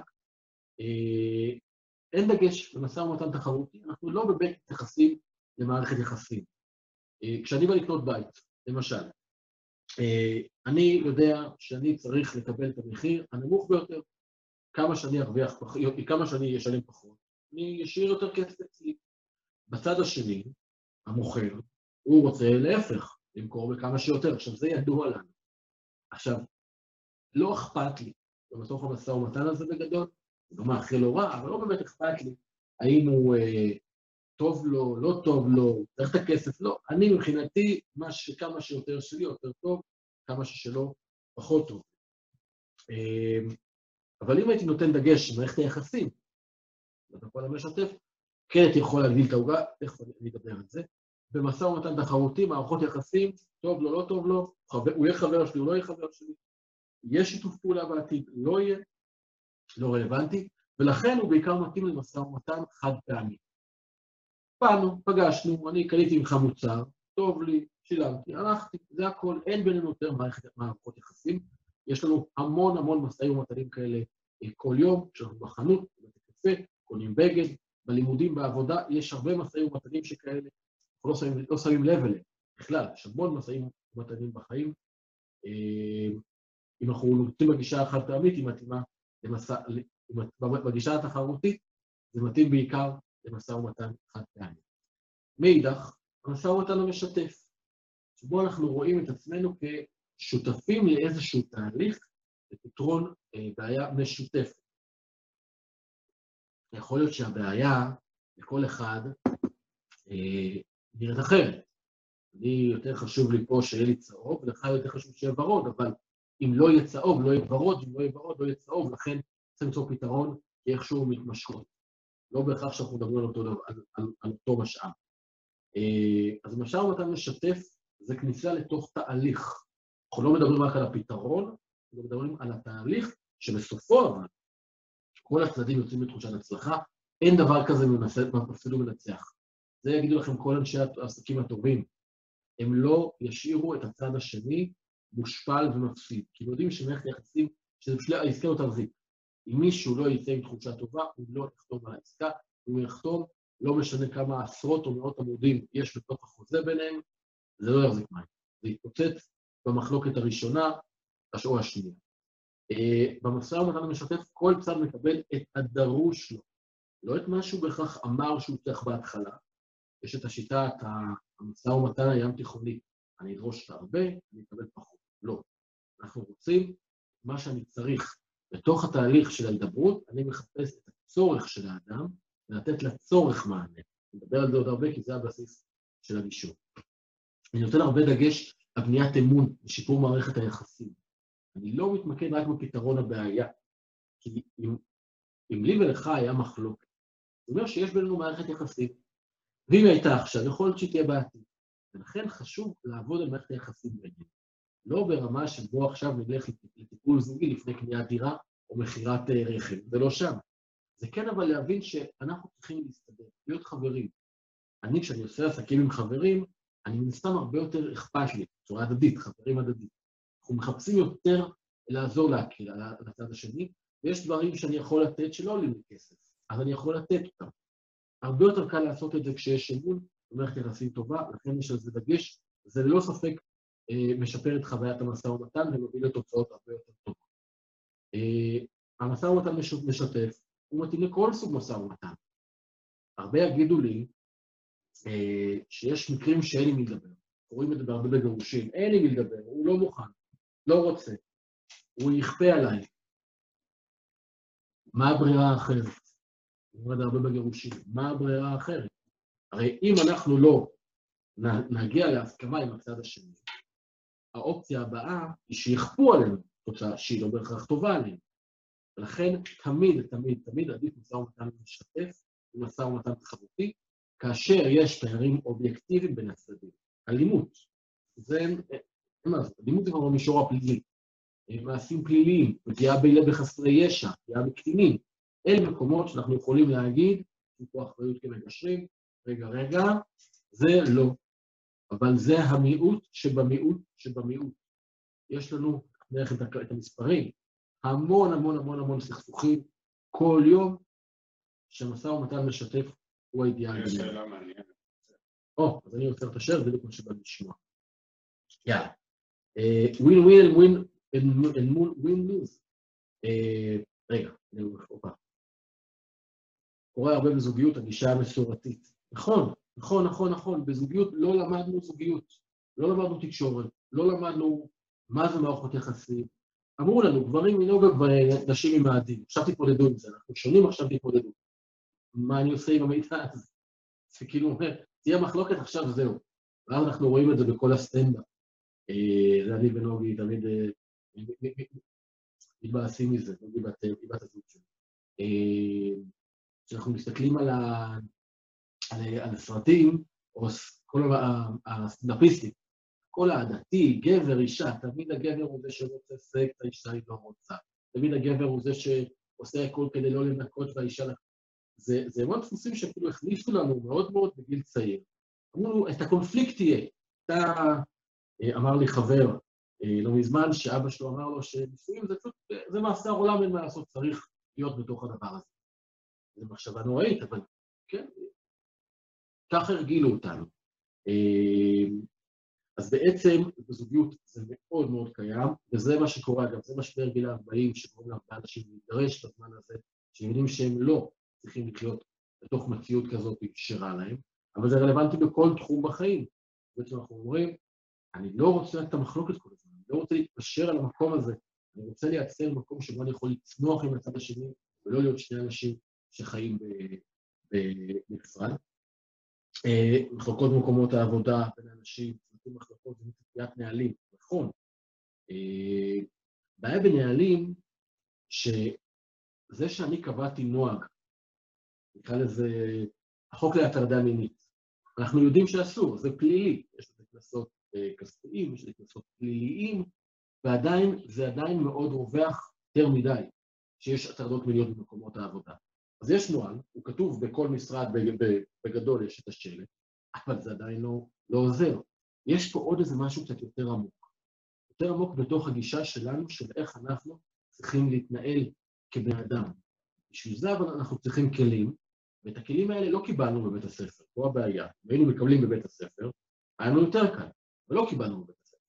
אין דגש במשא ומתן תחרותי, אנחנו לא בבית יחסים למערכת יחסים. כשאני בא לקנות בית, למשל, אני יודע שאני צריך לקבל את המחיר הנמוך ביותר, כמה שאני ארוויח, כמה שאני אשלם פחות, אני אשאיר יותר כסף אצלי. בצד השני, המוכר, הוא רוצה להפך, למכור בכמה שיותר. עכשיו, זה ידוע לנו. עכשיו, לא אכפת לי, ובתוך המשא ומתן הזה בגדול, זה לא מאחל לו רע, אבל לא באמת אכפת לי, האם הוא אה, טוב לו, לא טוב לו, צריך את הכסף, לא. אני מבחינתי, מה שכמה שיותר שלי יותר טוב, כמה ששלו פחות טוב. אה, אבל אם הייתי נותן דגש במערכת היחסים, ואתה יכול למשתף, כן הייתי יכול להגדיל את העוגה, תכף אני אדבר על זה. במשא ומתן תחרותי, מערכות יחסים, טוב לו, לא טוב לו, הוא יהיה חבר שלי, הוא לא יהיה חבר שלי, יש שיתוף פעולה בעתיד, לא יהיה, לא רלוונטי, ולכן הוא בעיקר מתאים למשא ומתן חד פעמי. פענו, פגשנו, אני קניתי ממך מוצר, טוב לי, שילמתי, הלכתי, זה הכל, אין בינינו יותר מערכות יחסים, יש לנו המון המון משאים ומתנים כאלה כל יום, כשאנחנו בחנות, בבית הקפה, קונים בגד, בלימודים, בעבודה, יש הרבה משאים ומתנים שכאלה, אנחנו לא שמים, לא שמים לב אליהם, בכלל, יש המון משאים ומתנים בחיים, אם אנחנו נותנים בגישה החד פעמית, היא מתאימה למסע, בגישה התחרותית, זה מתאים בעיקר למשא ומתן חד פעמי. מאידך, המשא ומתן המשתף, שבו אנחנו רואים את עצמנו כשותפים לאיזשהו תהליך, לפתרון אה, בעיה משותפת. יכול להיות שהבעיה לכל אחד אה, נראית אחרת. אני יותר חשוב לי פה שיהיה לי צהוב, ולך יותר חשוב שיהיה ורוד, אבל אם לא יהיה צהוב, לא יהיה ורוד, אם לא יהיה ורוד, לא יהיה צהוב, לכן צריך למצוא פתרון איכשהו מתמשכות. לא בהכרח שאנחנו מדברים על אותו, על, על, על אותו משאב. אז משאב ומתן משתף זה כניסה לתוך תהליך. אנחנו לא מדברים רק על הפתרון, אנחנו מדברים על התהליך שבסופו אבל כל הצדדים יוצאים בתחושת הצלחה, אין דבר כזה מפסיד ומנצח. זה יגידו לכם כל אנשי העסקים הטובים. הם לא ישאירו את הצד השני מושפל ומפסיד, כי הם יודעים שמערכת היחסים, שזה פשוט העסקה לא תחזיק. אם מישהו לא יצא עם תחושה טובה, הוא לא יחתום על העסקה, הוא יחתום, לא משנה כמה עשרות או מאות עמודים יש בתוך החוזה ביניהם, זה לא יחזיק מים. זה יתפוצץ במחלוקת הראשונה, או השנייה. במשא ומתן המשתף, כל צד מקבל את הדרוש לו, לא את מה שהוא בהכרח אמר שהוא צריך בהתחלה. יש את השיטה, את המשא ומתן הים תיכוני, אני אדרוש את הרבה, אני אקבל פחות. לא. אנחנו רוצים מה שאני צריך. בתוך התהליך של ההידברות, אני מחפש את הצורך של האדם, ולתת לצורך מענה. אני מדבר על זה עוד הרבה, כי זה הבסיס של הגישור. אני נותן הרבה דגש על בניית אמון, לשיפור מערכת היחסים. אני לא מתמקד רק בפתרון הבעיה, כי אם, אם לי ולך היה מחלוקת, זה אומר שיש בינינו מערכת יחסים, ואם הייתה עכשיו, יכול להיות שתהיה בעתיד. ולכן חשוב לעבוד על מערכת היחסים בינינו. לא ברמה שבו עכשיו נלך לטיפול זוגי לפני קניית דירה או מכירת רכב, זה לא שם. זה כן אבל להבין שאנחנו צריכים להסתדר, להיות חברים. אני כשאני עושה עסקים עם חברים, אני מנסתם הרבה יותר אכפת לי, בצורה הדדית, חברים הדדית. אנחנו מחפשים יותר לעזור להקל על הצד השני, ויש דברים שאני יכול לתת שלא עולים לי כסף, אז אני יכול לתת אותם. הרבה יותר קל לעשות את זה כשיש אמון, במערכת יחסים טובה, לכן יש על זה דגש, זה ללא ספק משפר את חוויית המשא ומתן ומוביל לתוצאות הרבה יותר טובות. המשא ומתן משתף, הוא מתאים לכל סוג משא ומתן. הרבה יגידו לי שיש מקרים שאין לי מי לדבר. קוראים את זה בהרבה בגירושים, אין לי מי לדבר, הוא לא מוכן, לא רוצה, הוא יכפה עליי. מה הברירה האחרת? אני אומר את זה הרבה בגירושים, מה הברירה האחרת? הרי אם אנחנו לא נגיע להסכמה עם הצד השני, האופציה הבאה היא שיכפו עלינו תוצאה שהיא לא בהכרח טובה עלינו. ולכן תמיד, תמיד, תמיד עדיף משא ומתן משתף ומשא ומתן תחרותי, כאשר יש פערים אובייקטיביים בין הצדדים. אלימות, זה, אלימות זה כבר במישור הפלילי. מעשים פליליים, פגיעה בילד בחסרי ישע, פגיעה בקטינים. אלה מקומות שאנחנו יכולים להגיד, יש פה אחריות כמגשרים, רגע, רגע, זה לא. אבל זה המיעוט שבמיעוט שבמיעוט. יש לנו, נראה לכם את המספרים, המון המון המון המון סכסוכים, כל יום, שהמשא ומתן משתף הוא האידיאל. יש שאלה מעניינת. או, אז אני עוצר את השאר, זה בדיוק מה שבא לשמוע. יאללה. ווין ווין ווין אל מול ווין לוז. רגע, אני אומר, אופה. קורה הרבה בזוגיות, הגישה המסורתית. נכון, נכון, נכון, נכון, בזוגיות לא למדנו זוגיות, לא למדנו תקשורת, לא למדנו מה זה מערכות יחסים. אמרו לנו, גברים מנהוג נשים עם העדים, עכשיו תתמודדו עם זה, אנחנו שונים עכשיו תתמודדו. מה אני עושה עם המידע הזה? זה כאילו, תהיה מחלוקת עכשיו זהו. ואז אנחנו רואים את זה בכל הסטנדה. זה אני ונוגי תמיד מתבאסים מזה, נוגי בת הזוג שלי. כשאנחנו מסתכלים על הסרטים, או כל הסטנדאפיסטים, כל העדתי, גבר, אישה, תמיד הגבר הוא זה שרוצה סקס, האישה היא לא רוצה. תמיד הגבר הוא זה שעושה הכל כדי לא לנקות והאישה... זה, זה מאוד דפוסים שאפילו הכניסו לנו מאוד מאוד בגיל צעיר. אמרו, את הקונפליקט תהיה. אתה, אמר לי חבר, לא מזמן, שאבא שלו אמר לו שנישואים זה פשוט, זה מעשה העולם, אין מה לעשות, צריך להיות בתוך הדבר הזה. זו מחשבה נוראית, אבל כן, ככה הרגילו אותנו. אז בעצם בזוגיות זה מאוד מאוד קיים, וזה מה שקורה, אגב, זה משבר גיל ארבעים, שקוראים להרבה אנשים להתגרש בזמן הזה, שמבינים שהם לא צריכים לחיות בתוך מציאות כזאת שרע להם, אבל זה רלוונטי בכל תחום בחיים. בעצם אנחנו אומרים, אני לא רוצה את המחלוקת כל הזמן, אני לא רוצה להתפשר על המקום הזה, אני רוצה לייצר מקום שבו אני יכול לצמוח עם הצד השני, ולא להיות שני אנשים שחיים בנפרד. מחלוקות במקומות העבודה בין האנשים, מחלוקות ומציאת נהלים, נכון. בעיה בנהלים, שזה שאני קבעתי נוהג, נקרא לזה החוק להטרדה מינית. אנחנו יודעים שאסור, זה פלילי, יש לזה קנסות כספיים, יש לזה קנסות פליליים, ועדיין, זה עדיין מאוד רווח יותר מדי, שיש הטרדות מיניות במקומות העבודה. אז יש נוהל, הוא כתוב בכל משרד, בגדול יש את השלט, אבל זה עדיין לא, לא עוזר. יש פה עוד איזה משהו קצת יותר עמוק. יותר עמוק בתוך הגישה שלנו, של איך אנחנו צריכים להתנהל כבני אדם. בשביל זה אבל אנחנו צריכים כלים, ואת הכלים האלה לא קיבלנו בבית הספר, פה הבעיה. אם היינו מקבלים בבית הספר, היה לנו יותר קל, ולא קיבלנו בבית הספר.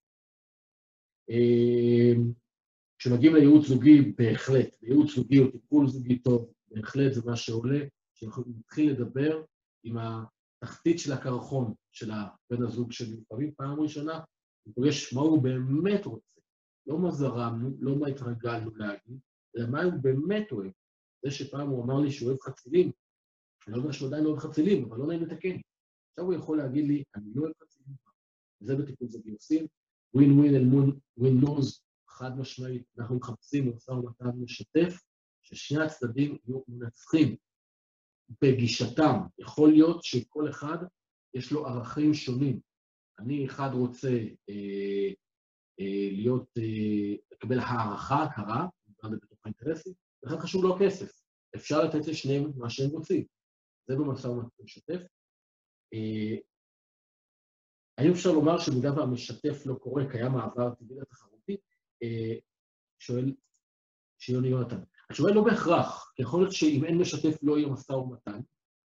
כשמגיעים לייעוץ זוגי, בהחלט, לייעוץ זוגי או טיפול זוגי טוב, בהחלט זה מה שעולה, שאנחנו נתחיל לדבר עם התחתית של הקרחון של בן הזוג שלי. לפעמים פעם ראשונה, אני פוגש מה הוא באמת רוצה. לא מה זרמנו, לא מה התרגלנו להגיד, אלא מה הוא באמת אוהב. זה שפעם הוא אמר לי שהוא אוהב חצילים, אני לא אומר שהוא עדיין לא אוהב חצילים, אבל לא נעים לתקן. עכשיו הוא יכול להגיד לי, אני לא אוהב חצילים. וזה בטיפול זוגי עושים. ווין ווין אל מול ווין לוז, חד משמעית, אנחנו מחפשים משא ומתן משתף, ששני הצדדים יהיו מנצחים בגישתם. יכול להיות שכל אחד יש לו ערכים שונים. אני אחד רוצה אה, אה, להיות, אה, לקבל הערכה, הכרה, בתוך האינטרסים, ואחד חשוב לו כסף. אפשר לתת לשניהם מה שהם רוצים. זה במשא ומתן משתף. אה, האם אפשר לומר שבמידה והמשתף לא קורה, קיים מעבר טבעי לתחרותי? אה, שואל שיוני יונתן. התשובה לא בהכרח, כי יכול להיות שאם אין משתף לא יהיה משא ומתן,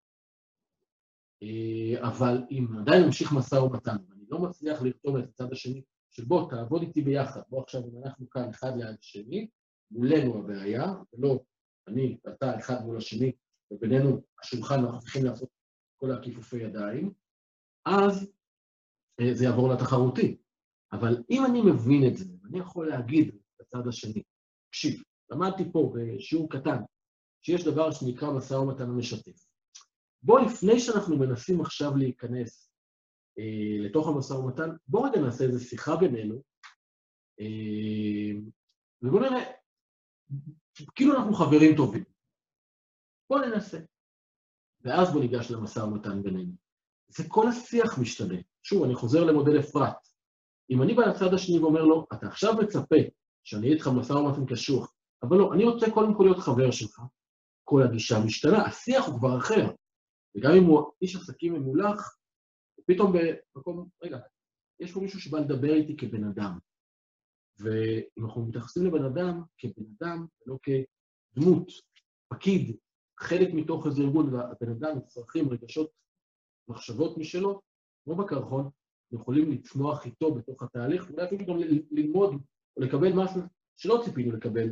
אבל אם עדיין נמשיך משא ומתן, ואני לא מצליח לרתום את הצד השני, שבוא תעבוד איתי ביחד, בוא עכשיו אם אנחנו כאן אחד ליד השני, מולנו הבעיה, ולא אני ואתה אחד מול השני, ובינינו השולחן אנחנו צריכים לעשות כל הכיפופי ידיים, אז זה יעבור לתחרותי. אבל אם אני מבין את זה, ואני יכול להגיד לצד השני, תקשיב, למדתי פה בשיעור קטן, שיש דבר שנקרא משא ומתן המשתף. בוא, לפני שאנחנו מנסים עכשיו להיכנס אה, לתוך המשא ומתן, בוא רגע נעשה איזו שיחה בינינו, אה, ובוא נראה, כאילו אנחנו חברים טובים. בוא ננסה. ואז בוא ניגש למשא ומתן בינינו. זה כל השיח משתנה. שוב, אני חוזר למודל אפרת. אם אני בא לצד השני ואומר לו, אתה עכשיו מצפה שאני אהיה איתך משא ומתן קשוח, אבל לא, אני רוצה קודם כל להיות חבר שלך, כל הגישה משתנה, השיח הוא כבר אחר. וגם אם הוא איש עסקים ממולח, פתאום במקום, רגע, יש פה מישהו שבא לדבר איתי כבן אדם. ואם אנחנו מתייחסים לבן אדם כבן אדם, ולא כדמות, פקיד, חלק מתוך איזה ארגון, והבן אדם, צרכים, רגשות, מחשבות משלו, כמו בקרחון, אנחנו יכולים לצמוח איתו בתוך התהליך, ואולי אפילו גם ללמוד או לקבל משהו שלא ציפינו לקבל.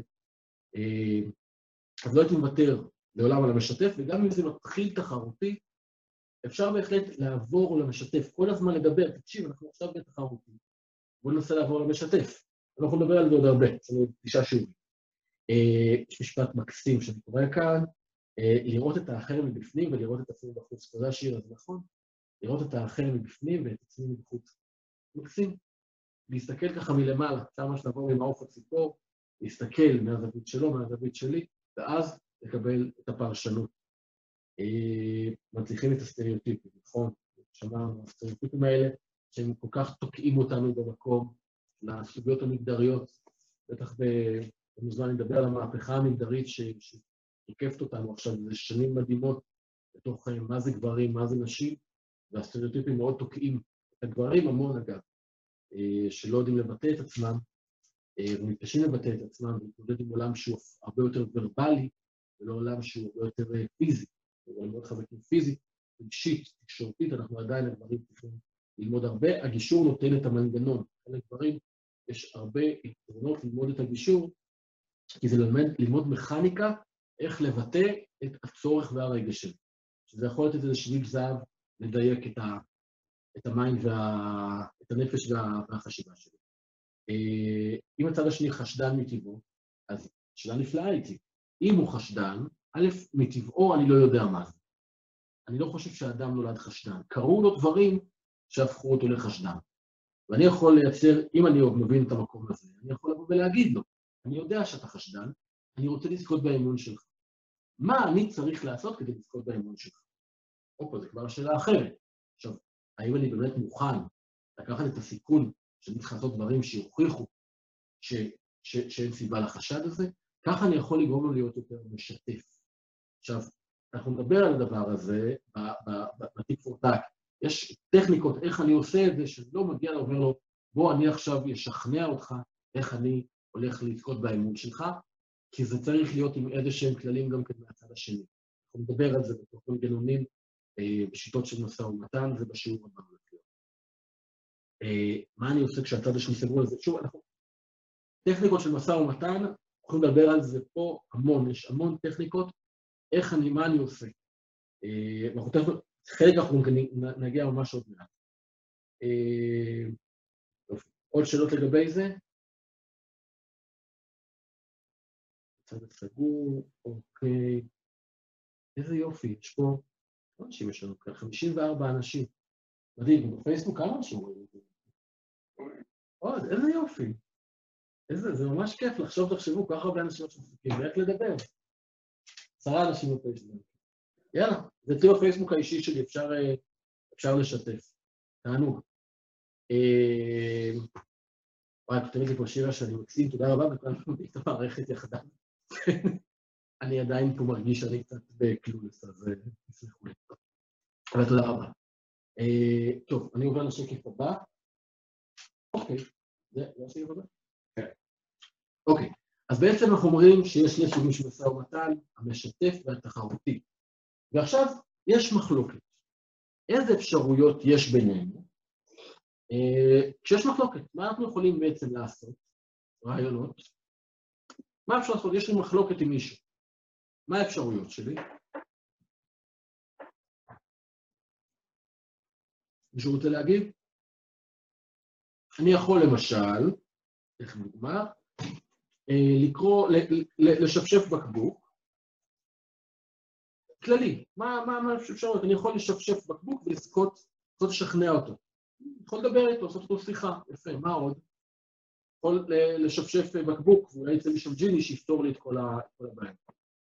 אז לא הייתי מוותר לעולם על המשתף, וגם אם זה מתחיל תחרותי, אפשר בהחלט לעבור למשתף, כל הזמן לדבר, תקשיב, אנחנו עכשיו בתחרותי, בואו ננסה לעבור למשתף. אנחנו נדבר על זה עוד הרבה, יש לנו תשעה שיעורים. יש משפט מקסים שאני קורא כאן, לראות את האחר מבפנים ולראות את עצמי בחוץ. זה השיר הזה, נכון? לראות את האחר מבפנים ואת עצמי מבחוץ. מקסים. להסתכל ככה מלמעלה, כמה שנבוא ממעוף הציפור, להסתכל מהזווית שלו, מהזווית שלי, ואז לקבל את הפרשנות. מצליחים את הסטריאוטיפים, נכון? שמענו, הסטריאוטיפים האלה, שהם כל כך תוקעים אותנו במקום, לסוגיות המגדריות, בטח במוזמן נדבר על המהפכה המגדרית שתוקפת אותנו עכשיו, זה שנים מדהימות בתוך מה זה גברים, מה זה נשים, והסטריאוטיפים מאוד תוקעים את הגברים המון אגב, שלא יודעים לבטא את עצמם, ומתקשים לבטא את עצמם, ולהתמודד עם עולם שהוא הרבה יותר ורבלי, ולא עולם שהוא הרבה יותר פיזי, אבל מאוד חזקים פיזית, רגשית, תקשורתית, אנחנו עדיין הגברים צריכים ללמוד הרבה. הגישור נותן את המנגנון, חלק דברים, יש הרבה יתרונות ללמוד את הגישור, כי זה ללמד, ללמוד מכניקה, איך לבטא את הצורך והרגש שלו. שזה יכול לתת איזה שביל זהב, לדייק את, ה, את המים וה, את הנפש וה, והחשיבה שלו. אם הצד השני חשדן מטבעו, אז שאלה נפלאה איתי. אם הוא חשדן, א', מטבעו אני לא יודע מה זה. אני לא חושב שהאדם נולד חשדן. קראו לו דברים שהפכו אותו לחשדן. ואני יכול לייצר, אם אני מבין את המקום הזה, אני יכול לבוא ולהגיד לו, אני יודע שאתה חשדן, אני רוצה לזכות באמון שלך. מה אני צריך לעשות כדי לזכות באמון שלך? אופה, זה כבר שאלה אחרת. עכשיו, האם אני באמת מוכן לקחת את הסיכון שאני צריך לעשות דברים שיוכיחו ש, ש, שאין סיבה לחשד הזה? ככה אני יכול לגרום לו להיות יותר משתף. עכשיו, אנחנו נדבר על הדבר הזה בטיק פור טאק. יש טכניקות איך אני עושה את זה, שאני לא מגיע ואומר לו, בוא אני עכשיו אשכנע אותך איך אני הולך לזכות באמון שלך, כי זה צריך להיות עם איזה שהם כללים גם כן מהצד השני. אנחנו נדבר על זה בתוך מנגנונים, בשיטות של משא ומתן, זה בשיעור הבא. מה אני עושה כשהצד השני סגרו על זה? שוב, אנחנו... טכניקות של משא ומתן, אנחנו נדבר על זה פה המון, יש המון טכניקות, איך אני, מה אני עושה. אנחנו תכף, חלק אנחנו נגיע ממש עוד מעט. עוד שאלות לגבי זה? הצד הסגור, אוקיי. איזה יופי, יש פה, כמה אנשים יש לנו כאן? חמישים וארבע אנשים. מדהים, בפייסבוק כמה אנשים רואים את זה? עוד, איזה יופי. איזה, זה ממש כיף לחשוב, תחשבו, ככה הרבה אנשים שפסוקים, ואיך לדבר. עשרה אנשים בפייסבוק. יאללה, זה תראו הפייסבוק האישי שלי, אפשר, אפשר לשתף. תענוג. וואי, כותבת לי פה שירה שאני מקסים, תודה רבה, וכולנו נביא את המערכת יחדיו. אני עדיין פה מרגיש שאני קצת בקלולס, אז תסלחו לי. אבל תודה רבה. טוב, אני עובר לשקף הבא. אוקיי, זה השקף הבא? כן. אוקיי, אז בעצם אנחנו אומרים שיש שני סוגים של משא ומתן, המשתף והתחרותי. ועכשיו יש מחלוקת. איזה אפשרויות יש בינינו? כשיש מחלוקת, מה אנחנו יכולים בעצם לעשות? רעיונות. מה אפשר לעשות? יש לי מחלוקת עם מישהו. מה האפשרויות שלי? מישהו רוצה להגיד? אני יכול למשל, איך נגמר, לקרוא, לשפשף בקבוק, כללי, מה האפשרויות? אני יכול לשפשף בקבוק ולזכות, לזכות לשכנע אותו. יכול לדבר איתו, לעשות אותו שיחה, יפה, מה עוד? יכול לשפשף בקבוק, ואולי יצא משם ג'יני שיפתור לי את כל הבעיה.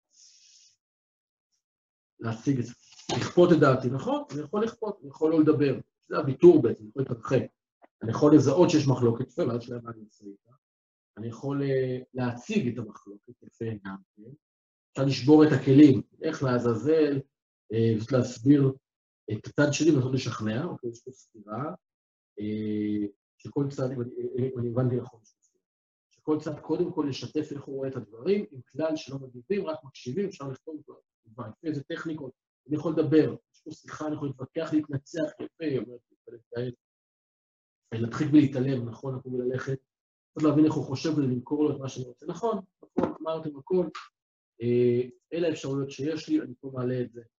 להשיג את זה, לכפות את דעתי, נכון? אני יכול לכפות, אני יכול לא לדבר. זה הוויתור בעצם, אני יכול להתרחק. אני יכול לזהות שיש מחלוקת, יפה, ואז שלהם מה אני עושה איתה. אני יכול להציג את המחלוקת, יפה, גם כן. אפשר לשבור את הכלים, איך לעזאזל, פשוט להסביר את הצד שלי ולנסות לשכנע, אוקיי, יש פה סתירה, שכל צד, אם אני הבנתי נכון, כל צד קודם כל לשתף איך הוא רואה את הדברים, עם כלל שלא מגיבים, רק מקשיבים, אפשר לכתוב כבר, לפי איזה טכניקות, אני יכול לדבר, יש פה שיחה, אני יכול להתווכח, להתנצח יפה, היא אומרת, להתחיל ולהתעלם, נכון, אנחנו מללכת, צריך להבין איך הוא חושב ולמכור לו את מה שאני רוצה, נכון, נכון, אמרתם הכל, אלה האפשרויות שיש לי, אני פה מעלה את זה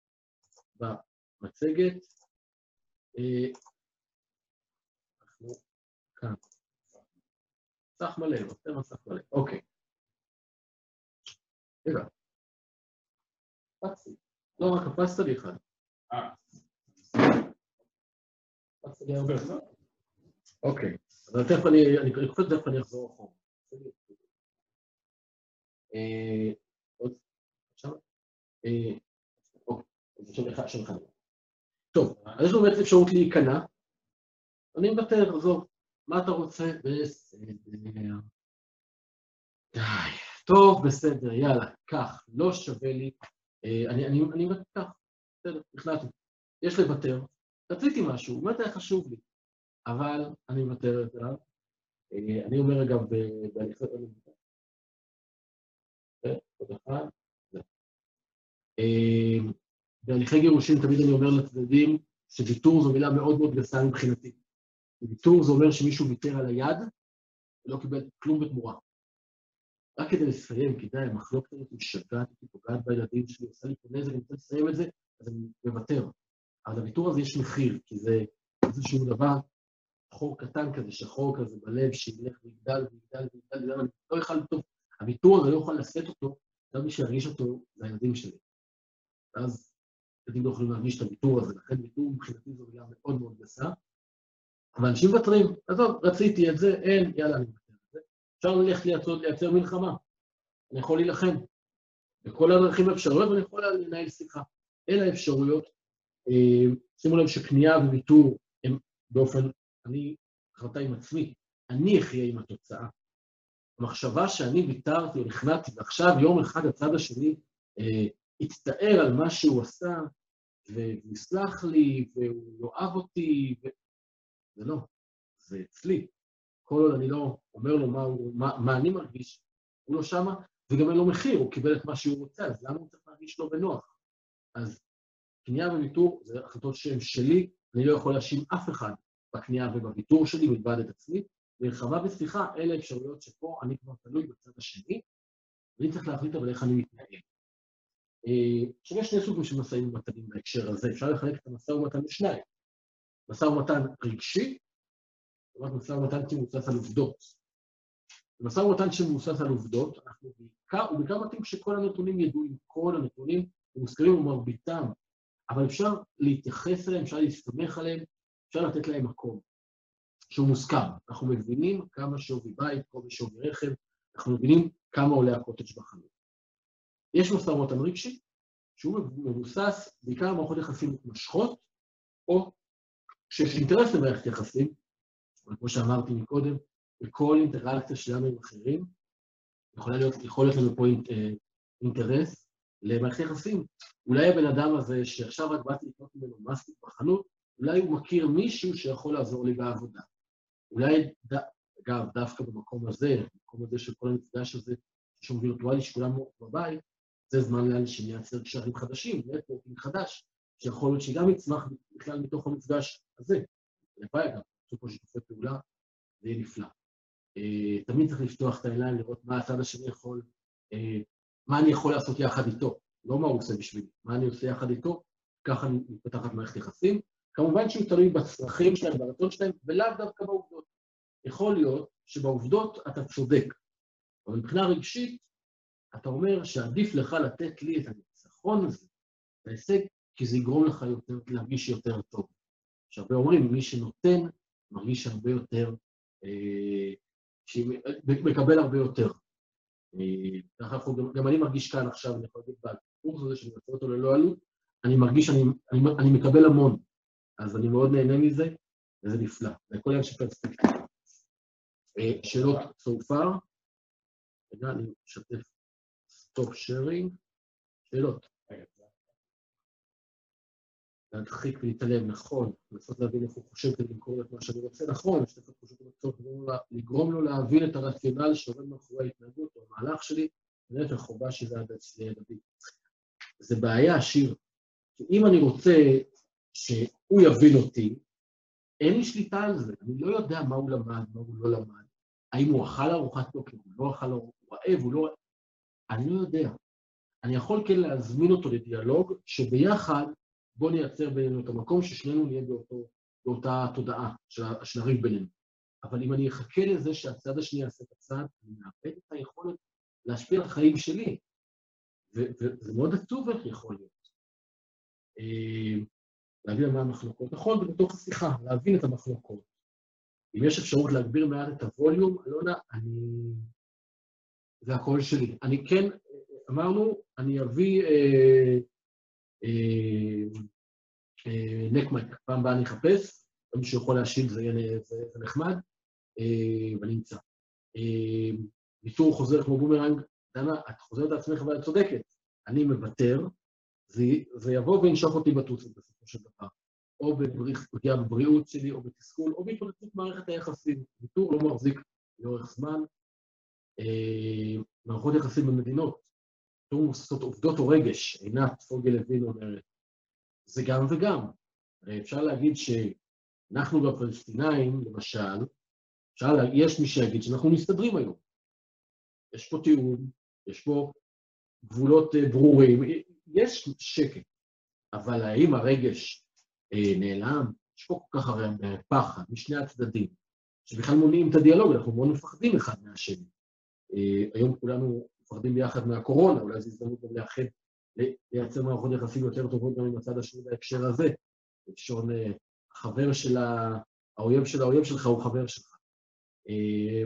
במצגת, אנחנו כאן. מסך מלא, נותן מסך מלא, אוקיי. רגע. קפצתי. לא רק קפצת לי אחד. אה. קפצת לי הרבה. אוקיי. אבל תכף אני, אני קופץ תכף אני אחזור אחורה. עוד? עכשיו? אוקיי. אז עכשיו אחד, עכשיו אחד. טוב, אז יש לנו בעצם אפשרות להיכנע. אני מוותר, עזוב. מה אתה רוצה? בסדר. די. טוב, בסדר, יאללה, כך, לא שווה לי. אני, אני, אני אומר כך, בסדר, החלטתי. יש לוותר, רציתי משהו, באמת היה חשוב לי, אבל אני מוותר עליו. אני אומר אגב, בהליכי... עוד אחד. בהליכי גירושים תמיד אני אומר לצדדים, שוויתור זו מילה מאוד מאוד גסה מבחינתי. ויתור זה אומר שמישהו ויתר על היד, ולא קיבל כלום בתמורה. רק כדי לסיים, כדאי, המחלוקת הזאת משגעת אותי, פוגעת בילדים שלי, עושה לי פה נזק, אני רוצה לסיים את זה, אז אני מוותר. אבל לוויתור הזה יש מחיר, כי זה איזשהו דבר, חור קטן כזה, שחור כזה בלב, שילך ויגדל ויגדל ויגדל, אני לא יכול לטוב. הוויתור הזה לא יכול לשאת אותו, גם מי שירגיש אותו, זה הילדים שלי. ואז ילדים לא יכולים להרגיש את הוויתור הזה, לכן ויתור מבחינתי זו מילה מאוד מאוד גסה. אבל אנשים מוותרים, עזוב, רציתי את זה, אין, יאללה, אני מוותר את זה. אפשר ללכת לייצר, לייצר מלחמה. אני יכול להילחם. בכל הדרכים האפשרויות, ואני יכול לנהל שיחה. אלה האפשרויות. שימו לב שכניעה וויתור הם באופן, אני החלטה עם עצמי, אני אחיה עם התוצאה. המחשבה שאני ויתרתי או נכנעתי, ועכשיו יום אחד הצד השני אה, יצטער על מה שהוא עשה, ויסלח לי, והוא יאהב אותי, ו... זה לא, זה אצלי. כל עוד אני לא אומר לו מה, הוא, מה, מה אני מרגיש, הוא לא שמה, וגם אין לו מחיר, הוא קיבל את מה שהוא רוצה, אז למה הוא צריך להרגיש לו בנוח? אז כניעה וויתור זה החלטות שהן שלי, אני לא יכול להאשים אף אחד בכניעה ובוויתור שלי, מלבד את עצמי, מלחמה וסליחה, אלה אפשרויות שפה אני כבר תלוי בצד השני, ואני צריך להחליט אבל איך אני מתנהל. עכשיו יש שני סוגים של משאים ומתנים בהקשר הזה, אפשר לחלק את המשא ומתן לשניים. משא ומתן רגשי, זאת אומרת משא ומתן שמבוסס על עובדות. במשא ומתן שמבוסס על עובדות, אנחנו בעיקר, ובעיקר מתאים שכל הנתונים ידועים, כל הנתונים מוזכרים ומרביתם, אבל אפשר להתייחס אליהם, אפשר להסתמך עליהם, אפשר לתת להם מקום, שהוא מוסכם. אנחנו מבינים כמה שווי בית, כמה שווי רכב, אנחנו מבינים כמה עולה הקוטג' בחנות. יש משא ומתן רגשי, שהוא מבוסס בעיקר על מערכות יחסים מתמשכות, או שיש אינטרס למערכת יחסים, אבל כמו שאמרתי מקודם, בכל אינטראקציה שלנו עם אחרים, יכול להיות, יכול להיות לנו פה אינטרס למערכת יחסים. אולי הבן אדם הזה שעכשיו רק באתי לקנות ממנו מסטיק בחנות, אולי הוא מכיר מישהו שיכול לעזור לי בעבודה. אולי, אגב, דווקא במקום הזה, במקום הזה של כל המפגש הזה, שום וירטואלי שכולם בבית, זה זמן לאנשים לייצר קשרים חדשים, נטוורקינג חדש, שיכול להיות שגם יצמח בכלל מתוך המפגש הזה. לבא אגב, עשו פה שיתופי פעולה, זה יהיה נפלא. תמיד צריך לפתוח את העיניים, לראות מה הצד השני יכול, מה אני יכול לעשות יחד איתו, לא מה הוא עושה בשבילי, מה אני עושה יחד איתו, ככה אני מתפתחת מערכת יחסים. כמובן שהוא תלוי בצרכים שלהם, ברצון שלהם, ולאו דווקא בעובדות. יכול להיות שבעובדות אתה צודק, אבל מבחינה רגשית, אתה אומר שעדיף לך לתת לי את הניצחון הזה, את ההישג, כי זה יגרום לך יותר, להרגיש יותר טוב. שהרבה אומרים, מי שנותן, מרגיש הרבה יותר, אה, שמקבל הרבה יותר. אה, גם, גם אני מרגיש כאן עכשיו, אני יכול להגיד בקורס הזה, שאני מצא אותו ללא עלות, אני מרגיש שאני אני, אני מקבל המון, אז אני מאוד נהנה מזה, וזה נפלא. זה הכל היה שפרספקטיבה. אה, שאלות so far, רגע, אני משתף stop sharing, שאלות. להדחיק ולהתעלם, נכון, לנסות להבין איך הוא חושב כדי למכור את מה שאני רוצה, נכון, לשתף את חושבת צריך לגרום לו להבין את הרציונל שעובד מאחורי ההתנהגות או המהלך שלי, ולהפך חובה שזה עד אצלי ילדים. זה בעיה, שיר. אם אני רוצה שהוא יבין אותי, אין לי שליטה על זה. אני לא יודע מה הוא למד, מה הוא לא למד. האם הוא אכל ארוחת בוקר, הוא לא אכל, הוא רעב, הוא לא... אני לא יודע. אני יכול כן להזמין אותו לדיאלוג, שביחד בוא נייצר בינינו את המקום ששנינו נהיה באותו, באותה תודעה של הריב בינינו. אבל אם אני אחכה לזה שהצד השני יעשה את הצד, אני מאבד את היכולת להשפיע על החיים שלי. וזה מאוד עצוב איך יכול להיות. להבין מה המחלוקות. נכון, ובתוך השיחה, להבין את המחלוקות. אם יש אפשרות להגביר מעט את הווליום, אלונה, אני... זה הקול שלי. אני כן, אמרנו, אני אביא אה, אה, אה, נקמייק, פעם הבאה אני אחפש, מי שיכול להשיב זה יהיה זה, זה נחמד, אה, ואני אמצא. אה, ויתור חוזר כמו בומרנג, דנה, את חוזרת לעצמך ואת צודקת. אני מוותר, זה, זה יבוא וינשוך אותי בטוסת בסופו של דבר. או בפגיעה בבריאות שלי, או בתסכול, או בהתפוצצות מערכת היחסים. ויתור לא מחזיק לאורך זמן. אה, מערכות יחסים במדינות, ויתור מבוססות עובדות או רגש, עינת פוגל לוין אומרת, זה גם וגם. הרי אפשר להגיד שאנחנו בפלסטינאים, למשל, אפשר לה, יש מי שיגיד שאנחנו מסתדרים היום. יש פה תיאום, יש פה גבולות אה, ברורים, יש שקט. אבל האם הרגש אה, נעלם? יש פה כל כך הרי פחד משני הצדדים, שבכלל מונעים את הדיאלוג, אנחנו מאוד מפחדים אחד מהשני. אה, היום כולנו מפחדים ביחד מהקורונה, אולי זו הזדמנות גם לאחד, לייצר מערכות יחסים יותר טובות גם עם הצד השני בהקשר הזה. שון, אה, החבר של ה... האויב של האויב שלך הוא חבר שלך. אה,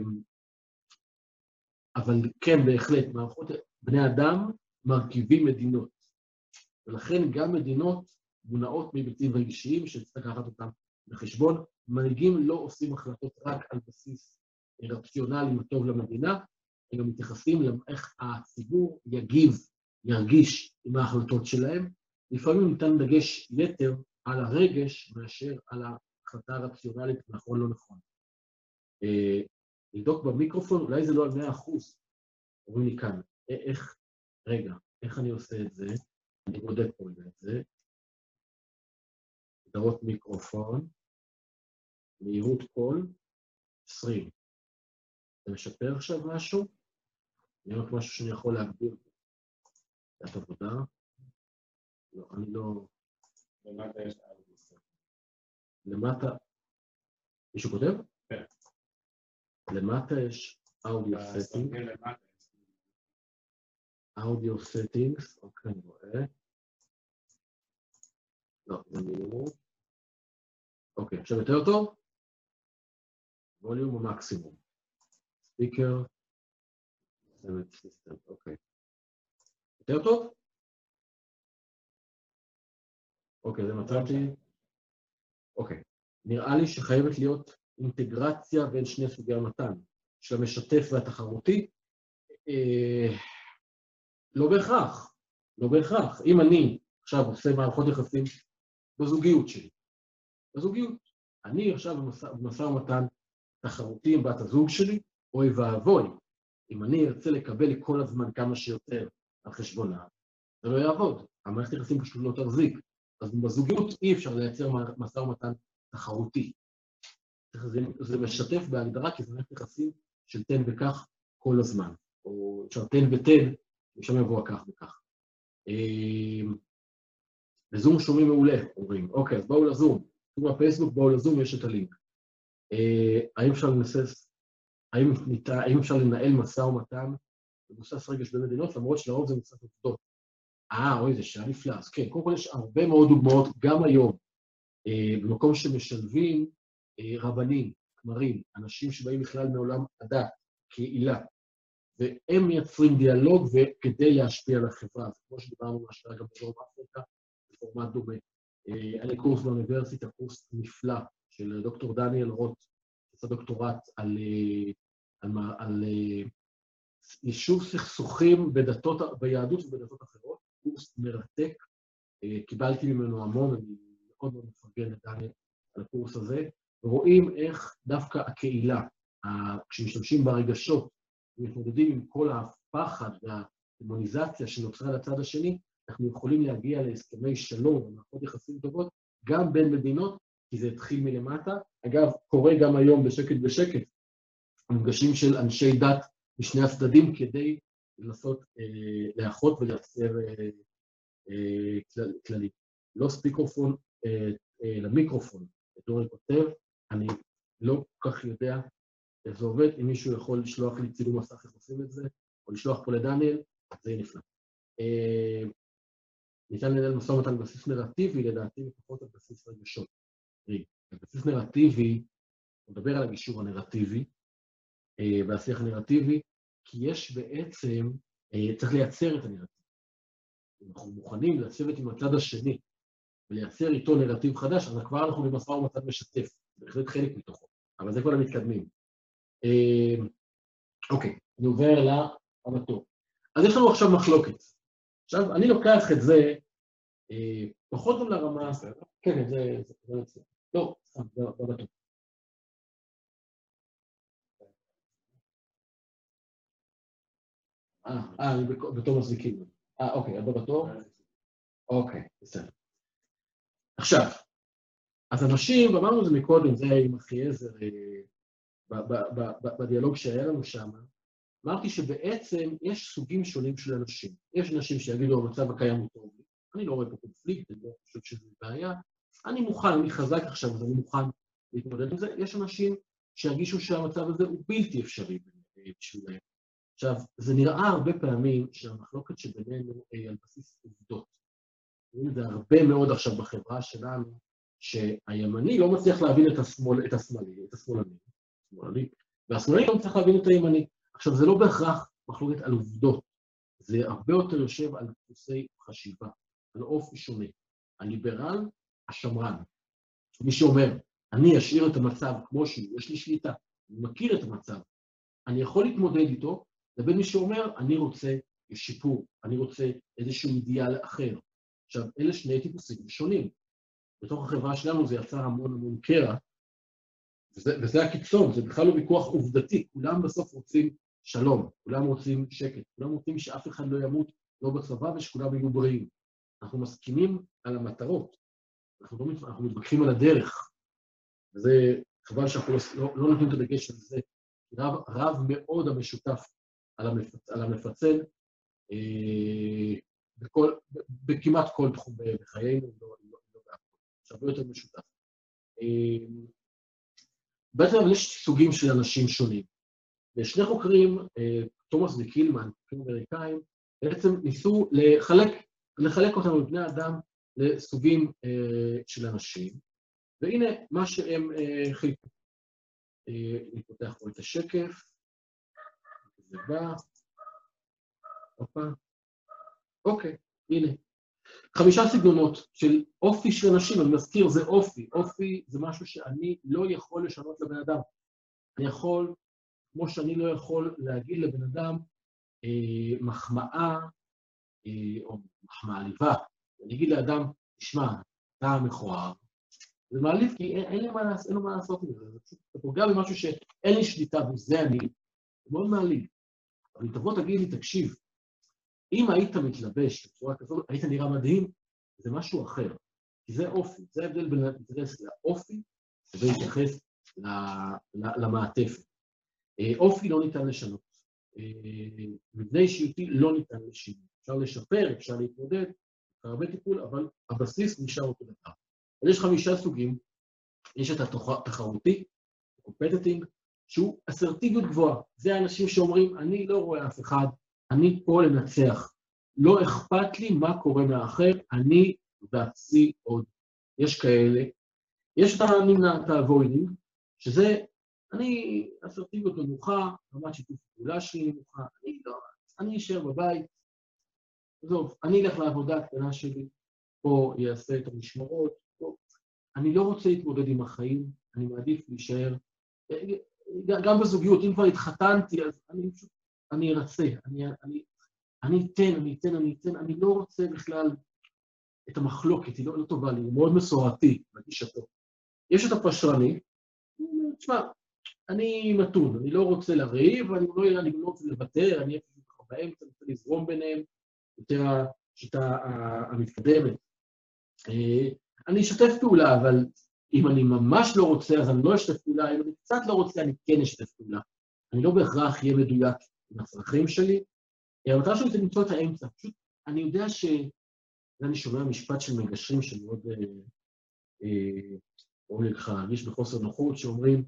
אבל כן, בהחלט, מערכות בני אדם מרכיבים מדינות. ולכן גם מדינות מונעות מהיבטים רגשיים שצריך לקחת אותם בחשבון. מנהיגים לא עושים החלטות רק על בסיס רציונלי וטוב למדינה, הם גם מתייחסים לאיך הציבור יגיב, ירגיש עם ההחלטות שלהם. לפעמים ניתן דגש יתר על הרגש מאשר על ההחלטה הרציונלית נכון לא נכון. לבדוק במיקרופון, אולי זה לא על מאה אחוז. אומרים לי כאן, איך, רגע, איך אני עושה את זה? אני בודק פה את זה. הגדרות מיקרופון, מהירות קול, עשרים. זה משפר עכשיו משהו? אני רק משהו שאני יכול להגביר. את עבודה? לא, אני לא... למטה יש אודיו סטינגס. למטה... מישהו כותב? כן. למטה יש אודיו סטינגס. אודיו סטינגס, אוקיי, אני רואה. לא, זה מינימום. אוקיי, עכשיו יותר טוב? ווליום הוא מקסימום. ספיקר. סמט סיסטם, אוקיי. יותר טוב? אוקיי, זה מצאתי. אוקיי. נראה לי שחייבת להיות אינטגרציה בין שני סוגי המתן, של המשתף והתחרותי. אה, לא בהכרח, לא בהכרח. אם אני עכשיו עושה מערכות יחסים בזוגיות שלי, בזוגיות, אני עכשיו במשא ומתן תחרותי עם בת הזוג שלי, אוי ואבוי, אם אני ארצה לקבל כל הזמן כמה שיותר על חשבונה, זה לא יעבוד. המערכת יחסים פשוט לא תחזיק. אז בזוגיות אי אפשר לייצר משא ומתן תחרותי. זה, זה משתף בהגדרה, כי זה מערכת יחסים של תן וכך כל הזמן. או אפשר תן ותן, ושם יבוא כך וכך. בזום שומעים מעולה, אומרים. אוקיי, אז בואו לזום. תראו בפייסבוק, בואו לזום, יש את הלינק. האם אפשר לנסס, האם, האם אפשר לנהל משא ומתן מבוסס רגש במדינות, למרות שלרוב זה מבוסס עובדות. אה, אוי, זה שעה נפלא. אז כן, קודם כל יש הרבה מאוד דוגמאות, גם היום, במקום שמשלבים רבנים, כמרים, אנשים שבאים בכלל מעולם הדת, קהילה, והם מייצרים דיאלוג וכדי להשפיע על החברה. אז כמו שדיברנו מהשאלה גם בדרום אפריקה, בפורמט דומה. היה לי קורס באוניברסיטה, קורס נפלא של דוקטור דניאל רוט, שעשה דוקטורט על, על, על יישוב סכסוכים בדתות, ביהדות ובדתות אחרות, קורס מרתק, קיבלתי ממנו המון, אני מאוד מאוד מפרגן לדניאל על הקורס הזה, ורואים איך דווקא הקהילה, כשמשתמשים ברגשות, ומתמודדים עם כל הפחד והדמוניזציה שנוצרה לצד השני, אנחנו יכולים להגיע להסכמי שלום ומערכות יחסים טובות, גם בין מדינות, כי זה התחיל מלמטה. אגב, קורה גם היום בשקט בשקט, המפגשים של אנשי דת משני הצדדים, כדי לנסות אה, לאחות ולייצר אה, אה, כל, כללים. לא ספיקרופון, אה, אה, למיקרופון, דורי כותב, אני לא כל כך יודע איך זה עובד, אם מישהו יכול לשלוח לי צילום מסך איך עושים את זה, או לשלוח פה לדניאל, זה יהיה נפלא. אה, ניתן לנהל משא ומתן על בסיס נרטיבי, לדעתי לפחות על בסיס רגשות. על בסיס נרטיבי, הוא מדבר על הגישור הנרטיבי, אה, והשיח הנרטיבי, כי יש בעצם, אה, צריך לייצר את הנרטיב. אנחנו מוכנים לשבת עם הצד השני, ולייצר איתו נרטיב חדש, אז כבר אנחנו במשא ומתן משתף, בהחלט חלק מתוכו, אבל זה כבר המתקדמים. אה, אוקיי, אני עובר למטור. אז יש לנו עכשיו מחלוקת. עכשיו, אני לוקח את זה, אה, פחות גם לרמה, כן, זה, זה, זה, זה, לא, סתם, זה, זה בטוח. אה, אה, אני בתור מזליקים. אה, אוקיי, הבא בתור? אוקיי, בסדר. עכשיו, אז אנשים, ואמרנו זה מקודם, זה עם אחיעזר, בדיאלוג שהיה לנו שם, אמרתי שבעצם יש סוגים שונים של אנשים. יש אנשים שיגידו, המצב הקיים הוא טוב לי, אני לא רואה פה קונפליקט, אני לא חושב שזה בעיה, אני מוכן, אני חזק עכשיו, אז אני מוכן להתמודד עם זה. יש אנשים שירגישו שהמצב הזה הוא בלתי אפשרי בשבילם. עכשיו, זה נראה הרבה פעמים שהמחלוקת שבינינו היא על בסיס עובדות. זה הרבה מאוד עכשיו בחברה שלנו, שהימני לא מצליח להבין את השמאל, את השמאלי, את השמאלני, השמאלני, והשמאלני לא מצליח להבין את הימני. עכשיו, זה לא בהכרח מחלוקת על עובדות, זה הרבה יותר יושב על דפוסי חשיבה, על אופי שונה. הליברל, השמרן. מי שאומר, אני אשאיר את המצב כמו שהוא, יש לי שליטה, אני מכיר את המצב, אני יכול להתמודד איתו, לבין מי שאומר, אני רוצה שיפור, אני רוצה איזשהו אידיאל אחר. עכשיו, אלה שני טיפוסים שונים. בתוך החברה שלנו זה יצר המון המון קרע, וזה, וזה הקיצון, זה בכלל לא ויכוח עובדתי, כולם בסוף רוצים שלום, כולם רוצים שקט, כולם רוצים שאף אחד לא ימות, לא בצבא, ושכולם יהיו בריאים. אנחנו מסכימים על המטרות, אנחנו, לא, אנחנו מתווכחים על הדרך, וזה חבל שאנחנו לא, לא נותנים את הדגש על זה, רב, רב מאוד המשותף על, המפצ, על המפצל, אה, בכל, בכמעט כל תחום בחיינו, לא, לא, לא בהכל, שהרבה יותר משותף. אה, בעצם יש סוגים של אנשים שונים. ושני חוקרים, תומאס וקילמן, חוקרים אמריקאים, בעצם ניסו לחלק, לחלק אותנו לבני אדם לסוגים של אנשים, והנה מה שהם חילקו. אני פותח פה את השקף, זה בא, אופה, אוקיי, הנה. חמישה סגנונות של אופי של אנשים, אני מזכיר, זה אופי. אופי זה משהו שאני לא יכול לשנות לבן אדם. אני יכול, כמו שאני לא יכול להגיד לבן אדם אה, מחמאה, אה, או מחמאה עליבה. אני אגיד לאדם, תשמע, אתה מכוער. זה מעליב, כי אין, אין, לי מה לעשות, אין לו מה לעשות עם זה. זה פוגע במשהו שאין לי שליטה, וזה אני. זה מאוד מעליב. אבל תבוא תגיד לי, תקשיב, אם היית מתלבש בצורה כזאת, היית נראה מדהים, זה משהו אחר. כי זה אופי, זה ההבדל בין להתייחס לאופי, ולהתייחס למעטפת. אופי לא ניתן לשנות. מבנה אישיותי לא ניתן לשנות. אפשר לשפר, אפשר להתמודד, אפשר הרבה טיפול, אבל הבסיס נשאר אותו דבר. אז יש חמישה סוגים, יש את התחרותי, קומפטינג, שהוא אסרטיביות גבוהה. זה האנשים שאומרים, אני לא רואה אף אחד, אני פה לנצח. לא אכפת לי מה קורה מהאחר, אני בעצי עוד. יש כאלה. יש את הנמנע, את האבוידינג, שזה, אני אסרטיביות נמוכה, רמת שיתוף פעולה שלי נמוכה, אני לא, אני אשאר בבית. עזוב, אני אלך לעבודה הקטנה שלי, פה יעשה את המשמרות, פה. אני לא רוצה להתמודד עם החיים, אני מעדיף להישאר. גם בזוגיות, אם כבר התחתנתי, אז אני פשוט, אני ארצה, אני, אני, אני אתן, אני אתן, אני אתן, אני לא רוצה בכלל את המחלוקת, היא לא, לא טובה לי, היא מאוד מסורתי, בגישתו. יש את הפשרני, תשמע, אני מתון, אני לא רוצה לריב, אני לא, אני לא רוצה לוותר, אני אפילו ככה באמצע, אני רוצה לזרום ביניהם, יותר השיטה המתקדמת. אני אשתף פעולה, אבל אם אני ממש לא רוצה, אז אני לא אשתף פעולה, אם אני קצת לא רוצה, אני כן אשתף פעולה. אני לא בהכרח אהיה מדויק עם הצרכים שלי, המטרה שלי זה למצוא את האמצע. פשוט, אני יודע ש... אני שומע משפט של מגשרים שמאוד... אומרים לך, להרגיש בחוסר נוחות, שאומרים,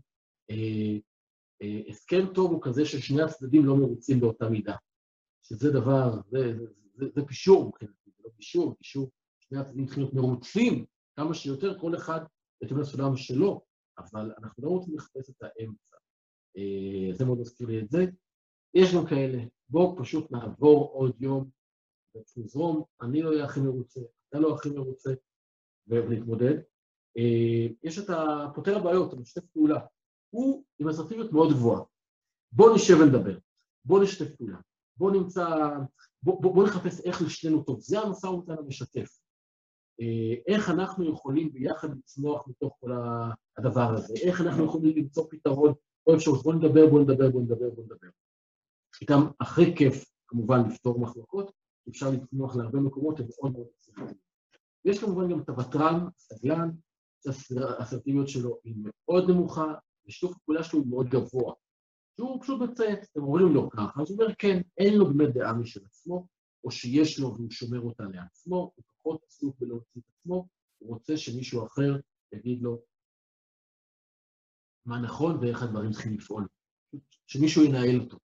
הסכם טוב הוא כזה ששני הצדדים לא מרוצים באותה מידה. שזה דבר, זה, זה, זה, זה פישור, זה לא פישור, פישור, שני הצדדים צריכים להיות מרוצים כמה שיותר, כל אחד בהתאם לסולם שלו, אבל אנחנו לא רוצים לחפש את האמצע. זה מאוד מזכיר לי את זה. יש גם כאלה, בואו פשוט נעבור עוד יום, ונזרום, אני לא אהיה הכי מרוצה, אתה לא הכי מרוצה, ולהתמודד. יש את הפותר הבעיות, המשתף פעולה. הוא עם אסרטיביות מאוד גבוהה. בואו נשב ונדבר, בואו נשתף פעולה, בואו נמצא, בואו בוא, בוא נחפש איך לשנינו טוב. זה המשא ומתן המשתף. איך אנחנו יכולים ביחד לצמוח מתוך כל הדבר הזה, איך אנחנו יכולים למצוא פתרון, או אפשרות, בואו נדבר, בואו נדבר, בואו נדבר, בואו נדבר. איתם אחרי כיף, כמובן, לפתור מחלוקות, אפשר לצמוח להרבה מקומות, הם מאוד מאוד צריכים. יש כמובן גם את הוותרן, הסגלן, האסרטיביות שלו היא מאוד נמוכה, ושיתוף הפעולה שלו הוא מאוד גבוה. שהוא פשוט מצייץ, אתם אומרים לו ככה, אז הוא אומר, כן, אין לו באמת דעה משל עצמו, או שיש לו והוא שומר אותה לעצמו, הוא פחות עסוק בלהוציא את עצמו, הוא רוצה שמישהו אחר יגיד לו מה נכון ואיך הדברים צריכים לפעול. שמישהו ינהל אותו.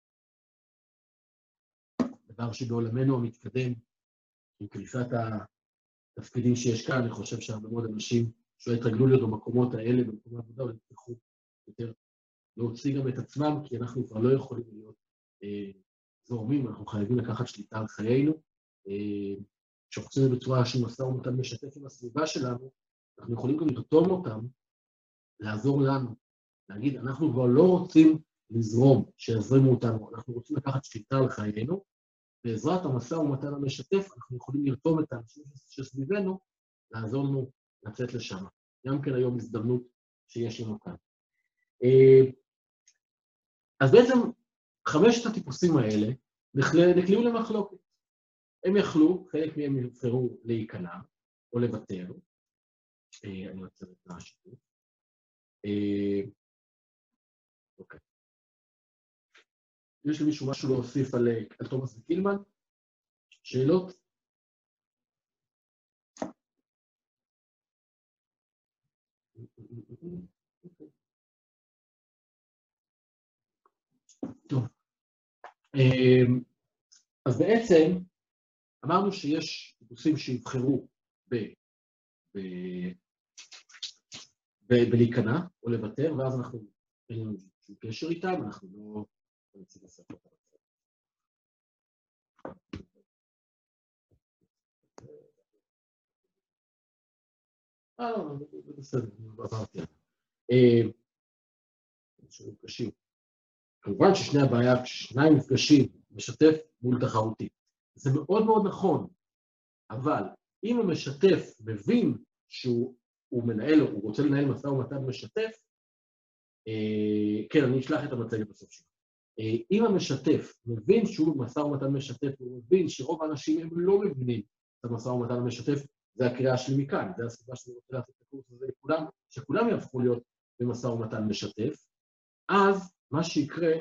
דבר שבעולמנו המתקדם, עם קריסת התפקידים שיש כאן, אני חושב שהרבה מאוד אנשים שלא יתרגלו להיות במקומות האלה, במקום העבודה, אבל יצטרכו יותר להוציא גם את עצמם, כי אנחנו כבר לא יכולים להיות אה, זורמים, אנחנו חייבים לקחת שליטה על חיינו. אה, כשאנחנו עושים את זה בצורה של משא ומתן משתף עם הסביבה שלנו, אנחנו יכולים גם לרתום אותם, לעזור לנו, להגיד, אנחנו כבר לא רוצים לזרום, שיזרימו אותנו, אנחנו רוצים לקחת שליטה על חיינו, בעזרת המשא ומתן המשתף, אנחנו יכולים לרתום את האנשים שסביבנו, לעזור לנו לצאת לשם. גם כן היום הזדמנות שיש לנו כאן. אז בעצם חמשת הטיפוסים האלה נקלעו למחלוקת. הם יכלו, חלק מהם יבחרו להיכנע או לוותר. אני רוצה את השיתוף. אוקיי. יש למישהו משהו להוסיף על, על תומאס וקילמן? שאלות? טוב. אז בעצם אמרנו שיש טיפוסים שיבחרו ב... ב... ב... בלהיכנע או לוותר, ואז אנחנו אין לנו שום קשר איתם, אנחנו לא... אני צריך לספר את זה. אה, לא, זה בסדר, עברתי. שירים קשים. כמובן ששני הבעיה, כששניים מפגשים, משתף מול תחרותי. זה מאוד מאוד נכון, אבל אם המשתף מבין שהוא מנהל, הוא רוצה לנהל משא ומתן משתף, כן, אני אשלח את המצגת בסוף שלו. אם המשתף מבין שהוא במשא ומתן משתף, הוא מבין שרוב האנשים הם לא מבינים את המשא ומתן המשתף, זה הקריאה שלי מכאן, זה הסיבה שאני רוצה לעשות את הקורס הזה לכולם, שכולם יהפכו להיות במשא ומתן משתף, אז מה שיקרה,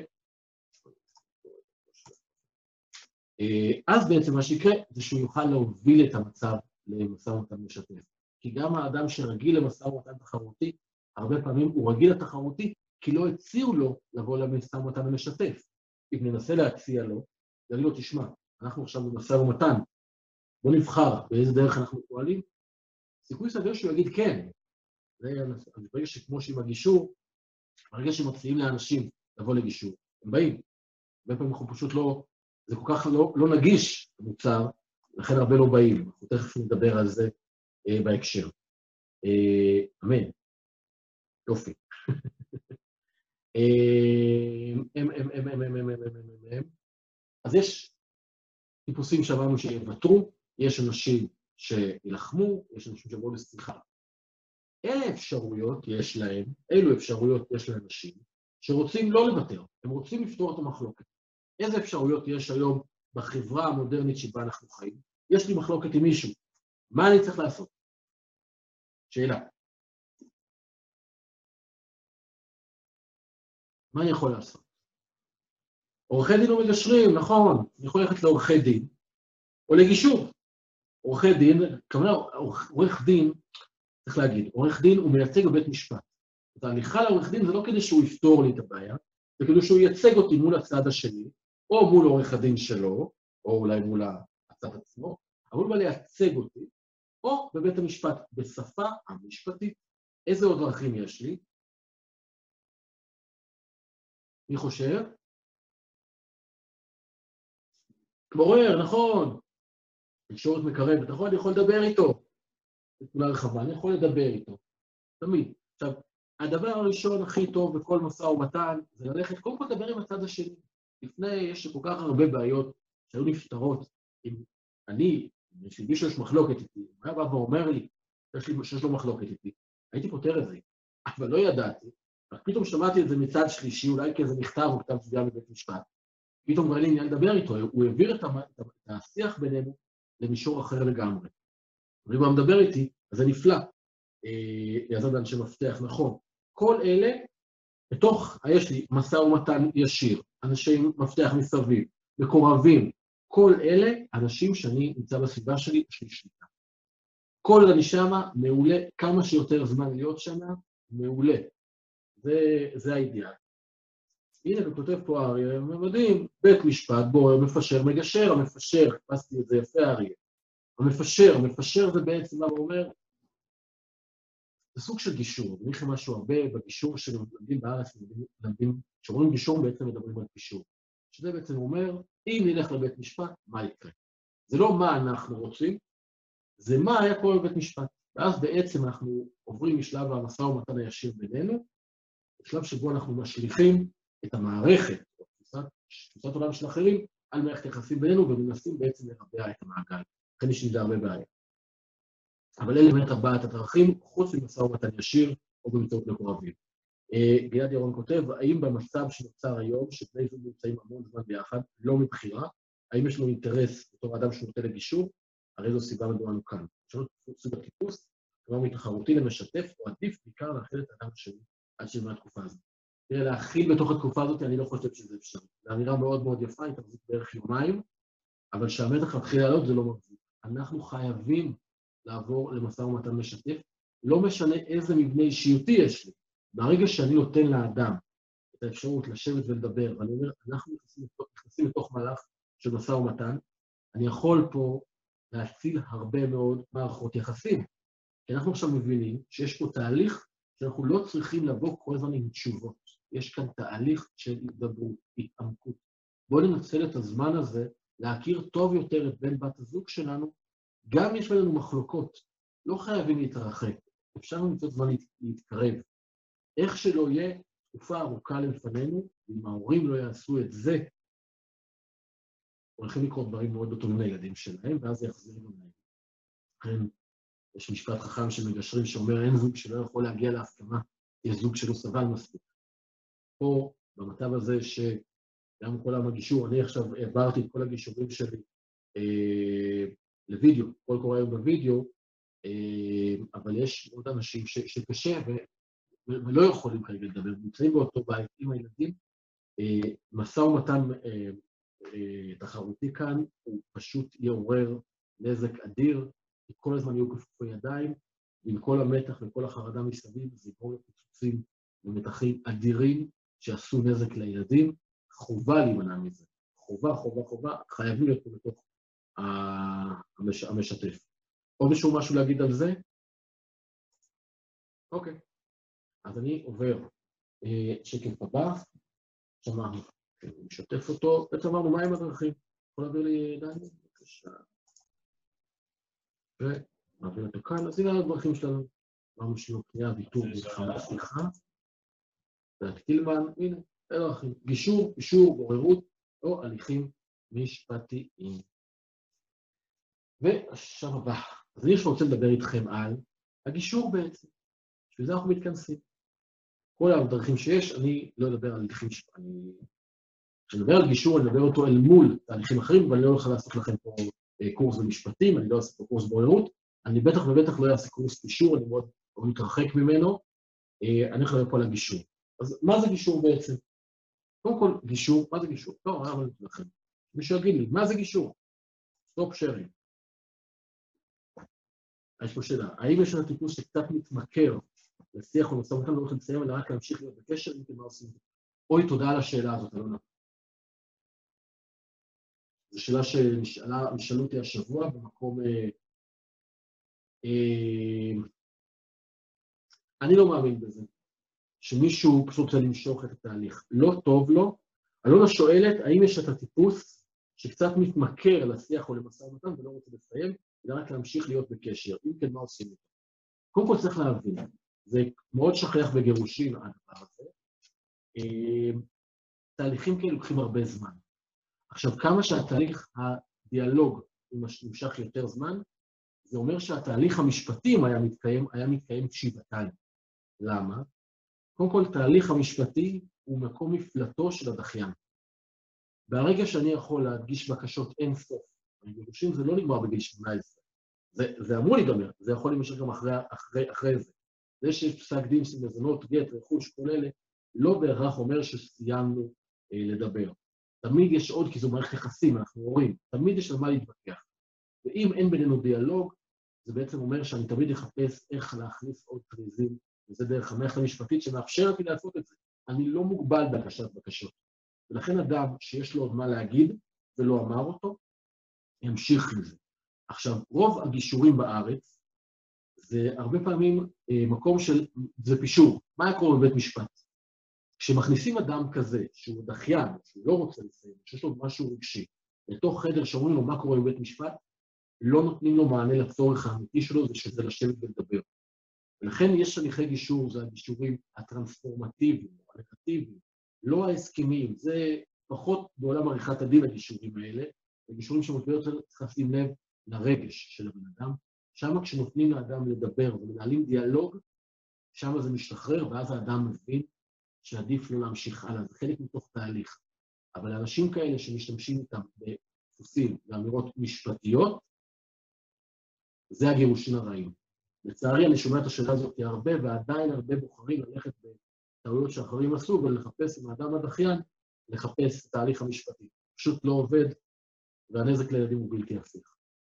אז בעצם מה שיקרה זה שהוא יוכל להוביל את המצב למשא ומתן משתף. כי גם האדם שרגיל למשא ומתן תחרותי, הרבה פעמים הוא רגיל לתחרותי, כי לא הציעו לו לבוא למשא ומתן המשתף. אם ננסה להציע לו, יגיד לו, תשמע, אנחנו עכשיו במשא ומתן, בוא נבחר באיזה דרך אנחנו פועלים, סיכוי סביר שהוא יגיד כן. אז ברגע שכמו שהם הגישור, ברגע שמציעים לאנשים לבוא לגישור, הם באים. הרבה פעמים אנחנו פשוט לא, זה כל כך לא, לא נגיש המוצר, לכן הרבה לא באים. אנחנו תכף נדבר על זה אה, בהקשר. אה, אמן. יופי. אז יש טיפוסים שאמרנו שיוותרו, יש אנשים שילחמו, יש אנשים שבואו לשיחה. אלה אפשרויות יש להם, אילו אפשרויות יש לאנשים שרוצים לא לוותר, הם רוצים לפתור את המחלוקת. איזה אפשרויות יש היום בחברה המודרנית שבה אנחנו חיים? יש לי מחלוקת עם מישהו, מה אני צריך לעשות? שאלה. מה אני יכול לעשות? עורכי דין ומגשרים, נכון, אני יכול ללכת לעורכי דין, או לגישור. עורכי דין, כמובן עורך דין, צריך להגיד, עורך דין הוא מייצג בבית משפט. את ההליכה לעורך דין זה לא כדי שהוא יפתור לי את הבעיה, זה כדי שהוא ייצג אותי מול הצד השני, או מול עורך הדין שלו, או אולי מול הצד עצמו, אבל הוא בא לייצג אותי, או בבית המשפט, בשפה המשפטית. איזה עוד דרכים יש לי? מי חושב? בורר, נכון. תקשורת מקרבת, נכון, אני יכול לדבר איתו. בתמונה רחבה, אני יכול לדבר איתו. תמיד. עכשיו, הדבר הראשון הכי טוב בכל משא ומתן, זה ללכת, קודם כל לדבר עם הצד השני. לפני, יש כל כך הרבה בעיות שהיו נפתרות. אם אני, אם מישהו יש מחלוקת איתי, הוא היה בא ואומר לי, שיש לו מחלוקת איתי, הייתי פותר את זה, אבל לא ידעתי. רק פתאום שמעתי את זה מצד שלישי, אולי כאיזה מכתב או כתב תביעה מבית משפט. פתאום כבר לי עניין לדבר איתו, הוא העביר את השיח בינינו למישור אחר לגמרי. ואם הוא מדבר איתי, אז זה נפלא. יעזור לאנשי מפתח, נכון. כל אלה, בתוך, יש לי משא ומתן ישיר, אנשי מפתח מסביב, מקורבים, כל אלה אנשים שאני נמצא בסביבה שלי, יש לי שליטה. כל אני שמה, מעולה, כמה שיותר זמן להיות שמה, מעולה. זה, זה האידיאל. הנה, הוא כותב פה אריה, הם יודעים, בית משפט, בורר, מפשר, מגשר, המפשר, חפשתי את זה יפה אריה. המפשר, המפשר זה בעצם מה הוא אומר, זה סוג של גישור, אני לכם משהו הרבה בגישור שלומדים בארץ, כשאומרים גישור בעצם מדברים על גישור. שזה בעצם אומר, אם נלך לבית משפט, מה יקרה? זה לא מה אנחנו רוצים, זה מה היה קורה בבית משפט. ואז בעצם אנחנו עוברים משלב המשא ומתן הישיר בינינו, בשלב שבו אנחנו משליכים את המערכת, או תפיסת עולם של אחרים, על מערכת יחסים בינינו, ומנסים בעצם לרבע את המעגל. לכן יש לי הרבה בעיה. אבל אלה באמת ארבעת הדרכים, חוץ ממשא ומתן ישיר, או באמצעות מקורבים. גלעד ירון כותב, האם במצב שנוצר היום, שבני זוג נמצאים המון זמן ביחד, לא מבחירה, האם יש לו אינטרס בתור אדם שנוטה לגישור? הרי זו סיבה מדוענו כאן. אפשר סוג הטיפוס, כלומר מתחרותי למשתף, או עדיף בעיקר להכיל את האדם שלי עד שבמה התקופה הזאת. תראה, להכיל בתוך התקופה הזאת, אני לא חושב שזה אפשר. זו אמירה מאוד מאוד יפה, היא תחזיק בערך יומיים, אבל שהמתח מתחיל לעלות זה לא מחזיק. אנחנו חייבים לעבור למשא ומתן משתף, לא משנה איזה מבנה אישיותי יש לי. ברגע שאני נותן לאדם את האפשרות לשבת ולדבר, ואני אומר, אנחנו נכנסים, נכנסים לתוך מהלך של משא ומתן, אני יכול פה להציל הרבה מאוד מערכות יחסים. כי אנחנו עכשיו מבינים שיש פה תהליך שאנחנו לא צריכים לבוא כל הזמן עם תשובות. יש כאן תהליך של התדברות, התעמקות. בואו ננצל את הזמן הזה להכיר טוב יותר את בן בת הזוג שלנו, גם יש לנו מחלוקות, לא חייבים להתרחק, אפשר למצוא זמן להתקרב. איך שלא יהיה, תקופה ארוכה לפנינו, אם ההורים לא יעשו את זה, הולכים לקרות דברים מאוד טובים לילדים שלהם, ואז זה יחזיר גם להם. לכן, יש משפט חכם של מגשרים שאומר, אין זוג שלא יכול להגיע להסכמה, יש זוג שלא סבל מספיק. פה, במצב הזה שגם כל הגישור, אני עכשיו העברתי את כל הגישורים שלי אה, לוידאו, כל קורה היום בוידאו, אה, אבל יש עוד אנשים ש, שקשה ו, ולא יכולים כרגע לדבר, נמצאים באותו בית עם הילדים, אה, משא ומתן אה, אה, תחרותי כאן, הוא פשוט יעורר נזק אדיר, כי כל הזמן יהיו כפופי ידיים, עם כל המתח וכל החרדה מסביב, זה יגרום לפיצוצים ומתחים אדירים שעשו נזק לילדים, חובה להימנע מזה. חובה, חובה, חובה, חייבים להיות פה בתוך המש... המשתף. עוד משהו משהו להגיד על זה? אוקיי. אז אני עובר אה, שקף הבא, שמענו, משתף אותו, בעצם אמרנו, מה עם הדרכים? יכול להעביר לי דני? בבקשה. ונעביר אותו כאן, אז הנה הדרכים שלנו. אמרנו שלנו קנייה, ויתור, מלחמה, סליחה. והטילמן, הנה, אלה דרכים. גישור, גישור, בוררות, או הליכים משפטיים. ועכשיו הבא. אז אני רוצה לדבר איתכם על הגישור בעצם. בשביל זה אנחנו מתכנסים. כל הדרכים שיש, אני לא אדבר על הליכים ש... אני... כשאני מדבר על גישור, אני מדבר אותו אל מול תהליכים אחרים, אבל אני לא יכול לעשות לכם פה קורס במשפטים, אני לא אעשה פה קורס בוררות, אני בטח ובטח לא אעשה קורס גישור, אני מאוד מתרחק ממנו, אני יכול לדבר פה על הגישור. אז מה זה גישור בעצם? קודם כל, גישור, מה זה גישור? לא, אני אמרתי לכם. מישהו יגיד לי, מה זה גישור? סטופ שרי. יש פה שאלה, האם יש לנו טיפוס שקצת מתמכר לשיח או משא ומתן, לא הולכים לסיים, אלא רק להמשיך להיות בקשר, אם מה עושים? אוי, תודה על השאלה הזאת, אלונה. זו שאלה שנשאלו אותי השבוע במקום... אה, אה, אני לא מאמין בזה, שמישהו פשוט רוצה למשוך את התהליך. לא טוב לו. אלונה שואלת, האם יש את הטיפוס שקצת מתמכר לשיח או למשא ומתן ולא רוצה לסיים, אלא רק להמשיך להיות בקשר. אם כן, מה עושים איתו? קודם כל צריך להבין, זה מאוד שכיח בגירושים, הדבר הזה. תהליכים כאלה לוקחים הרבה זמן. עכשיו, כמה שהתהליך, הדיאלוג, הוא נמשך יותר זמן, זה אומר שהתהליך המשפטי היה מתקיים, היה מתקיים שבעתיים. למה? קודם כל, תהליך המשפטי הוא מקום מפלטו של הדחיין. ברגע שאני יכול להדגיש בקשות אין סוף, בגירושים זה לא נגמר בגיל שמונה עשרה. זה, זה אמור להיגמר, זה יכול להימשך גם אחרי, אחרי, אחרי זה. זה שיש פסק דין של מזונות, גט, רכוש, כל אלה, לא בהכרח אומר שסיימנו אה, לדבר. תמיד יש עוד, כי זו מערכת יחסים, אנחנו רואים, תמיד יש על מה להתווכח. ואם אין בינינו דיאלוג, זה בעצם אומר שאני תמיד אחפש איך להכניס עוד טריזים, וזה דרך המערכת המשפטית שמאפשרת לי לעשות את זה. אני לא מוגבל בהגשת בקשות. ולכן אדם שיש לו עוד מה להגיד, ולא אמר אותו, ימשיך לזה. עכשיו, רוב הגישורים בארץ, זה הרבה פעמים אה, מקום של, זה פישור. מה היה קורה בבית משפט? כשמכניסים אדם כזה, שהוא דחיין, שהוא לא רוצה לסיים, שיש לו משהו רגשי, לתוך חדר שאומרים לו מה קורה בבית משפט, לא נותנים לו מענה לצורך האמיתי שלו, זה שזה לשבת ולדבר. ולכן יש הליכי גישור, זה הגישורים הטרנספורמטיביים, הנקטיביים, לא ההסכמים, זה פחות בעולם עריכת הדין הגישורים האלה, הגישורים שמותר יותר צריך לשים לב לרגש של הבן אדם, שם כשנותנים לאדם לדבר ומנהלים דיאלוג, שם זה משתחרר, ואז האדם מבין שעדיף לא להמשיך הלאה, זה חלק מתוך תהליך. אבל האנשים כאלה שמשתמשים איתם בדפוסים ואמירות משפטיות, זה הגירושים הרעים. לצערי, אני שומע את השאלה הזאת הרבה, ועדיין הרבה בוחרים ללכת בטעויות שאחרים עשו, ולחפש עם האדם הדחיין, לחפש את התהליך המשפטי. פשוט לא עובד, והנזק לילדים הוא בלתי הפיך.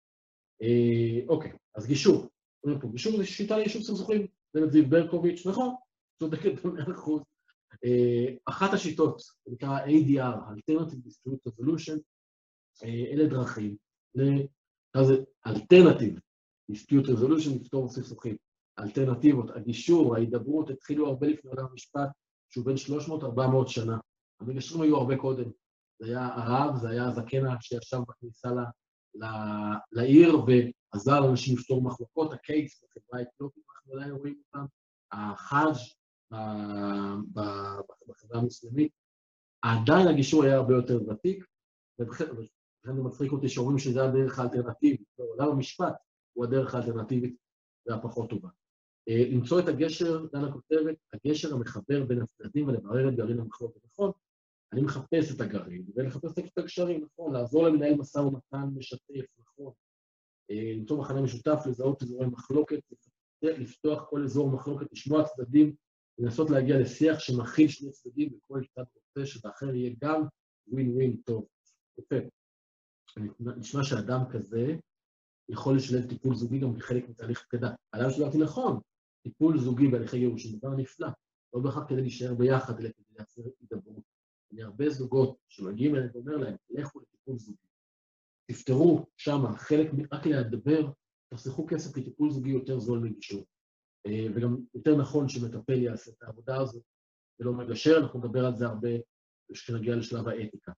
אה, אוקיי, אז גישור. פה, גישור זה שיטה ליישוב סכסוכים, זה זיו ברקוביץ', נכון? צודקת במאה אחוז. אה, אחת השיטות, זה נקרא איי די אר, Alternative Dispute Resolution, אה, אלה דרכים, זה Alternative Dispute Resolution, לפתור סכסוכים. אלטרנטיבות, הגישור, ההידברות, התחילו הרבה לפני עולם המשפט, שהוא בין שלוש מאות עד ארבע מאות שנה. המגשרים היו הרבה קודם. זה היה הרב, זה היה הזקנה שישב בכניסה ל, ל, לעיר, ועזר לאנשים לפתור מחלוקות, הקייס בחברה האתיופית, אנחנו עדיין רואים אותם, החאג' בחברה המוסלמית. עדיין הגישור היה הרבה יותר ותיק, ולכן זה מצחיק אותי שאומרים שזה הדרך האלטרנטיבית, בעולם המשפט הוא הדרך האלטרנטיבית והפחות טובה. למצוא את הגשר, דנה כותבת, הגשר המחבר בין הצדדים ולברר את גרעין המחלוקת, נכון? אני מחפש את הגרעין, ולחפש את הגשרים, נכון? לעזור למנהל משא ומתן משתף, נכון? למצוא מחנה משותף, לזהות אזורי מחלוקת, לפתוח כל אזור מחלוקת, לשמוע צדדים, לנסות להגיע לשיח שמכיל שני צדדים, וכל צד רוצה שבאחר יהיה גם ווין ווין טוב. יפה. נשמע שאדם כזה יכול לשלב טיפול זוגי גם כחלק מתהליך פקדה. עליו שלאתי נכון, טיפול זוגי בהליכי גירושים, דבר נפלא. לא בהכרח כדי להישאר ביחד, אלא כדי לייצר הידברות. אני הרבה זוגות שמגיעים אליהם ואומר להם, לכו לטיפול זוגי. תפתרו שם, חלק רק להדבר, תחסכו כסף לטיפול זוגי יותר זול מגישור. וגם יותר נכון שמטפל יעשה את העבודה הזאת, ולא מגשר, אנחנו נדבר על זה הרבה, כשנגיע לשלב האתיקה.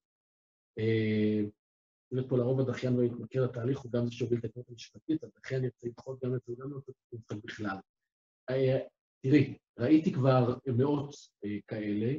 באמת פה לרוב הדחיין לא יתמכר לתהליך, הוא גם זה שהוביל את התנועה המשפטית, אז הדחיין יצא לדחות גם את זה, הוא גם לא תתמכר בכלל. תראי, ראיתי כבר מאות כאלה,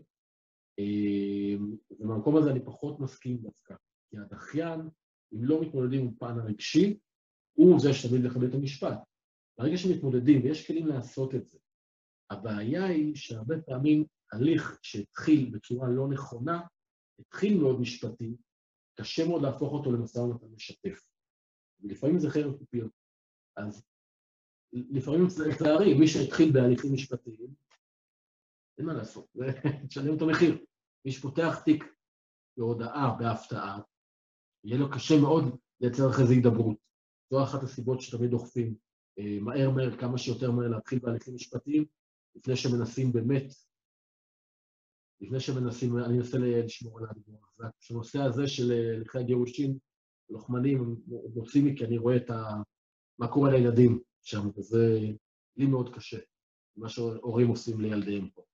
ובמקום הזה אני פחות מסכים דווקא, כי הדחיין, אם לא מתמודדים עם פן הרגשי, הוא זה שתמיד לכבד את המשפט. ברגע שמתמודדים, ויש כלים לעשות את זה, הבעיה היא שהרבה פעמים הליך שהתחיל בצורה לא נכונה, התחיל מאוד משפטי, קשה מאוד להפוך אותו למשא ומתן משתף. ולפעמים זה חרב פיפיות. אז לפעמים צריך להרים, מי שהתחיל בהליכים משפטיים, אין מה לעשות, זה תשלם את המחיר. מי שפותח תיק בהודעה, בהפתעה, יהיה לו קשה מאוד לייצר אחרי זה הידברות. זו אחת הסיבות שתמיד דוחפים, מהר מהר, כמה שיותר מהר להתחיל בהליכים משפטיים, לפני שמנסים באמת, לפני שמנסים, אני אנסה לשמור על הדיבור הזה, שהנושא הזה של הליכי הגירושין, לוחמנים, מוצאים לי, כי אני רואה את ה... מה קורה לילדים שם, וזה לי מאוד קשה, מה שהורים עושים לילדיהם פה.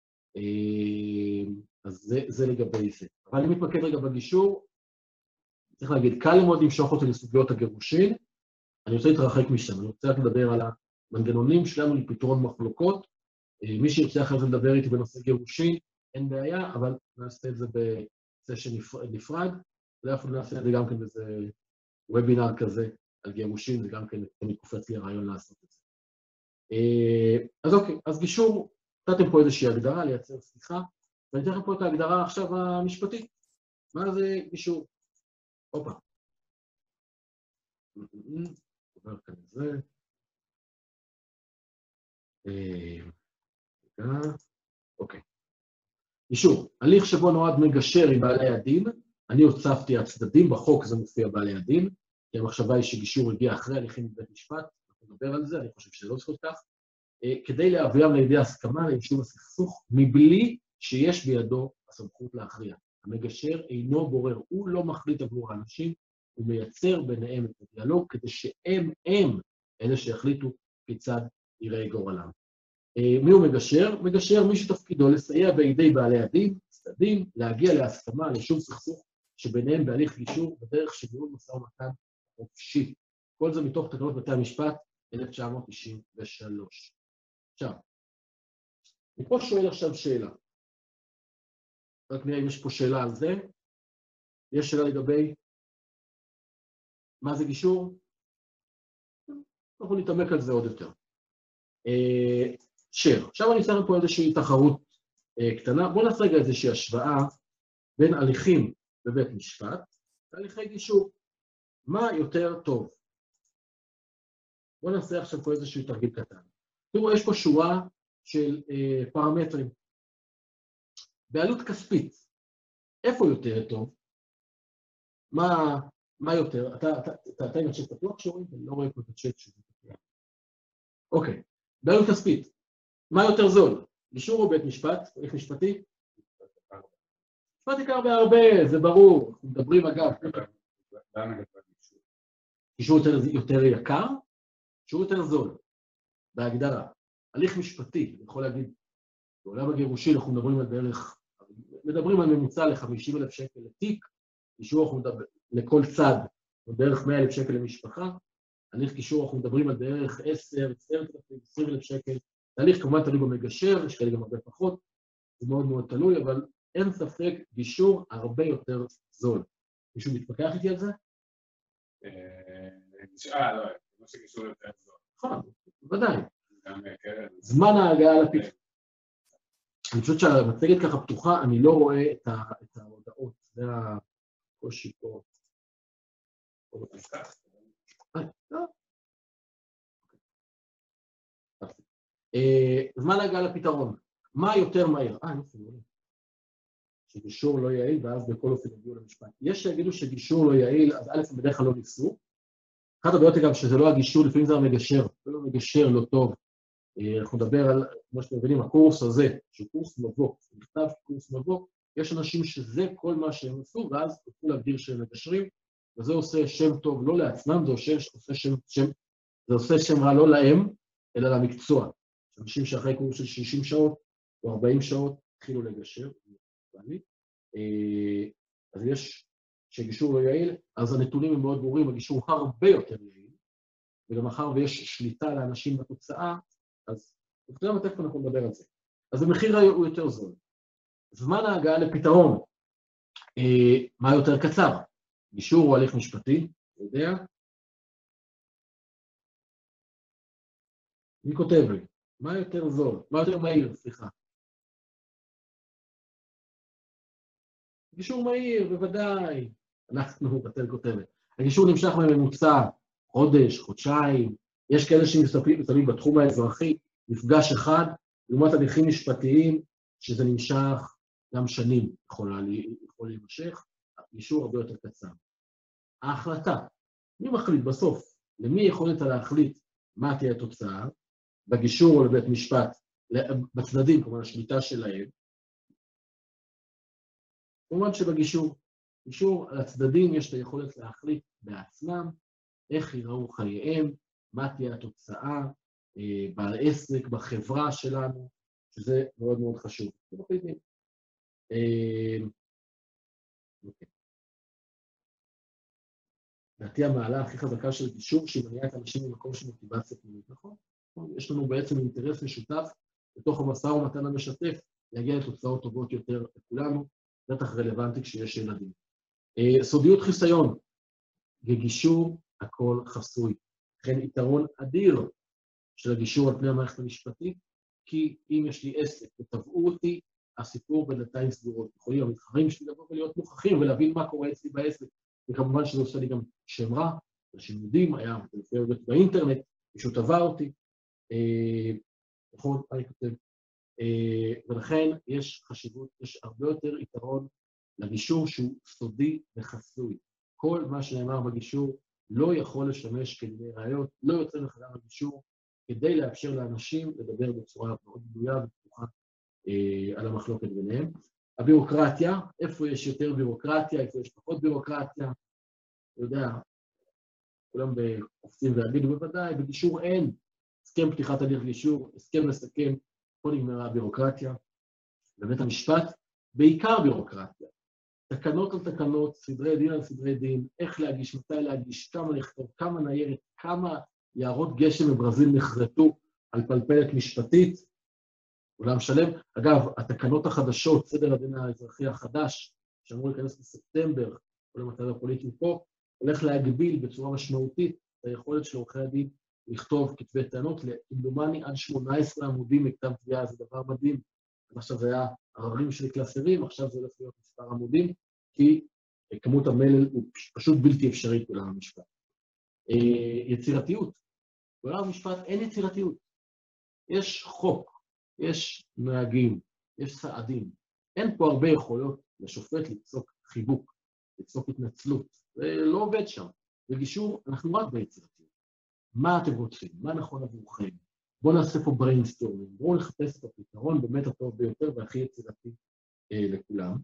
אז זה, זה לגבי זה. אבל אני מתמקד רגע בגישור, צריך להגיד, קל מאוד למשוך אותי לסוגיות הגירושין, אני רוצה להתרחק משם, אני רוצה רק לדבר על המנגנונים שלנו לפתרון מחלוקות, מי שירצה אחרי זה לדבר איתי בנושא גירושין, אין בעיה, אבל נעשה את זה בסשן נפרד, לא אפילו נעשה את זה גם כן באיזה וובינר כזה על גירושין, זה גם כן תמיד קופץ לי הרעיון לעשות את זה. אז אוקיי, אז גישור, נתתם פה איזושהי הגדרה, לייצר שיחה, ואני אתן לכם פה את ההגדרה עכשיו המשפטית. מה זה גישור? הופה. עובר כאן את זה. אוקיי. גישור, הליך שבו נועד מגשר עם בעלי הדין, אני הוצפתי הצדדים, בחוק זה מופיע בעלי הדין, כי המחשבה היא שגישור הגיע אחרי הליכים בבית משפט, אנחנו נדבר על זה, אני חושב שזה לא צריך כך, כדי להביאם לידי הסכמה ליישוב הסכסוך, מבלי שיש בידו הסמכות להכריע. המגשר אינו בורר, הוא לא מחליט עבור האנשים, הוא מייצר ביניהם את הדיאלוג, כדי שהם הם אלה שיחליטו כיצד ייראה גורלם. מי הוא מגשר? מגשר מי שתפקידו לסייע בידי בעלי הדין, צדדים, להגיע להסכמה ליישוב סכסוך, שביניהם בהליך גישור בדרך של ניהול משא ומתן חופשי. כל זה מתוך תקנות בתי המשפט אלף תשע מאות תשעים ושלוש. עכשיו, אני פה שואל עכשיו שאלה. רק נראה אם יש פה שאלה על זה. יש שאלה לגבי מה זה גישור? אנחנו נתעמק על זה עוד יותר. שר. עכשיו אני אעשה פה איזושהי תחרות קטנה. בואו נעשה רגע איזושהי השוואה בין הליכים בבית משפט להליכי גישור. מה יותר טוב? בואו נעשה עכשיו פה איזשהו תרגיל קטן. תראו, יש פה שורה של אה, פרמטרים. בעלות כספית, איפה יותר טוב? מה, מה יותר? אתה, אתה, אתה, אתה עם הצ'אט פתוח שרואים? אני לא רואה פה את הצ'אט שזה פתוח. אוקיי, בעלות כספית, מה יותר זול? גישור או בית משפט? הליך משפטי? משפט יקר בהרבה, זה ברור. אנחנו מדברים אגב. גישור יותר, יותר יקר? גישור יותר זול. בהגדרה. הליך משפטי, אני יכול להגיד, בעולם הגירושין אנחנו מדברים על בערך, מדברים על ממוצע ל-חמישים אלף שקל לתיק, גישור אנחנו מדברים, לכל צד, בערך מאה אלף שקל למשפחה, הליך גישור אנחנו מדברים על בערך עשר, עשרים אלף שקל, תהליך כמובן תלוי במגשר, יש כאלה גם הרבה פחות, זה מאוד מאוד תלוי, אבל אין ספק גישור הרבה יותר זול. מישהו מתפקח איתי על זה? אה, לא, כמו שגישור יותר זול. נכון, בוודאי. זמן ההגעה לפתרון. אני חושבת שהמצגת ככה פתוחה, אני לא רואה את ההודעות, זה הקושי פה. זמן ההגעה לפתרון. מה יותר מהיר? אה, יופי, לא. שגישור לא יעיל, ואז בכל אופן יגיעו למשפט. יש שיגידו שגישור לא יעיל, אז א' הם בדרך כלל לא ניסו. אחת הבעיות היא גם שזה לא הגישור, לפעמים זה המגשר, לא מגשר, לא טוב. אנחנו נדבר על, כמו שאתם מבינים, הקורס הזה, שהוא קורס מבוא, הוא נכתב קורס מבוא, יש אנשים שזה כל מה שהם עשו, ואז יוכלו להגדיר שהם מגשרים, וזה עושה שם טוב לא לעצמם, זה עושה שם, שם, זה עושה שם רע לא להם, אלא למקצוע. אנשים שאחרי קורס של שישים שעות או ארבעים שעות התחילו לגשר, אז יש שגישור לא יעיל, אז הנתונים הם מאוד ברורים, הגישור הרבה יותר יעיל, וגם מאחר ויש שליטה לאנשים בתוצאה, אז יותר מתי אנחנו נדבר על זה. אז המחיר הוא יותר זול. זמן ההגעה לפתרון, מה יותר קצר? גישור הוא הליך משפטי, אתה יודע? מי כותב לי? מה יותר זול? מה יותר מהיר, סליחה? גישור מהיר, בוודאי. אנחנו, בתל כותבת. הגישור נמשך בממוצע חודש, חודשיים. יש כאלה שמסתכלים בתחום האזרחי, מפגש אחד, לעומת הליכים משפטיים, שזה נמשך גם שנים, יכול, יכול להימשך. גישור הרבה יותר קצר. ההחלטה, מי מחליט בסוף? למי יכולת להחליט מה תהיה התוצאה? בגישור או לבית משפט, בצדדים, כלומר, השליטה שלהם. כלומר שבגישור, גישור על הצדדים יש את היכולת להחליט בעצמם, איך ייראו חייהם, מה תהיה התוצאה אה, בעסק, בחברה שלנו, שזה מאוד מאוד חשוב. זה מחליטים. אה, אוקיי. לדעתי המעלה הכי חזקה של גישור, שהיא מניעה את האנשים במקום של מוטיבציה פנימית, נכון? יש לנו בעצם אינטרס משותף, בתוך המשא ומתן המשתף, להגיע לתוצאות טובות יותר לכולנו, בטח רלוונטי כשיש ילדים. סודיות חיסיון, בגישור הכל חסוי. לכן יתרון אדיר של הגישור על פני המערכת המשפטית, כי אם יש לי עסק ותבעו אותי, הסיפור בדלתיים סגורות. יכולים המתחרים שלי לבוא ולהיות מוכחים ולהבין מה קורה אצלי בעסק, וכמובן שזה עושה לי גם שם רע, אנשים יודעים, היה באינטרנט, מישהו תבע אותי, נכון, אני כותב. ולכן יש חשיבות, יש הרבה יותר יתרון לגישור שהוא סודי וחסוי. כל מה שנאמר בגישור לא יכול לשמש כדי ראיות, לא יוצא לחדר הגישור, כדי לאפשר לאנשים לדבר בצורה מאוד גלויה ופתוחה על המחלוקת ביניהם. הבירוקרטיה, איפה יש יותר בירוקרטיה, איפה יש פחות בירוקרטיה, אתה יודע, כולם קופצים ויגידו בוודאי, בגישור אין, הסכם פתיחת הליך גישור, הסכם לסכם, פה נגמרה הבירוקרטיה. בבית המשפט, בעיקר בירוקרטיה. תקנות על תקנות, סדרי דין על סדרי דין, איך להגיש, מתי להגיש, כמה לכתוב, כמה ניירת, כמה יערות גשם בברזיל נחרטו על פלפלת משפטית, עולם שלם. אגב, התקנות החדשות, סדר הדין האזרחי החדש, שאמור להיכנס בספטמבר, כל המצב הפוליטי פה, הולך להגביל בצורה משמעותית את היכולת של עורכי הדין לכתוב כתבי טענות, לדומני עד שמונה עשרה עמודים מכתב תביעה, זה דבר מדהים. עכשיו זה היה עררים של קלסרים, עכשיו זה הולך להיות מספר עמודים, כי כמות המלל הוא פשוט בלתי אפשרית בעולם המשפט. יצירתיות. בעולם המשפט אין יצירתיות. יש חוק, יש נהגים, יש סעדים. אין פה הרבה יכולות לשופט לפסוק חיבוק, לפסוק התנצלות. זה לא עובד שם. בגישור אנחנו רק ביצירתיות. מה אתם רוצים? מה נכון עבורכם? בואו נעשה פה בריינסטורמינג, בואו נחפש את הפתרון באמת הטוב ביותר והכי יצירתי אה, לכולם.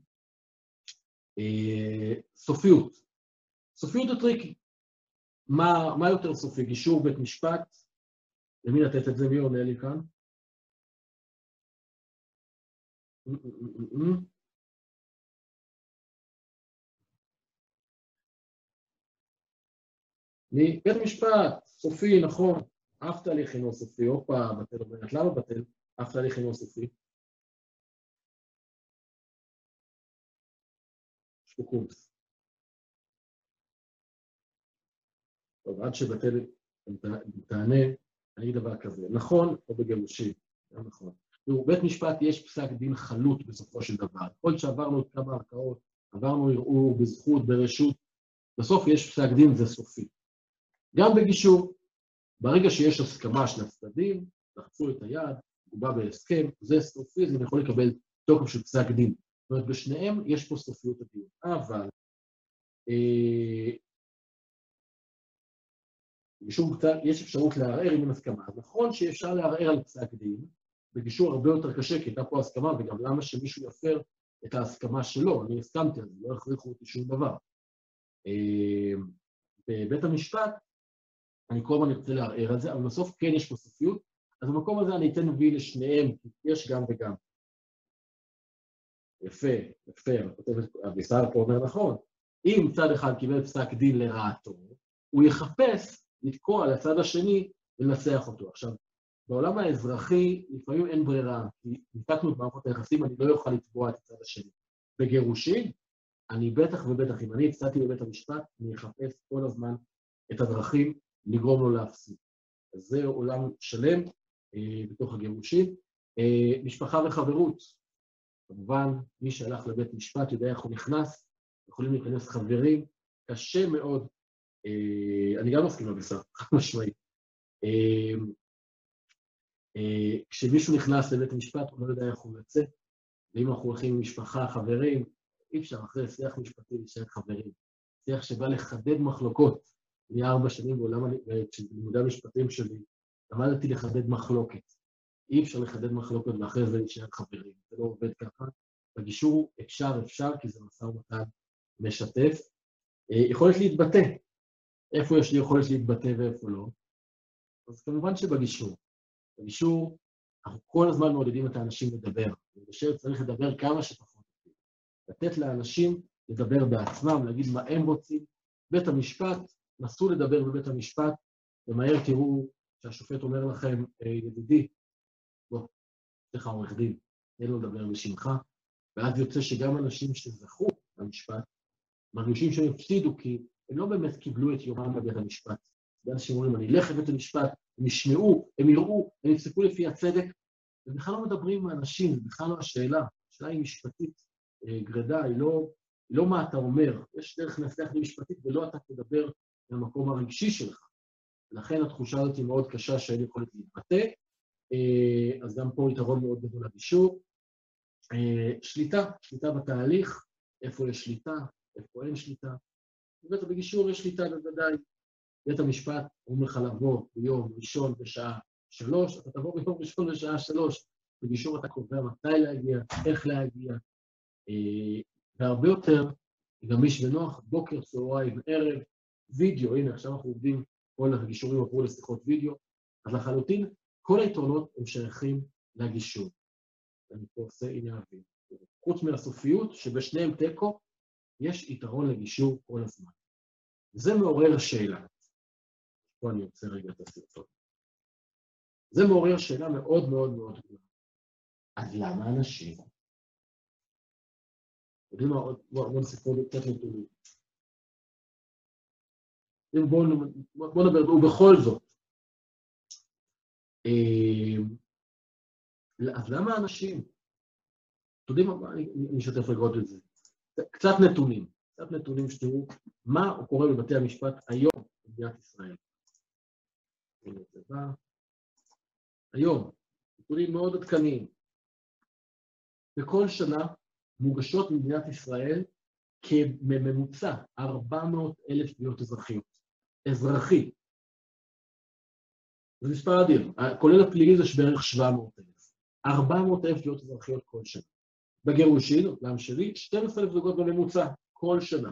אה, סופיות. סופיות זה טריקי. מה, מה יותר סופי? גישור בית משפט? למי לתת את זה? מי עונה לי כאן? מי? בית משפט, סופי, נכון. אף תהליך אינו סופי, אופה, בטל אומרת, למה בטל? אף תהליך אינו סופי. יש פה קורס. טוב, עד שבטל תענה, אני אגיד דבר כזה. נכון, או בגירושים, גם נכון. תראו, בית משפט יש פסק דין חלוט בסופו של דבר. כל שעברנו את כמה ערכאות, עברנו ערעור בזכות, ברשות, בסוף יש פסק דין, זה סופי. גם בגישור, ברגע שיש הסכמה של הצדדים, לחצו את היד, הוא בא בהסכם, זה סופי, זה יכול לקבל תוקף של פסק דין. זאת אומרת, בשניהם יש פה סופיות הדיון. אבל, אה, בגישור יש אפשרות לערער עם הסכמה. אז נכון שאפשר לערער על פסק דין, בגישור הרבה יותר קשה, כי הייתה פה הסכמה, וגם למה שמישהו יפר את ההסכמה שלו, אני הסכמתי על זה, לא הכריחו אותי שום דבר. אה, בבית המשפט, אני כל הזמן ארצה לערער על זה, אבל בסוף כן יש פה סופיות, אז במקום הזה אני אתן וי לשניהם, כי יש גם וגם. יפה, יפה, אביסר פה אומר נכון, אם צד אחד קיבל פסק דין לרעתו, הוא יחפש לתקוע לצד השני ולנסח אותו. עכשיו, בעולם האזרחי לפעמים אין ברירה, כי ניתקנו את מערכות היחסים, אני לא יוכל לתבוע את הצד השני. בגירושין, אני בטח ובטח, אם אני הצעתי בבית המשפט, אני אחפש כל הזמן את הדרכים לגרום לו להפסיד. אז זה עולם שלם, בתוך הגירושים. משפחה וחברות, כמובן, מי שהלך לבית משפט יודע איך הוא נכנס, יכולים להיכנס חברים, קשה מאוד, אני גם מסכים לבשר, חד משמעית. כשמישהו נכנס לבית המשפט, הוא לא יודע איך הוא יוצא, ואם אנחנו הולכים עם משפחה, חברים, אי אפשר אחרי שיח משפטי להישאר חברים. שיח שבא לחדד מחלוקות. אני ארבע שנים בעולם, כשלימודי המשפטים שלי, למדתי לחדד מחלוקת. אי אפשר לחדד מחלוקת ואחרי זה להישאר חברים. זה לא עובד ככה. בגישור אפשר, אפשר, כי זה משא ומתן משתף. יכולת להתבטא. איפה יש לי יכולת להתבטא ואיפה לא? אז כמובן שבגישור. בגישור, אנחנו כל הזמן מעודדים את האנשים לדבר. ובשביל צריך לדבר כמה שפחות. לתת לאנשים לדבר בעצמם, להגיד מה הם רוצים. בית המשפט, נסו לדבר בבית המשפט, ומהר תראו שהשופט אומר לכם, ידידי, בוא, סליחה עורך דין, אין לו לדבר בשמך, ואז יוצא שגם אנשים שזכו במשפט, מרגישים שהם הפסידו, כי הם לא באמת קיבלו את יומם בבית המשפט. ואנשים אומרים, אני אלך לבית המשפט, הם ישמעו, הם יראו, הם יפסקו לפי הצדק, ובכלל לא מדברים עם האנשים, בכלל לא השאלה, השאלה היא משפטית, גרדה, היא לא, היא לא מה אתה אומר, יש דרך לנסח משפטית, ולא אתה תדבר במקום הרגשי שלך. ולכן התחושה הזאת היא מאוד קשה שאין יכולת להתבטא, אז גם פה יתרון מאוד גדול לגישור. שליטה, שליטה בתהליך, איפה יש שליטה, איפה אין שליטה. בבית בגישור יש שליטה בוודאי. בית המשפט אומר לך לבוא ביום ראשון בשעה שלוש, אתה תבוא ביום ראשון בשעה שלוש, בגישור אתה קובע מתי להגיע, איך להגיע, והרבה יותר, גמיש ונוח, בוקר, צהריים, ערב, וידאו, הנה עכשיו אנחנו עובדים, כל הגישורים עברו לשיחות וידאו, אז לחלוטין כל היתרונות הם שייכים לגישור. אני פה עושה, הנה אבין. חוץ מהסופיות, שבשניהם תיקו, יש יתרון לגישור כל הזמן. זה מעורר השאלה. פה אני רוצה רגע את הסרטון. זה מעורר שאלה מאוד מאוד מאוד גדולה. אז למה אנשים? יודעים מה, בואו נסיפור לי קצת נתונים. בואו נדבר, ובכל זאת. אז למה אנשים? אתם יודעים מה, אני אשתף רגעות את זה. קצת נתונים, קצת נתונים שתראו מה קורה בבתי המשפט היום במדינת ישראל. היום, נתונים מאוד עדכניים. בכל שנה מוגשות במדינת ישראל כממוצע ארבע מאות אלף תביעות אזרחיות. אזרחי. זה מספר אדיר. כולל הפלילי זה בערך שבע מאות אלף. ארבע מאות אלף תביעות אזרחיות כל שנה. בגירושין, לעם שלי, שנים עשר אלף זוגות בממוצע כל שנה.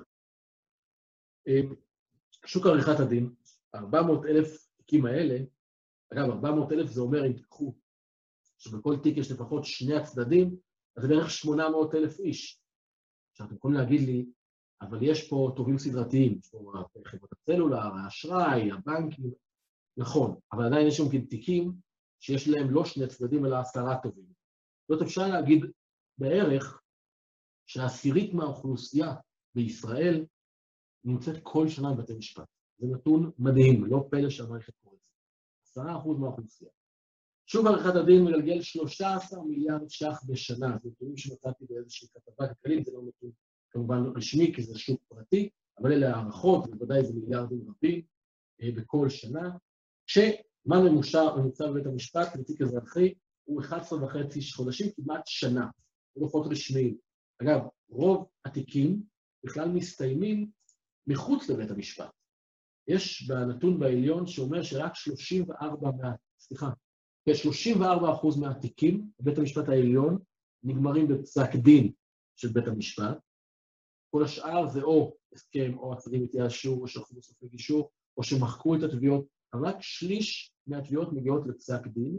שוק עריכת הדין, ארבע מאות אלף תיקים האלה, אגב, ארבע מאות אלף זה אומר, אם תקחו, שבכל תיק יש לפחות שני הצדדים, אז זה בערך שמונה מאות אלף איש. עכשיו, אתם יכולים להגיד לי, אבל יש פה טובים סדרתיים, יש פה חברות הסלולר, האשראי, הבנקים, נכון, אבל עדיין יש שם תיקים שיש להם לא שני צדדים, אלא עשרה טובים. זאת אפשר להגיד בערך שהעשירית מהאוכלוסייה בישראל נמצאת כל שנה בבתי משפט. זה נתון מדהים, לא פלא שהמערכת קוראת. עשרה אחוז מהאוכלוסייה. שוק עריכת הדין מגלגל שלושה עשר מיליארד ש"ח בשנה, זה נתונים שמצאתי באיזושהי כתבה כלכלית, זה לא נתון כמובן רשמי, כי זה שוק פרטי, אבל אלה הערכות, ובוודאי זה מיליארדים רבים אה, בכל שנה, שמה ממוצע בבית המשפט לתיק אזרחי הוא אחד עשר וחצי חודשים, כמעט שנה, דוחות רשמיים. אגב, רוב התיקים בכלל מסתיימים מחוץ לבית המשפט. יש בנתון בעליון שאומר שרק שלושים וארבע, סליחה, כ-שלושים וארבע אחוז מהתיקים בבית המשפט העליון נגמרים בפסק דין של בית המשפט. כל השאר זה או הסכם, או הצדדים התייאשו, או שלחו בסופי גישור, או שמחקו את התביעות, אבל רק שליש מהתביעות מגיעות לפסק דין.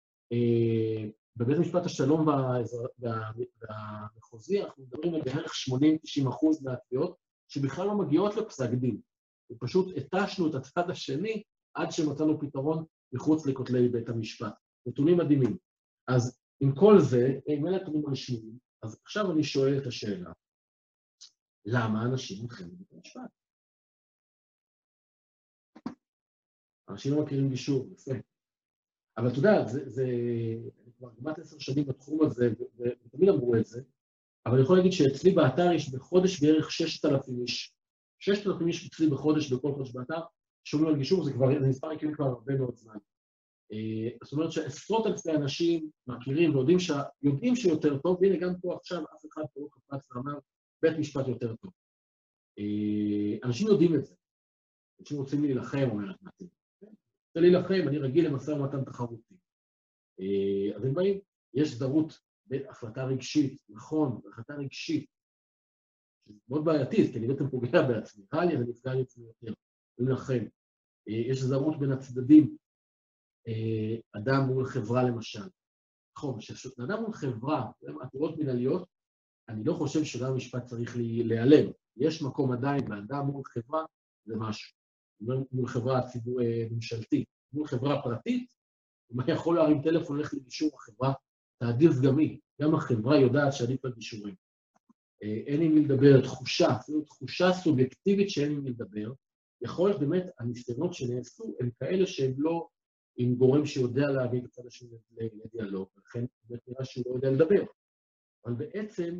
בבית המשפט השלום והמחוזי אנחנו מדברים על בערך שמונים תשעים אחוז מהתביעות שבכלל לא מגיעות לפסק דין. ופשוט התשנו את הצד השני עד שמצאנו פתרון מחוץ לכותלי בית המשפט. נתונים מדהימים. אז עם כל זה, אם אלה נתונים רשמיים, אז עכשיו אני שואל את השאלה, למה אנשים הולכים לבית המשפט? אנשים לא מכירים גישור, יפה. אבל אתה יודע, זה, זה, אני כבר כמעט עשר שנים בתחום הזה, ותמיד אמרו את זה, אבל אני יכול להגיד שאצלי באתר יש בחודש בערך ששת אלפים איש. ששת אלפים איש אצלי בחודש, בכל חודש באתר, שומעים על גישור, זה כבר, זה מספר עקבי כבר הרבה מאוד זמן. זאת אומרת שעשרות אלפי אנשים מכירים ויודעים ש... יודעים שיותר טוב, והנה גם פה עכשיו אף אחד פה לא קפץ ואמר, בית משפט יותר טוב. אנשים יודעים את זה. אנשים רוצים להילחם, אומרת נתיב. רוצה להילחם, אני רגיל למשא ומתן תחרותי. אז הם באים, יש סדרות בהחלטה רגשית, נכון, בהחלטה רגשית, שזה מאוד בעייתית, כי אני בעצם פוגע בעצמי, קל לי, אני נפגע לי עצמי יותר, להילחם. יש סדרות בין הצדדים, אדם מול חברה למשל. נכון, כשאדם מול חברה, עתירות מנהליות, אני לא חושב שגם המשפט צריך להיעלם. יש מקום עדיין, באדם מול חברה, זה משהו. מול חברה ציבור ממשלתית, מול חברה פרטית, אם אני יכול להרים טלפון, הולך לגישור החברה, תעדיר סגמי, גם החברה יודעת שעדיף על גישורים. אין עם מי לדבר, תחושה, אפילו תחושה סובייקטיבית שאין עם מי לדבר, יכול להיות באמת, הניסיונות שנעשו הם כאלה שהם לא עם גורם שיודע להביא את הצד השני לדיאלוג, ולכן באמת נראה שהוא לא יודע לדבר. אבל בעצם,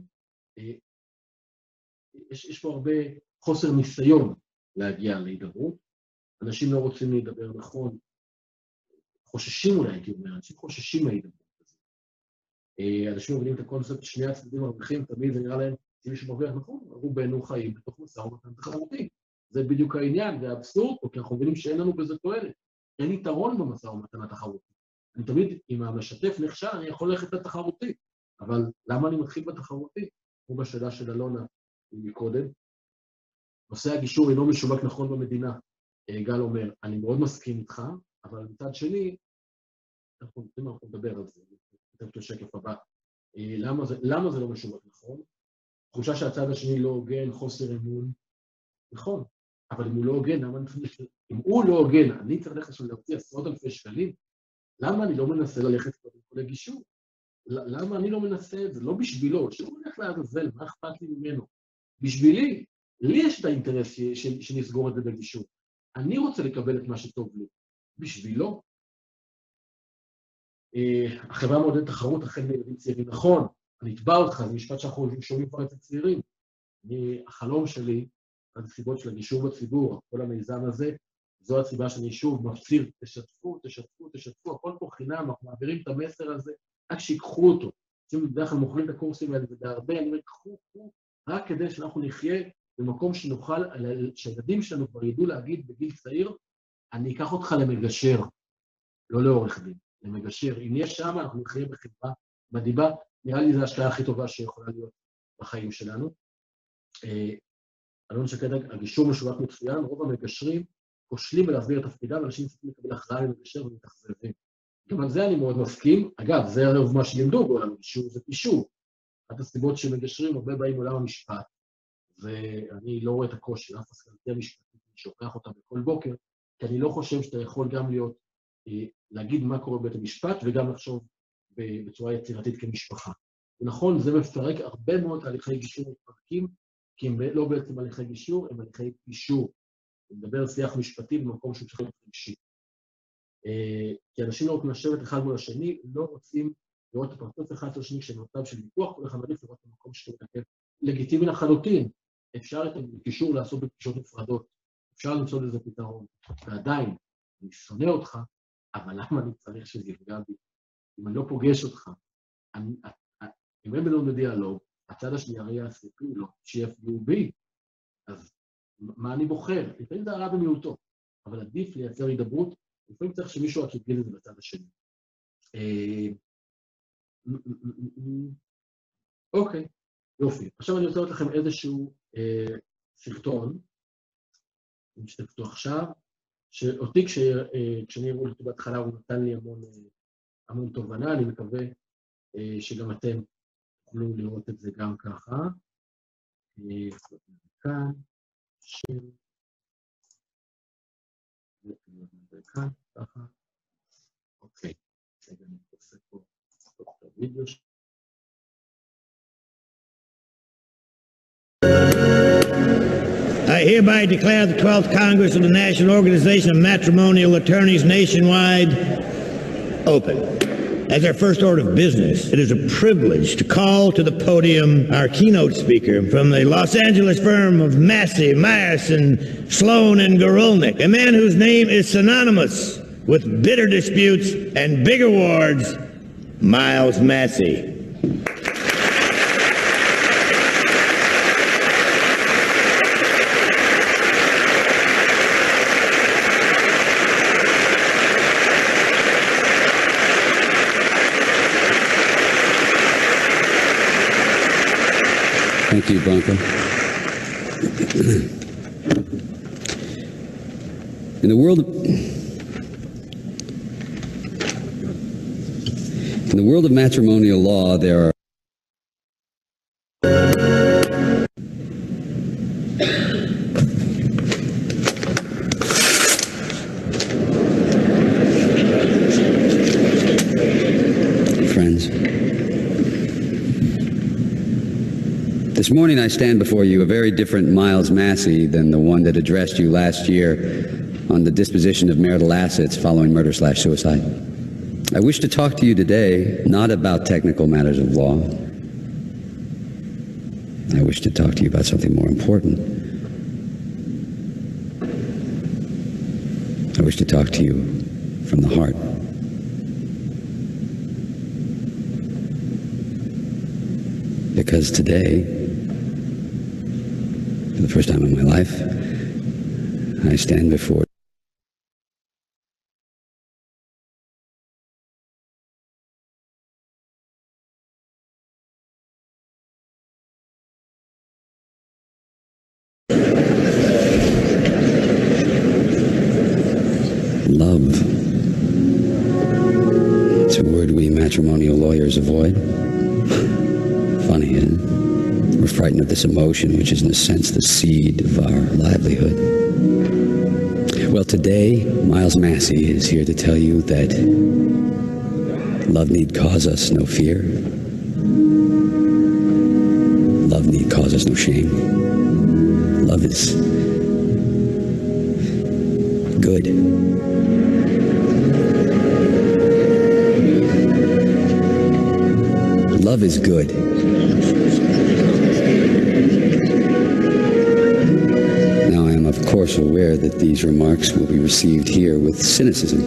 יש, יש פה הרבה חוסר ניסיון להגיע להידברות, אנשים לא רוצים להידבר נכון, חוששים אולי, הייתי אומר, אנשים חוששים מההידברות הזאת. אנשים מבינים את הקונספט, שני הצדדים מרוויחים, תמיד זה נראה להם, אם מישהו מרוויח נכון, רובנו חיים בתוך משא ומתן תחרותי. זה בדיוק העניין, זה אבסורד, כי אנחנו מבינים שאין לנו בזה תועלת. אין יתרון במשא ומתן התחרותי. אני תמיד, אם המשתף נכשל, אני יכול ללכת לתחרותי, אבל למה אני מתחיל בתחרותי? כמו בשאלה של אלונה מקודם. נושא הגישור אינו משווק נכון במדינה. גל אומר, אני מאוד מסכים איתך, אבל מצד שני, אנחנו נדבר על זה, נתן את השקף הבא. למה זה, למה זה לא משווק נכון? תחושה שהצד השני לא הוגן, חוסר אמון, נכון, אבל אם הוא לא הוגן, למה אני צריך, אם הוא לא הוגן, אני צריך ללכת להוציא עשרות אלפי שקלים, למה אני לא מנסה ללכת קודם כל לגישור? למה אני לא מנסה את זה? לא בשבילו, שהוא הולך לעזאזל, מה אכפת לי ממנו? בשבילי, לי יש את האינטרס שנסגור את זה בגישור. אני רוצה לקבל את מה שטוב לי. בשבילו. החברה מעודדת תחרות, החל מילדים צעירים, נכון, אני אתבע אותך, זה משפט שאנחנו שומעים כבר אצל צעירים. החלום שלי, עד הסיבות של הגישור בציבור, כל המיזם הזה, זו הסיבה שאני שוב מפציר, תשתפו, תשתפו, תשתפו, הכל פה חינם, אנחנו מעבירים את המסר הזה, רק שיקחו אותו. אתם בדרך כלל מוכרים את הקורסים האלה, ובהרבה אני אומר, קחו, קחו, רק כדי שאנחנו נחיה במקום שנוכל, שהילדים שלנו כבר ידעו להגיד בגיל צעיר, אני אקח אותך למגשר, לא לעורך דין, למגשר. אם יש שם, אנחנו נחיה בחברה מדהימה, נראה לי זו ההשקעה הכי טובה שיכולה להיות בחיים שלנו. אלון שקד, הגישור משווק מצוין, רוב המגשרים כושלים בלהסביר את תפקידם, ואנשים צריכים לקבל הכרעה למגשר ומתאכזבים. גם על זה אני מאוד מסכים. אגב, זה הרי מה שלימדו בעולם הגישור, זה פישור. אחת הסיבות שמגשרים הרבה באים מעולם המשפט, ואני לא רואה את הקושי, אף הסכנתי המשפטית, אני שוכח אותה בכל בוקר, כי אני לא חושב שאתה יכול גם להיות, להגיד מה קורה בבית המשפט, וגם לחשוב בצורה יצירתית כמשפחה. ונכון, זה מפרק הרבה מאוד תהליכי גישור מתפרקים, כי הם לא בעצם הליכי גישור, הם הליכי פישור. אני מדבר על שיח משפטי במקום שהוא צריך להיות רגשי. כי אנשים לא רוצים לשבת אחד מול השני, לא רוצים לראות את הפרצוף אחד של השני כשבמצב של ויכוח, כל אחד מעדיף לראות את המקום שאתה מתקף. לגיטימי לחלוטין. אפשר את הגישור לעשות בפגישות נפרדות, אפשר למצוא לזה פתרון. ועדיין, אני שונא אותך, אבל למה אני צריך שזה יפגע בי? אם אני לא פוגש אותך, אני, אם אין בינינו בדיאלוג, הצד השני הרי יעשה פעולות שיפגעו בי, אז מה אני בוחר? לפעמים זה הרע במיעוטו, אבל עדיף לייצר הידברות, לפעמים צריך שמישהו רק יגיד את זה בצד השני. אוקיי, יופי. עכשיו אני רוצה לראות לכם איזשהו סרטון, אני משתף אותו עכשיו, שאותי כשאני אראו אותו בהתחלה הוא נתן לי המון תובנה, אני מקווה שגם אתם תוכלו לראות את זה גם ככה. כאן, של... וכאן, ככה. אוקיי, רגע, אני עושה פה את הוידאו. I hereby declare the twelfth Congress of the National Organization of Matrimonial Attorneys nationwide open. As our first order of business, it is a privilege to call to the podium our keynote speaker from the Los Angeles firm of Massey, Meyerson, Sloan, and Gorulnik, a man whose name is synonymous with bitter disputes and big awards, Miles Massey. Thank you, Branko. In the world of, in the world of matrimonial law, there are friends. This morning I stand before you a very different Miles Massey than the one that addressed you last year on the disposition of marital assets following murder slash suicide. I wish to talk to you today not about technical matters of law. I wish to talk to you about something more important. I wish to talk to you from the heart. Because today, for the first time in my life, I stand before love. It's a word we matrimonial lawyers avoid. Funny, isn't it? We're frightened of this emotion, which is in a sense the seed of our livelihood. Well, today, Miles Massey is here to tell you that love need cause us no fear. Love need cause us no shame. Love is good. Love is good. Now, I am of course aware that these remarks will be received here with cynicism.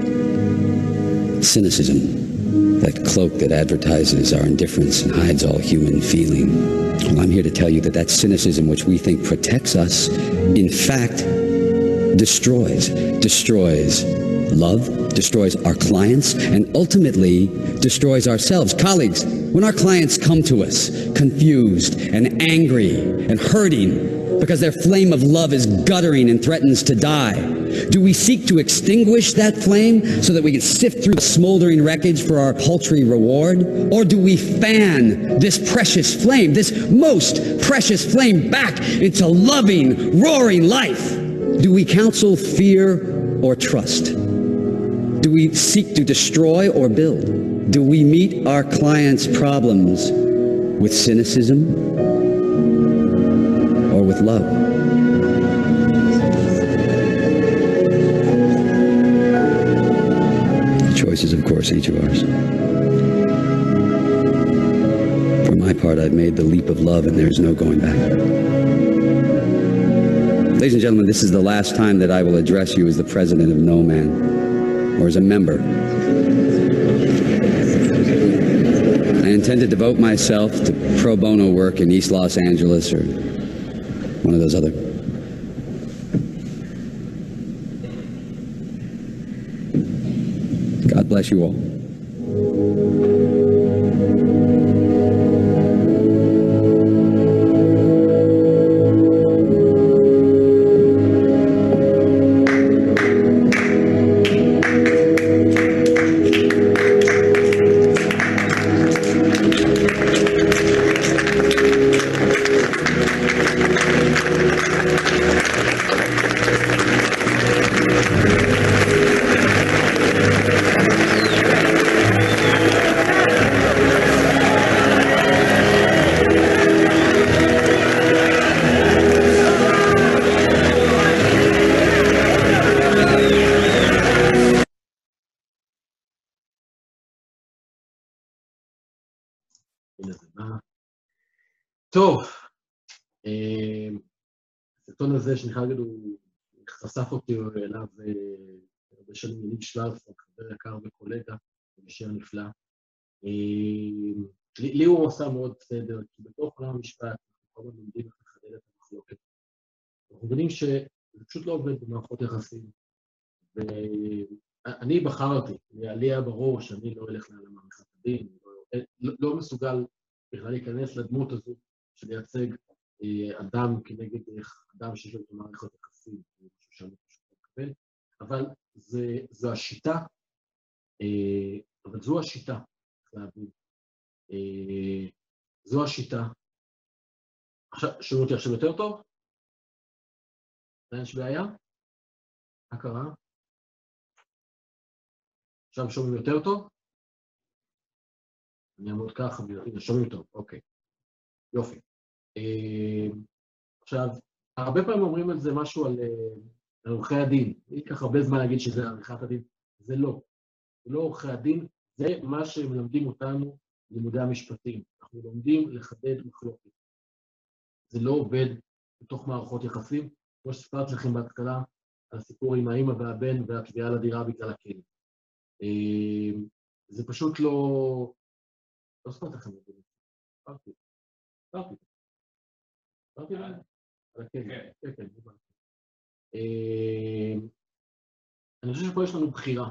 Cynicism, that cloak that advertises our indifference and hides all human feeling. Well, I'm here to tell you that that cynicism which we think protects us, in fact, destroys, destroys love, destroys our clients, and ultimately destroys ourselves. Colleagues, when our clients come to us confused and angry and hurting because their flame of love is guttering and threatens to die, do we seek to extinguish that flame so that we can sift through the smoldering wreckage for our paltry reward? Or do we fan this precious flame, this most precious flame, back into loving, roaring life? Do we counsel fear or trust? Do we seek to destroy or build? Do we meet our clients' problems with cynicism or with love? The choice is, of course, each of ours. For my part, I've made the leap of love, and there's no going back. Ladies and gentlemen, this is the last time that I will address you as the president of No Man, or as a member. I intend to devote myself to pro bono work in East Los Angeles or one of those other. God bless you all. טוב, הסרטון הזה שאני חייב להגיד, הוא חשף אותי אליו הרבה שנים, יניב שוורץ, חבר יקר וקולגה, ומשאר נפלא. לי הוא עושה מאוד בסדר, כי בתוך עולם המשפט, אנחנו כל הזמן לומדים איך לחדד את המחלוקת. אנחנו מבינים שזה פשוט לא עובד במערכות יחסים. ואני בחרתי, לי היה ברור שאני לא אלך למערכת הדין, לא, לא מסוגל בכלל להיכנס לדמות הזו של לייצג אדם כנגד אדם שיש לו את המערכות יחסים, משהו שאני פשוט לא מקבל, אבל זה, זו השיטה, אבל זו השיטה, צריך להבין. זו השיטה. עכשיו, שומעו אותי עכשיו יותר טוב? יש בעיה? מה קרה? עכשיו שומעים יותר טוב? אני אעמוד ככה, הנה, שומעים טוב, אוקיי. יופי. עכשיו, הרבה פעמים אומרים על זה משהו על עורכי הדין. ייקח הרבה זמן להגיד שזה עריכת הדין. זה לא. זה לא עורכי הדין, זה מה שהם מלמדים אותנו לימודי המשפטים. אנחנו לומדים לחדד מחלוקת. זה לא עובד בתוך מערכות יחסים, כמו שספרתי לכם בהתחלה, על הסיפור עם האמא והבן והתביעה לדירה בגלל הכלב. זה פשוט לא... לא ספרתי לכם את זה. ספרתי. ספרתי. ספרתי להם? על הכלב. כן, כן, זה ספרתי. אני חושב שפה יש לנו בחירה.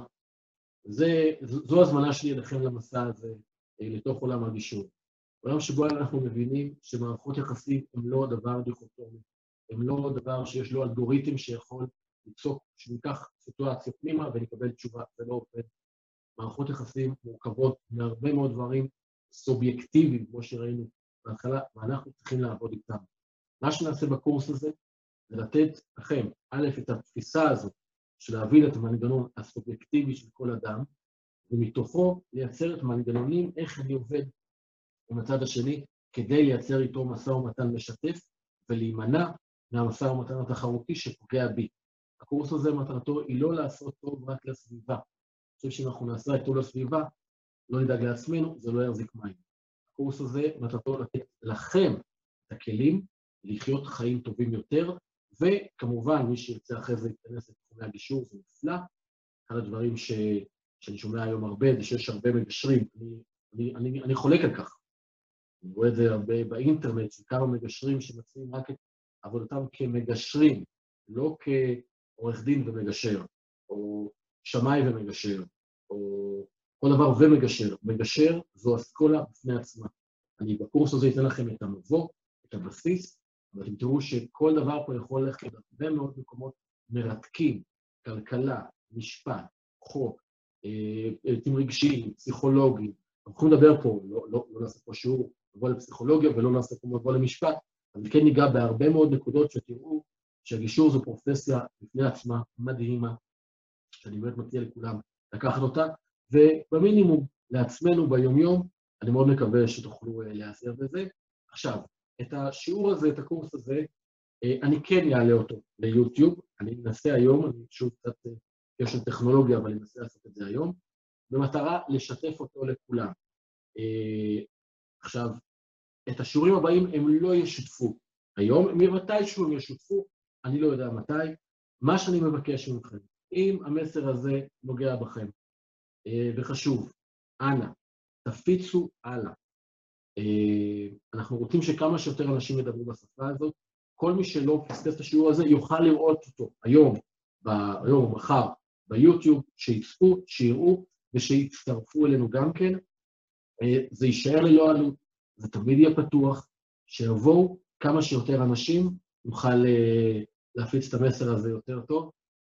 זו הזמנה שלי אליכם למסע הזה, לתוך עולם הגישור. עולם שבו אנחנו מבינים שמערכות יחסים הם לא דבר דיכוטומי, הם לא דבר שיש לו אלגוריתם שיכול ליצוק, שניקח סיטואציה פנימה ונקבל תשובה, זה לא עובד. מערכות יחסים מורכבות מהרבה מאוד דברים סובייקטיביים, כמו שראינו בהתחלה, ואנחנו צריכים לעבוד איתם. מה שנעשה בקורס הזה, זה לתת לכם, א', את התפיסה הזאת, של להבין את המנגנון הסובייקטיבי של כל אדם, ומתוכו לייצר את מנגנונים איך אני עובד עם הצד השני, כדי לייצר איתו מסע ומתן משתף, ולהימנע מהמסע ומתן התחרותי שפוגע בי. הקורס הזה, מטרתו היא לא לעשות טוב רק לסביבה. אני חושב שאם אנחנו נעשה את טוב לסביבה, לא נדאג לעצמנו, זה לא יחזיק מים. הקורס הזה, מטרתו לתת לכם את הכלים, לחיות חיים טובים יותר, וכמובן, מי שירצה אחרי זה להיכנס לתחומי הגישור, זה נפלא. אחד הדברים ש... שאני שומע היום הרבה, זה שיש הרבה מגשרים. אני, אני, אני, אני חולק על כך. אני רואה את זה הרבה באינטרנט, שכמה מגשרים שמציעים רק את עבודתם כמגשרים, לא כעורך דין ומגשר, או שמאי ומגשר, או כל דבר ומגשר. מגשר זו אסכולה בפני עצמה. אני בקורס הזה אתן לכם את המבוא, את הבסיס, אבל אתם תראו שכל דבר פה יכול ללכת הרבה מאוד מקומות מרתקים, כלכלה, משפט, חוק, היבטים רגשיים, פסיכולוגיים. אנחנו יכולים לדבר פה, לא, לא, לא נעשה פה שיעור מבוא לפסיכולוגיה ולא נעשה פה מבוא למשפט, אבל כן ניגע בהרבה מאוד נקודות שתראו שהגישור זו פרופסיה בפני עצמה מדהימה, שאני באמת מציע לכולם לקחת אותה, ובמינימום לעצמנו ביומיום, אני מאוד מקווה שתוכלו להיעזר בזה. עכשיו, את השיעור הזה, את הקורס הזה, אני כן אעלה אותו ליוטיוב, אני אנסה היום, אני שוב קצת יש של טכנולוגיה, אבל אני אנסה לעשות את זה היום, במטרה לשתף אותו לכולם. עכשיו, את השיעורים הבאים הם לא ישותפו היום, מתישהו הם ישותפו, אני לא יודע מתי. מה שאני מבקש מכם, אם המסר הזה נוגע בכם, וחשוב, אנא, תפיצו הלאה. אנחנו רוצים שכמה שיותר אנשים ידברו בשפה הזאת, כל מי שלא פספס את השיעור הזה יוכל לראות אותו היום, היום או מחר, ביוטיוב, שיצפו, שיראו ושיצטרפו אלינו גם כן. זה יישאר ללא עלות, זה תמיד יהיה פתוח, שיבואו כמה שיותר אנשים, נוכל להפיץ את המסר הזה יותר טוב,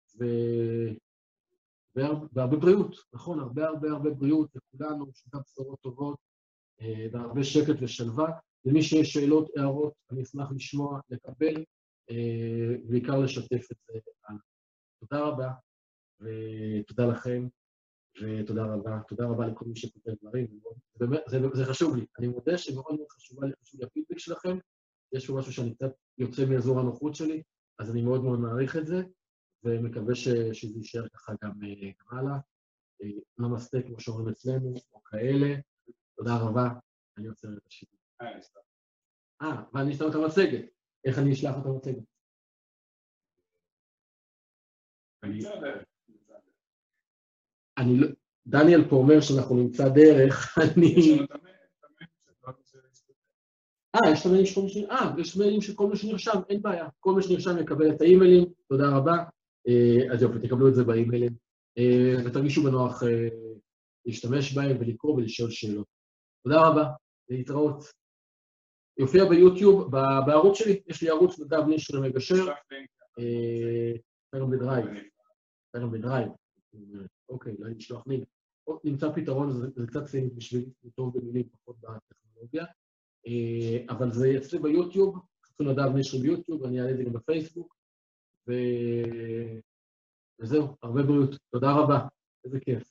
והרבה בריאות, נכון, הרבה הרבה הרבה בריאות, וכולנו שגם בשורות טובות, והרבה שקט ושלווה. למי שיש שאלות, הערות, אני אשמח לשמוע, לקבל, ובעיקר לשתף את זה. תודה רבה, ותודה לכם, ותודה רבה. תודה רבה לכל מי שכותב דברים. זה, זה חשוב לי. אני מודה שמאוד מאוד חשובה לי, חשוב לי הפידבק שלכם. יש פה משהו שאני קצת יוצא מאזור הנוחות שלי, אז אני מאוד מאוד מעריך את זה, ומקווה ש, שזה יישאר ככה גם, גם הלאה. נמסטה, כמו שאומרים אצלנו, או כאלה. תודה רבה. אני עוצר את השידור. אה, ואני אשלח את המצגת. איך אני אשלח את המצגת? אני לא... דניאל פה אומר שאנחנו נמצא דרך, אני... אה, יש מיילים שכל מי שנרשם, אה, יש מיילים שכל מי שנרשם, אין בעיה. כל מי שנרשם יקבל את האימיילים, תודה רבה. אז יופי, תקבלו את זה באימיילים. ותרגישו בנוח להשתמש בהם ולקרוא ולשאול שאלות. תודה רבה, להתראות. יופיע ביוטיוב, בערוץ שלי, יש לי ערוץ נדב נשרי מגשר. פרם בדרייב. פרם בדרייב. אוקיי, לא נשלוח לינק. נמצא פתרון, זה קצת סיימת בשביל לטוב במילים פחות בטכנולוגיה. אבל זה יצא ביוטיוב, חפשו נדב נשרי ביוטיוב, אני אעלה את זה גם בפייסבוק. וזהו, הרבה בריאות. תודה רבה. איזה כיף.